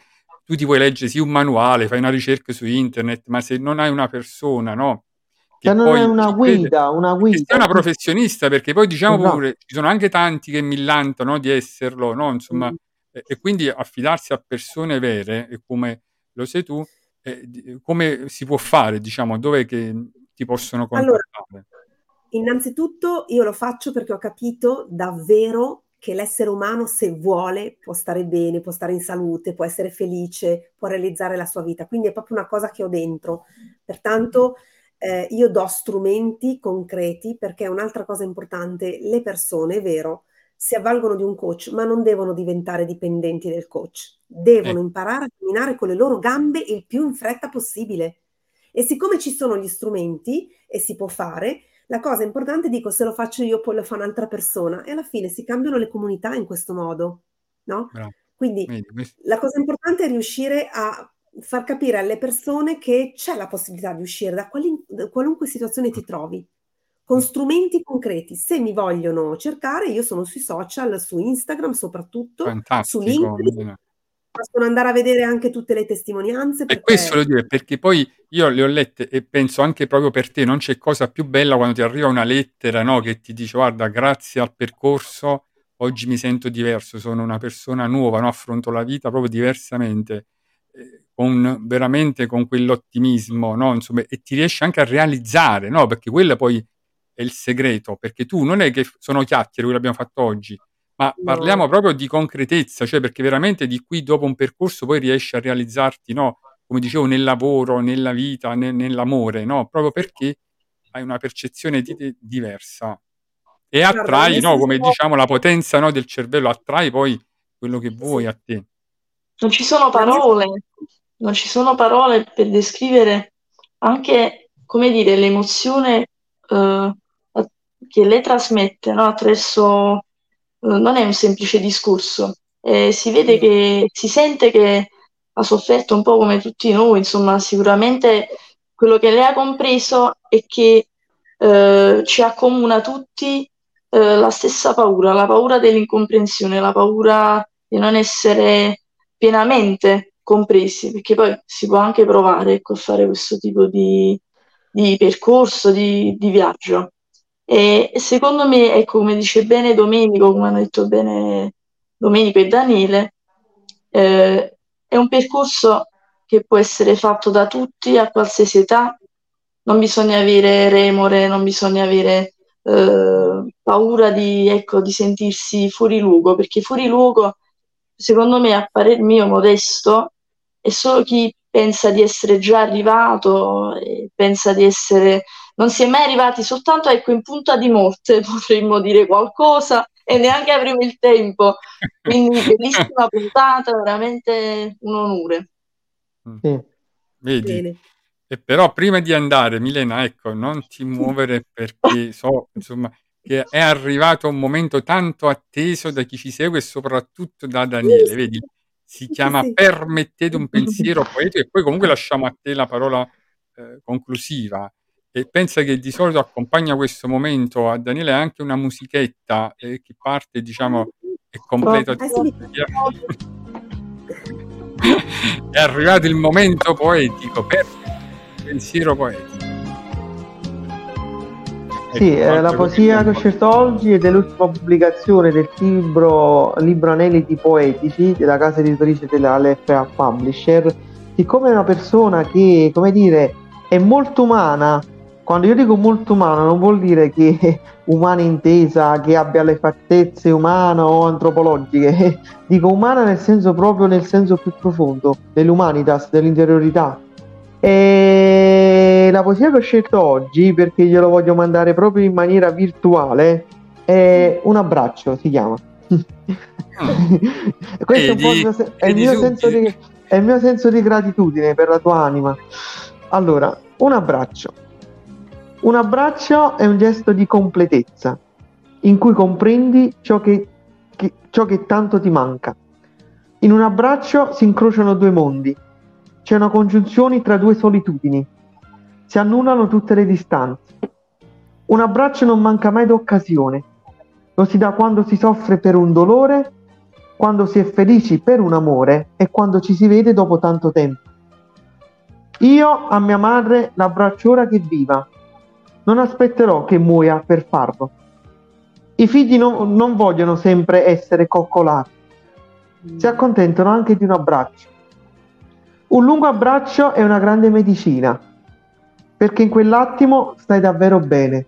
tu ti puoi leggere sì un manuale, fai una ricerca su internet, ma se non hai una persona, no, Se che non è poi una ci crede, guida, una e che sia guida, una chi- professionista, perché poi diciamo esatto. pure, ci sono anche tanti che millantano di esserlo, no? Insomma, Mm. e, e quindi affidarsi a persone vere, e come lo sei tu, eh, di- come si può fare, diciamo, dove che ti possono Allora, contattare? innanzitutto io lo faccio perché ho capito davvero che l'essere umano, se vuole, può stare bene, può stare in salute, può essere felice, può realizzare la sua vita. Quindi è proprio una cosa che ho dentro. Pertanto eh, io do strumenti concreti, perché è un'altra cosa importante. Le persone, è vero, si avvalgono di un coach, ma non devono diventare dipendenti del coach. Eh, Devono imparare a camminare con le loro gambe il più in fretta possibile. E siccome ci sono gli strumenti e si può fare, la cosa importante, dico, se lo faccio io, poi lo fa un'altra persona, e alla fine si cambiano le comunità in questo modo, no? bravo. Quindi Vedi, questo- la cosa importante è riuscire a far capire alle persone che c'è la possibilità di uscire da, quali- da qualunque situazione ti trovi, con mm, strumenti concreti. Se mi vogliono cercare, io sono sui social, su Instagram soprattutto, su fantastico, LinkedIn, Milena. possono andare a vedere anche tutte le testimonianze E questo perché lo dire, perché poi io le ho lette e penso anche proprio per te, non c'è cosa più bella quando ti arriva una lettera, no, che ti dice guarda, grazie al percorso, oggi mi sento diverso, sono una persona nuova, no, affronto la vita proprio diversamente, eh, con veramente con quell'ottimismo, no, insomma, e ti riesci anche a realizzare, no, perché quello poi è il segreto, perché tu non è che sono chiacchiere quello che abbiamo fatto oggi, ma no, parliamo proprio di concretezza, cioè perché veramente di qui dopo un percorso poi riesci a realizzarti, no? Come dicevo, nel lavoro, nella vita, ne- nell'amore, no? Proprio sì. perché hai una percezione di te diversa e Guarda, attrai, no? Come onestamente, diciamo, la potenza, no, del cervello, attrai poi quello che sì, vuoi sì. a te. Non ci sono La mia parole, non ci sono parole per descrivere anche, come dire, l'emozione eh, che lei trasmette, no? Attraverso, eh, non è un semplice discorso. Eh, si vede no, che, si sente che ha sofferto un po' come tutti noi, insomma, sicuramente quello che lei ha compreso è che eh, ci accomuna tutti eh, la stessa paura, la paura dell'incomprensione, la paura di non essere pienamente compresi, perché poi si può anche provare, ecco, a fare questo tipo di, di percorso, di, di viaggio. E secondo me, ecco, come dice bene Domenico, come hanno detto bene Domenico e Daniele, eh, è un percorso che può essere fatto da tutti a qualsiasi età, non bisogna avere remore, non bisogna avere no. eh, paura di, ecco, di sentirsi fuori luogo, perché fuori luogo, secondo me, a parer mio modesto, è solo chi pensa di essere già arrivato, e pensa di essere, non si è mai arrivati, soltanto ecco in punta di morte potremmo dire qualcosa e neanche avremo il tempo. Quindi bellissima puntata, veramente un onore. Mm. Sì. Vedi? Bene. E però prima di andare, Milena, ecco, non ti muovere perché so, insomma, che è arrivato un momento tanto atteso da chi ci segue e soprattutto da Daniele. Vedi, si Sì, chiama sì. Permettete un pensiero poetico e poi comunque lasciamo a te la parola eh, conclusiva. E pensa che di solito accompagna questo momento a Daniele anche una musichetta eh, che parte, diciamo, e completa Eh sì, mi- tutto. È arrivato il momento poetico per il pensiero poetico. Sì, Ecco, eh, la un'altra poesia che ho cosa. scelto oggi è dell'ultima pubblicazione del libro, libro Aneliti Poetici della casa editrice della L F A Publisher. Siccome è una persona che, come dire, è molto umana, quando io dico molto umana non vuol dire che umana intesa, che abbia le fattezze umane o antropologiche, dico umana nel senso proprio nel senso più profondo, dell'humanitas, dell'interiorità. E la poesia che ho scelto oggi, perché glielo voglio mandare proprio in maniera virtuale, è Un abbraccio, si chiama. Mm. Questo è un po' il Vedi, mio, se- è il vedi mio senso subito. di, è il mio senso di gratitudine per la tua anima. Allora, un abbraccio. Un abbraccio è un gesto di completezza, in cui comprendi ciò che, che- ciò che tanto ti manca. In un abbraccio si incrociano due mondi. C'è una congiunzione tra due solitudini. Si annullano tutte le distanze. Un abbraccio non manca mai d'occasione. Lo si dà quando si soffre per un dolore quando si è felici per un amore e quando ci si vede dopo tanto tempo. Io a mia madre l'abbraccio ora che è viva, non aspetterò che muoia per farlo. I figli non, non vogliono sempre essere coccolati, si accontentano anche di un abbraccio. Un lungo abbraccio è una grande medicina, perché in quell'attimo stai davvero bene.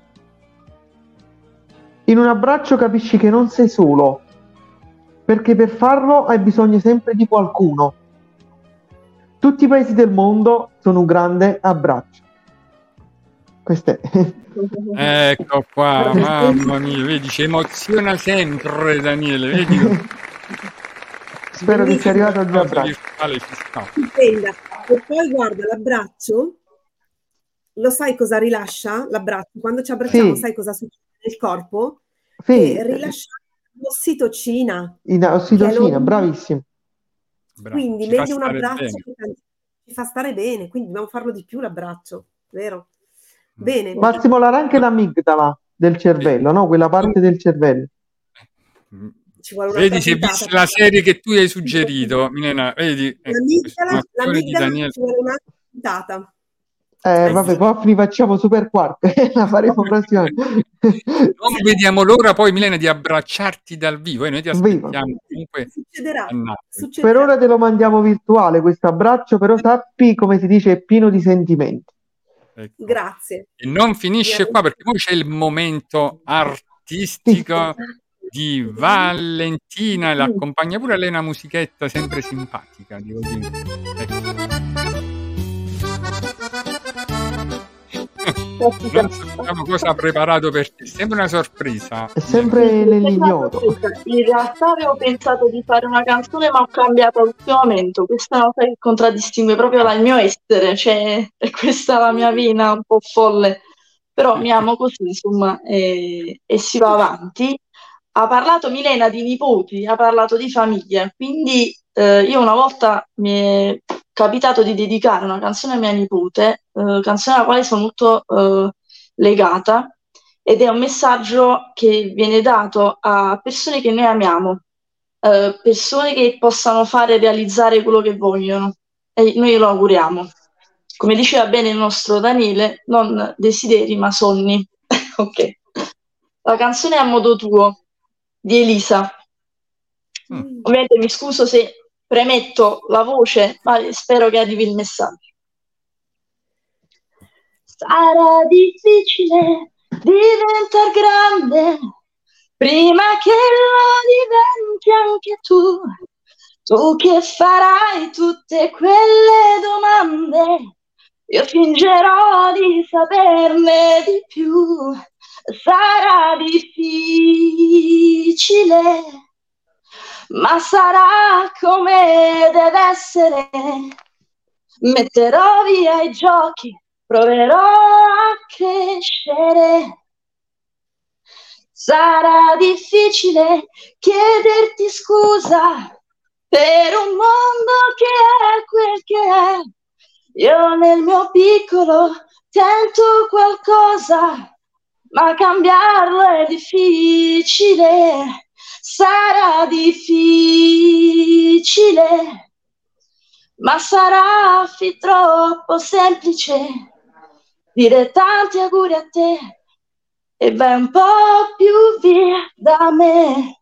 In un abbraccio capisci che non sei solo, perché per farlo hai bisogno sempre di qualcuno. Tutti i paesi del mondo sono un grande abbraccio. Questo è. Ecco qua, mamma mia, vedi, ci emoziona sempre Daniele, vedi? Spero che sia arrivato al mio Cosa abbraccio. virtuale ci sta. Stupenda. E poi guarda l'abbraccio, lo sai cosa rilascia l'abbraccio? Quando ci abbracciamo, Sì. sai cosa succede nel corpo? Sì, Che rilascia l'ossitocina. in che è ossitocina, l'ormone. bravissimo. Bravo, Quindi ci fa meglio un stare abbraccio bene. che ci fa stare bene, quindi dobbiamo farlo di più l'abbraccio, vero? Mm. Bene. Va a stimolare anche l'amigdala del cervello, no? Quella parte del cervello. Mm. Ci vuole Vedi, un'altra si è puntata. vista la serie che tu hai suggerito, Milena, vedi, eh, L'amigdala, quest'azione di l'amigdala Daniele. ci vuole un'altra puntata. Eh, Eh vabbè, sì. poi rifacciamo Super Quark, la faremo prossimamente. Non vediamo l'ora poi, Milena, di abbracciarti dal vivo e noi ti Viva. aspettiamo comunque Succederà. a Napoli. Succederà. Per ora te lo mandiamo virtuale questo abbraccio, però sappi, come si dice, è pieno di sentimenti. Ecco. Grazie. E non finisce qua, perché poi c'è il momento artistico di Valentina e l'accompagna pure lei una musichetta sempre simpatica, devo dire. Ecco. Non sappiamo cosa ha preparato per te, sembra una sorpresa. È sempre nell'ignoto. In realtà avevo pensato di fare una canzone, ma ho cambiato all'ultimo momento. Questa è una cosa che contraddistingue proprio dal mio essere, cioè è questa la mia vena un po' folle, però mi amo così, insomma, e, e si va avanti. Ha parlato Milena di nipoti, ha parlato di famiglia, quindi eh, io una volta mi è capitato di dedicare una canzone a mia nipote, eh, canzone alla quale sono molto eh, legata, ed è un messaggio che viene dato a persone che noi amiamo, eh, persone che possano fare realizzare quello che vogliono, e noi lo auguriamo. Come diceva bene il nostro Daniele, non desideri ma sogni. Ok. La canzone è A modo tuo di Elisa. Mm. Ovviamente mi scuso se premetto la voce, ma spero che arrivi il messaggio. Sarà difficile diventare grande prima che lo diventi anche tu. Tu che farai tutte quelle domande, io fingerò di saperne di più. Sarà difficile, ma sarà come deve essere. Metterò via i giochi, proverò a crescere. Sarà difficile chiederti scusa per un mondo che è quel che è. Io nel mio piccolo tento qualcosa, ma cambiarlo è difficile. Sarà difficile, ma sarà fin troppo semplice dire tanti auguri a te e vai un po' più via da me.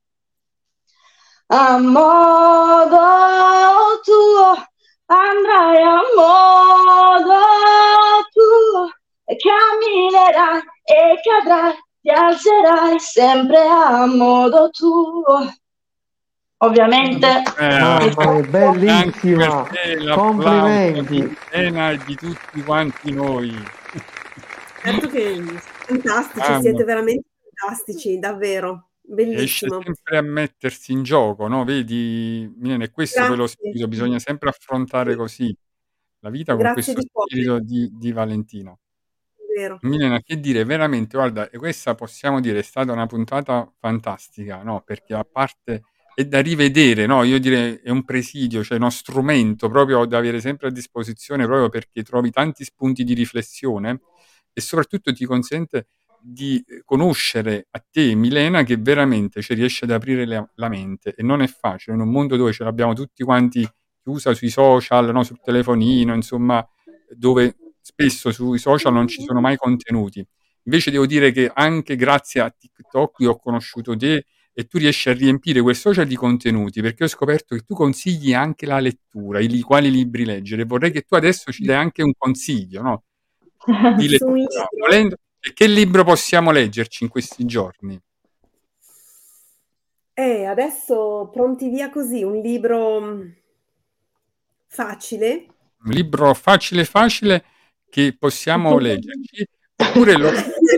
A modo tuo andrai, a modo tuo e camminerai e cadrai, ti alzerai sempre a modo tuo. Ovviamente eh, Mamma mia, bellissima, complimenti. Di Elena e di tutti quanti noi. Certo che fantastici, Ah, siete veramente fantastici, davvero, bellissimo. Riesce sempre a mettersi in gioco, no? Vedi, Milena, è questo poi lo Grazie. spirito, bisogna sempre affrontare così la vita con Grazie questo di cuore. spirito di, di Valentino. Vero. Milena, che dire, veramente, guarda, e questa possiamo dire è stata una puntata fantastica, no? Perché a parte è da rivedere, no? Io direi è un presidio, cioè uno strumento proprio da avere sempre a disposizione, proprio perché trovi tanti spunti di riflessione e soprattutto ti consente di conoscere a te, Milena, che veramente ci riesce ad aprire la, la mente, e non è facile in un mondo dove ce l'abbiamo tutti quanti chiusa sui social, no? Sul telefonino, insomma, dove spesso sui social non ci sono mai contenuti. Invece devo dire che anche grazie a TikTok io ho conosciuto te, e tu riesci a riempire quel social di contenuti, perché ho scoperto che tu consigli anche la lettura, i li, quali libri leggere. Vorrei che tu adesso ci dai anche un consiglio, no? Di Su un lettura. libro? Volendo, e che libro possiamo leggerci in questi giorni? Eh, adesso pronti via così, un libro mm, facile. Un libro facile facile che possiamo leggerci, oppure lo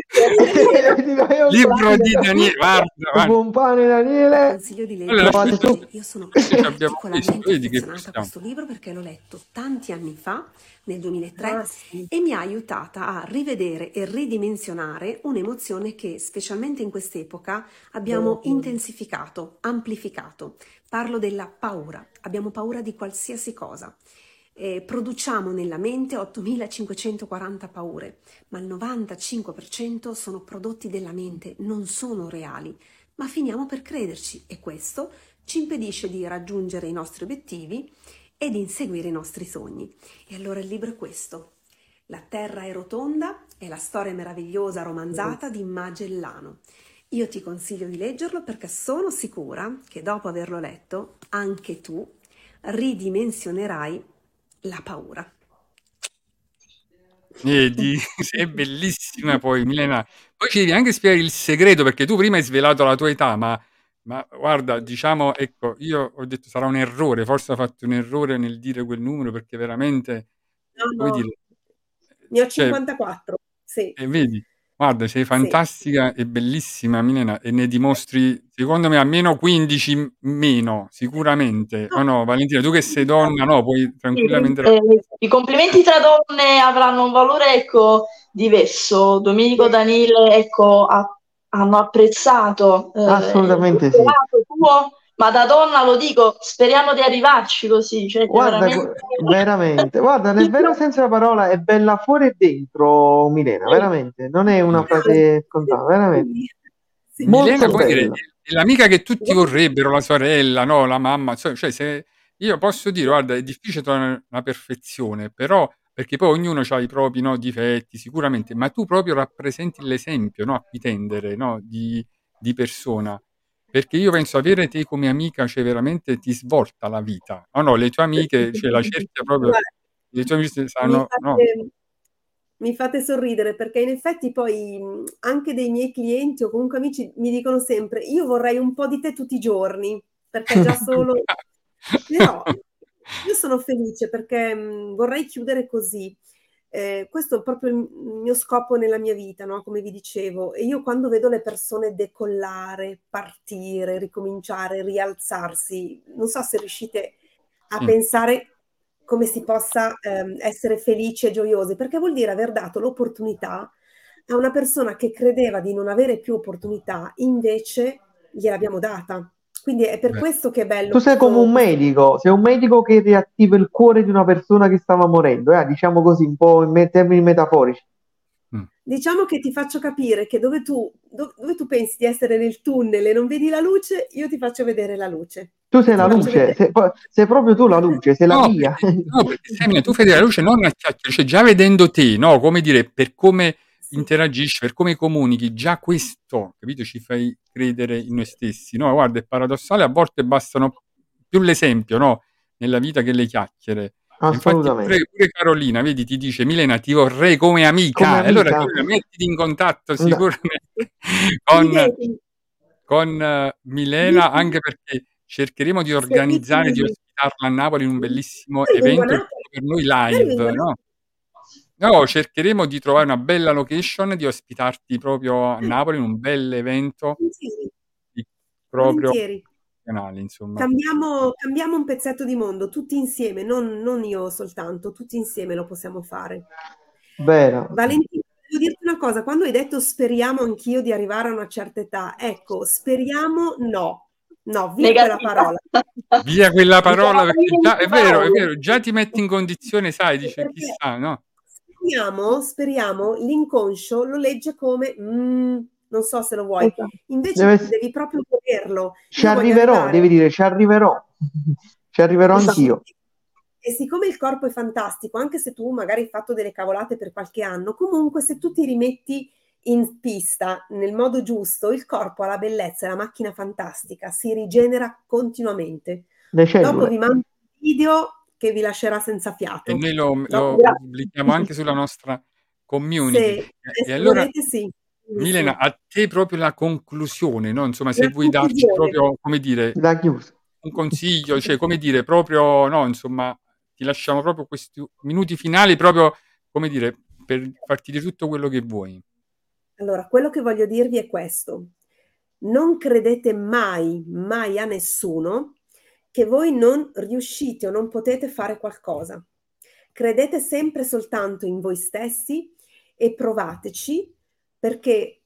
libro di Daniele, guarda, guarda. Buon pane Daniele. Consiglio di Allora, leggere. Provate tu. Io sono Questi ci abbiamo visto, particolarmente vedi che affezionata a possiamo. questo libro perché l'ho letto tanti anni fa, nel duemilatré, Ah, sì. e mi ha aiutata a rivedere e ridimensionare un'emozione che, specialmente in quest'epoca, abbiamo Mhm. intensificato, amplificato. Parlo della paura. Abbiamo paura di qualsiasi cosa. Eh, produciamo nella mente ottomilacinquecentoquaranta paure, ma il novantacinque per cento sono prodotti della mente, non sono reali, ma finiamo per crederci, e questo ci impedisce di raggiungere i nostri obiettivi e di inseguire i nostri sogni. E allora il libro è questo: La Terra è rotonda, è la storia meravigliosa romanzata di Magellano. Io ti consiglio di leggerlo perché sono sicura che dopo averlo letto anche tu ridimensionerai la paura. Vedi, sei bellissima poi, Milena. Poi ci devi anche spiegare il segreto, perché tu prima hai svelato la tua età, ma, ma guarda, diciamo, ecco, io ho detto sarà un errore, forse ho fatto un errore nel dire quel numero, perché veramente, No, come no, dire, ne ho cioè, cinquantaquattro, sì, e vedi, guarda, sei sì. fantastica e bellissima, Milena, e ne dimostri, secondo me, almeno quindici m- meno, sicuramente. O no, Valentina, tu che sei donna, no, puoi Sì, tranquillamente... eh, i complimenti tra donne avranno un valore, ecco, diverso. Domenico, Danile, ecco, ha- hanno apprezzato eh, il Assolutamente sì. lato tuo, ma da donna lo dico, speriamo di arrivarci così, cioè che Guarda, veramente... gu- veramente, guarda, nel vero senso della parola è bella fuori e dentro, Milena, veramente. Non è una frase scontata, veramente. Sì. Milena, Molto come dire, bella. è l'amica che tutti Guarda, vorrebbero, la sorella, no, la mamma, so- cioè se io posso dire, guarda, è difficile trovare una perfezione, però perché poi ognuno ha i propri, no, difetti, sicuramente, ma tu proprio rappresenti l'esempio, no, a cui tendere, no, di, di persona. Perché io penso avere te come amica, cioè veramente ti svolta la vita. Oh no, le tue amiche, cioè la cerchia proprio, guarda, le tue amiche mi sanno, no, fate, mi fate sorridere perché in effetti poi mh, anche dei miei clienti o comunque amici mi dicono sempre: io vorrei un po' di te tutti i giorni, perché già solo... Però io sono felice perché mh, vorrei chiudere così. Eh, questo è proprio il il mio scopo nella mia vita, no? Come vi dicevo. E io quando vedo le persone decollare, partire, ricominciare, rialzarsi, non so se riuscite a sì. pensare come si possa ehm, essere felici e gioiosi, perché vuol dire aver dato l'opportunità a una persona che credeva di non avere più opportunità, invece gliel'abbiamo data. Quindi è per Beh. questo che è bello Tu sei come questo, un questo... medico, sei un medico che riattiva il cuore di una persona che stava morendo, eh, diciamo così, un po' in me- termini metaforici. Mm. Diciamo che ti faccio capire che dove tu, do- dove tu pensi di essere nel tunnel e non vedi la luce, io ti faccio vedere la luce. Tu sei Ti la faccio luce, vedere. sei, poi- sei proprio tu la luce, sei la No, via. perché, no, perché Semina, tu vedi la luce non a chiacchiere, cioè già vedendo te, no, come dire, per come Sì. interagisci, per come comunichi, già questo, capito, ci fai credere in noi stessi, no? Guarda, è paradossale, a volte bastano più l'esempio, no, nella vita che le chiacchiere. E infatti pure, Assolutamente. pure Carolina, vedi, ti dice, Milena, ti vorrei come amica. Come E allora amica? Carolina, mettiti in contatto No. sicuramente con, Scrivetemi, con eh, Milena, ditemi anche perché cercheremo di organizzare, di seguitemi. ospitarla a Napoli in un bellissimo Poi vengo a evento, il Napoli. tutto per noi Magari vengo a live, no? Napoli. No, cercheremo di trovare una bella location, di ospitarti proprio a Eh, Napoli in un bel evento volentieri, di- proprio volentieri. canale, insomma. Cambiamo, cambiamo un pezzetto di mondo, tutti insieme, non, non io soltanto, tutti insieme lo possiamo fare. Vero. Valentina, devo dirti una cosa, quando hai detto speriamo anch'io di arrivare a una certa età, ecco, speriamo no, no, via quella Negativa. parola. Via quella Diciamo parola, perché già, è vero, è parole. vero, già ti metti in condizione, sai, dice, Perché chissà, no? speriamo, speriamo, l'inconscio lo legge come "Mm, non so se lo vuoi", Esatto. invece Deve tu ess- devi proprio volerlo. Ci Io voglio arriverò, arrivare devi dire, ci arriverò. Ci arriverò Esatto. anch'io. E siccome il corpo è fantastico, anche se tu magari hai fatto delle cavolate per qualche anno, comunque se tu ti rimetti in pista nel modo giusto, il corpo ha la bellezza, è la macchina fantastica, si rigenera continuamente. Le Dopo cellule. vi mando un video che vi lascerà senza E fiato. noi lo, Dopo, lo Grazie. pubblichiamo anche sulla nostra community. se, E, e e se allora, volete, sì. Quindi Milena, sì. a te proprio la conclusione, no? Insomma, se La vuoi darci conclusione. proprio, come dire, La chiusa. un consiglio, cioè, come dire, proprio, no, insomma, ti lasciamo proprio questi minuti finali, proprio, come dire, per farti dire tutto quello che vuoi. Allora, quello che voglio dirvi è questo. Non credete mai, mai a nessuno che voi non riuscite o non potete fare qualcosa. Credete sempre soltanto in voi stessi e provateci, perché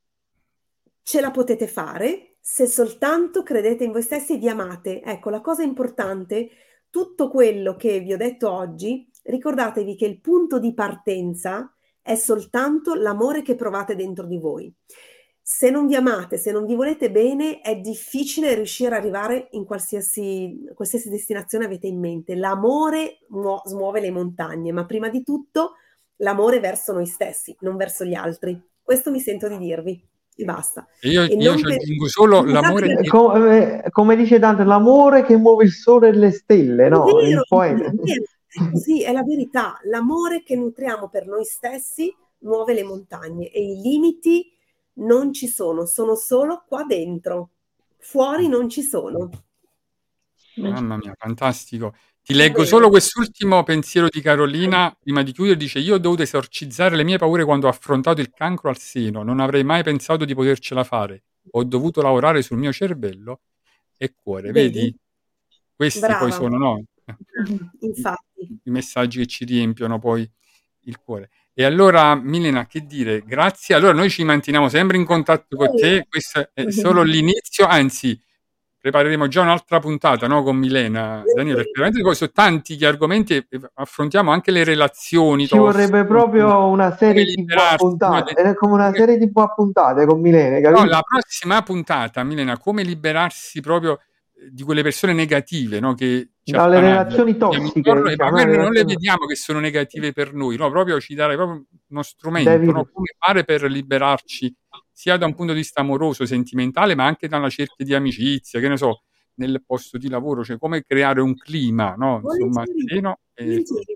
ce la potete fare se soltanto credete in voi stessi e vi amate. Ecco, la cosa importante, tutto quello che vi ho detto oggi, ricordatevi che il punto di partenza è soltanto l'amore che provate dentro di voi. Se non vi amate, se non vi volete bene, è difficile riuscire ad arrivare in qualsiasi, qualsiasi destinazione avete in mente. L'amore muo- smuove le montagne, ma prima di tutto l'amore verso noi stessi, non verso gli altri. Questo mi sento di dirvi e basta. E io, E io non ci per- aggiungo solo non l'amore usate Eh, che... come, come dice Dante, l'amore che muove il sole e le stelle, È no? vero, Il poeta. è vero, è così, è la verità. L'amore che nutriamo per noi stessi muove le montagne e i limiti non ci sono, sono solo qua dentro. Fuori non ci sono. Mamma mia, fantastico. Ti Va leggo solo bene. quest'ultimo pensiero di Carolina prima di chiudere. Dice: Io ho dovuto esorcizzare le mie paure quando ho affrontato il cancro al seno. Non avrei mai pensato di potercela fare. Ho dovuto lavorare sul mio cervello e cuore. Vedi? Vedi? Questi poi Brava. sono, no? Infatti. I messaggi che ci riempiono poi il cuore. E allora, Milena, che dire? Grazie. Allora, noi ci manteniamo sempre in contatto con te. Questo è solo l'inizio, anzi, prepareremo già un'altra puntata, no, con Milena, Daniele, perché veramente poi sono tanti gli argomenti e affrontiamo anche le relazioni Ci vorrebbe tossiche, insomma, proprio una come serie tivù a liberarsi, no, puntate, de- è come una come- serie tivù a puntate con Milene, No, capito? la prossima puntata, Milena, come liberarsi proprio eh, di quelle persone negative, no, che ci Dalle attanagliano, relazioni abbiamo tossiche, intorno, e diciamo, magari no? non le Relazioni- vediamo che sono negative per noi, no, proprio ci dare proprio uno strumento, Devi- no, come fare per liberarci sia da un punto di vista amoroso, sentimentale, ma anche da una cerchia di amicizia, che ne so, nel posto di lavoro, cioè come creare un clima, no, insomma, Volentieri. sereno. E, Volentieri.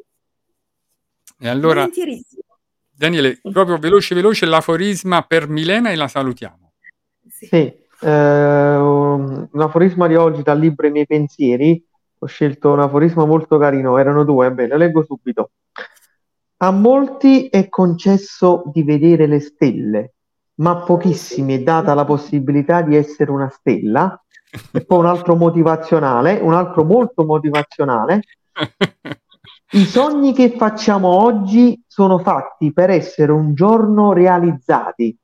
e allora, Volentierissimo. Daniele, proprio veloce veloce l'aforisma per Milena e la salutiamo. Sì. Sì, eh, un un aforisma di oggi dal libro I miei pensieri. Ho scelto un aforisma molto carino, erano due, bene, lo leggo subito. A molti è concesso di vedere le stelle, ma a pochissimi è data la possibilità di essere una stella. E poi un altro motivazionale, un altro molto motivazionale. I sogni che facciamo oggi sono fatti per essere un giorno realizzati.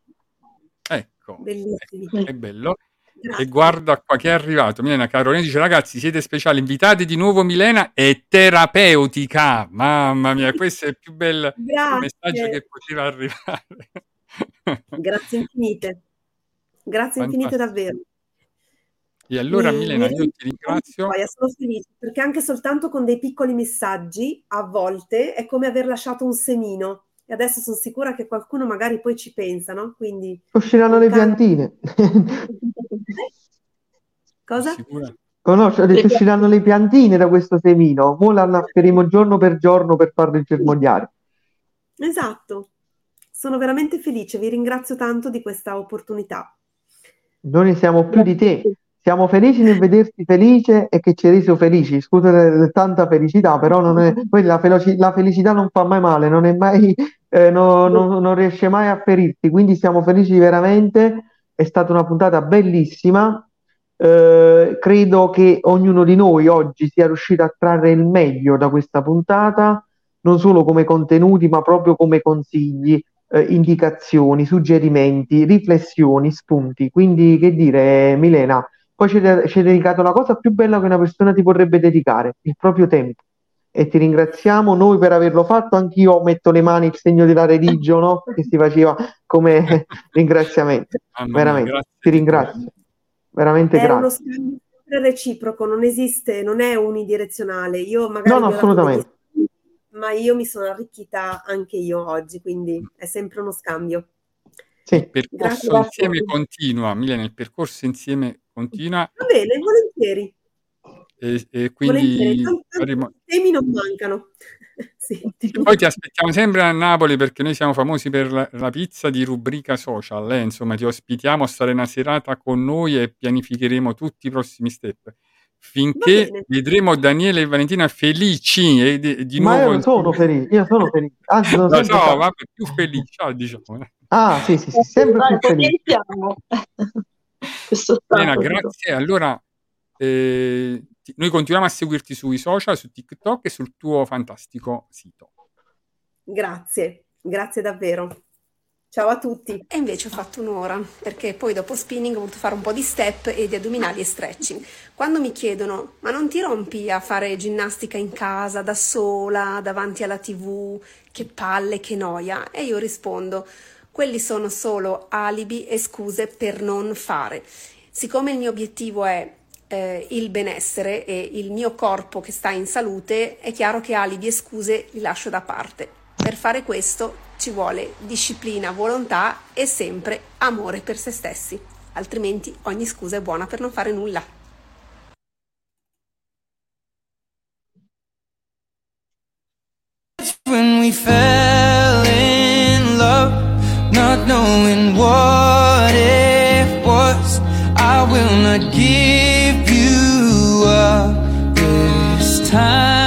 Ecco, Bellissimi. ecco, che bello. Grazie. E guarda qua che è arrivato. Milena Carolina dice: ragazzi, siete speciali, invitate di nuovo. Milena è terapeutica. Mamma mia, questo è il più bel messaggio Grazie. che poteva arrivare. Grazie infinite. Grazie infinite Fantastico. davvero. E allora, Mi, Milena, mi io ti ringrazio. Poi sono felice perché anche soltanto con dei piccoli messaggi a volte è come aver lasciato un semino e adesso sono sicura che qualcuno magari poi ci pensa, no? Quindi Usciranno con le calma. piantine. Cosa? Sicura? Conosci, ho detto usciranno le piantine da questo semino. Mo' la annafferemo giorno per giorno per farle germogliare. Esatto. Sono veramente felice, vi ringrazio tanto di questa opportunità. Noi ne siamo più di te. Siamo felici nel vederti felice e che ci hai reso felici. Scusa per tanta felicità, però non è, poi la, feloci- la felicità non fa mai male, non è mai, eh, no- no- non riesce mai a ferirti. Quindi siamo felici veramente. È stata una puntata bellissima. Eh, credo che ognuno di noi oggi sia riuscito a trarre il meglio da questa puntata, non solo come contenuti, ma proprio come consigli, eh, indicazioni, suggerimenti, riflessioni, spunti. Quindi, che dire, Milena, poi ci hai ci hai dedicato la cosa più bella che una persona ti vorrebbe dedicare, il proprio tempo. e ti ringraziamo noi per averlo fatto. Anch'io metto le mani, il segno della religione, no? Che si faceva come ringraziamento. Mamma mia, Veramente, grazie ti di ringrazio, cuore. veramente È uno grazie. scambio sempre reciproco, non esiste, non è unidirezionale. Io No, magari no, vi ho dato degli assolutamente. spunti, ma io mi sono arricchita anche io oggi, quindi è sempre uno scambio. Il Sì, percorso Grazie. insieme continua, Milena, il percorso insieme continua Va bene, volentieri, e, e volentieri. quindi Tanto, tanto faremo... temi non mancano. Sì. E poi ti aspettiamo sempre a Napoli perché noi siamo famosi per la, la pizza di rubrica social, eh? Insomma ti ospitiamo a stare una serata con noi e pianificheremo tutti i prossimi step. Va Finché bene. vedremo Daniele e Valentina felici e di, di ma io nuovo non sono insieme. felice, io sono felice, anzi sono Lo sempre so, stato. vabbè, più felici, ah, diciamo. eh. Ah, sì, sì, sì, sempre Dai, più felice. potenziamo questo Elena, stato. dico. grazie. Allora, eh, ti- noi continuiamo a seguirti sui social, su TikTok e sul tuo fantastico sito. Grazie, grazie davvero. Ciao a tutti. E invece ho fatto un'ora, perché poi dopo spinning ho voluto fare un po' di step e di addominali e stretching. Quando mi chiedono, ma non ti rompi a fare ginnastica in casa, da sola, davanti alla tivù, che palle, che noia? E io rispondo, quelli sono solo alibi e scuse per non fare. Siccome il mio obiettivo è eh, il benessere e il mio corpo che sta in salute, è chiaro che alibi e scuse li lascio da parte. Per fare questo ci vuole disciplina, volontà e sempre amore per se stessi, altrimenti ogni scusa è buona per non fare nulla. When we fell in love, not knowing what it was, I will not give you up this time.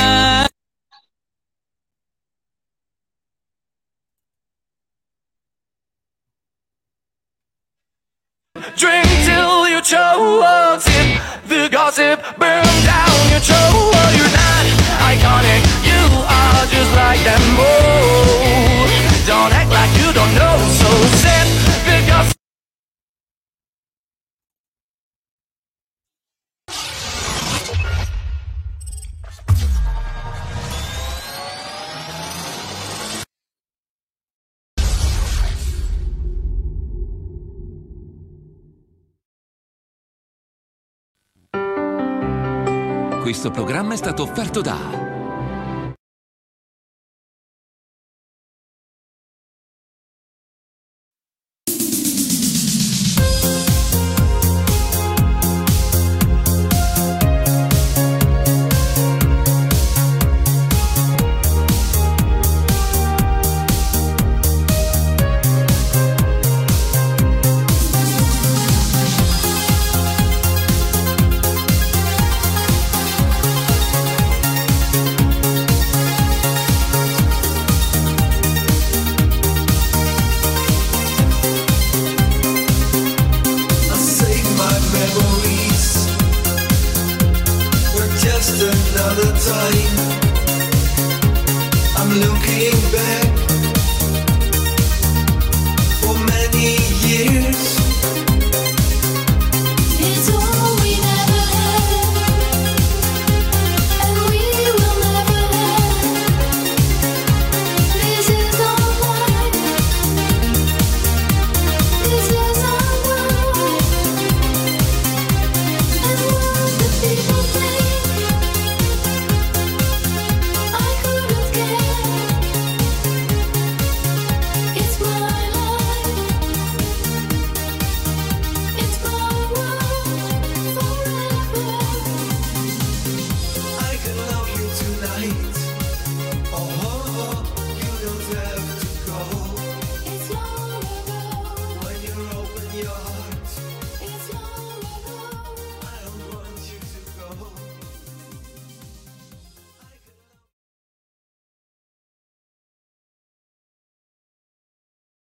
Drink till you're choked, sip the gossip, burn down your throat. You're not iconic, you are just like them. Oh, don't act like you don't know, so sip the gossip. Questo programma è stato offerto da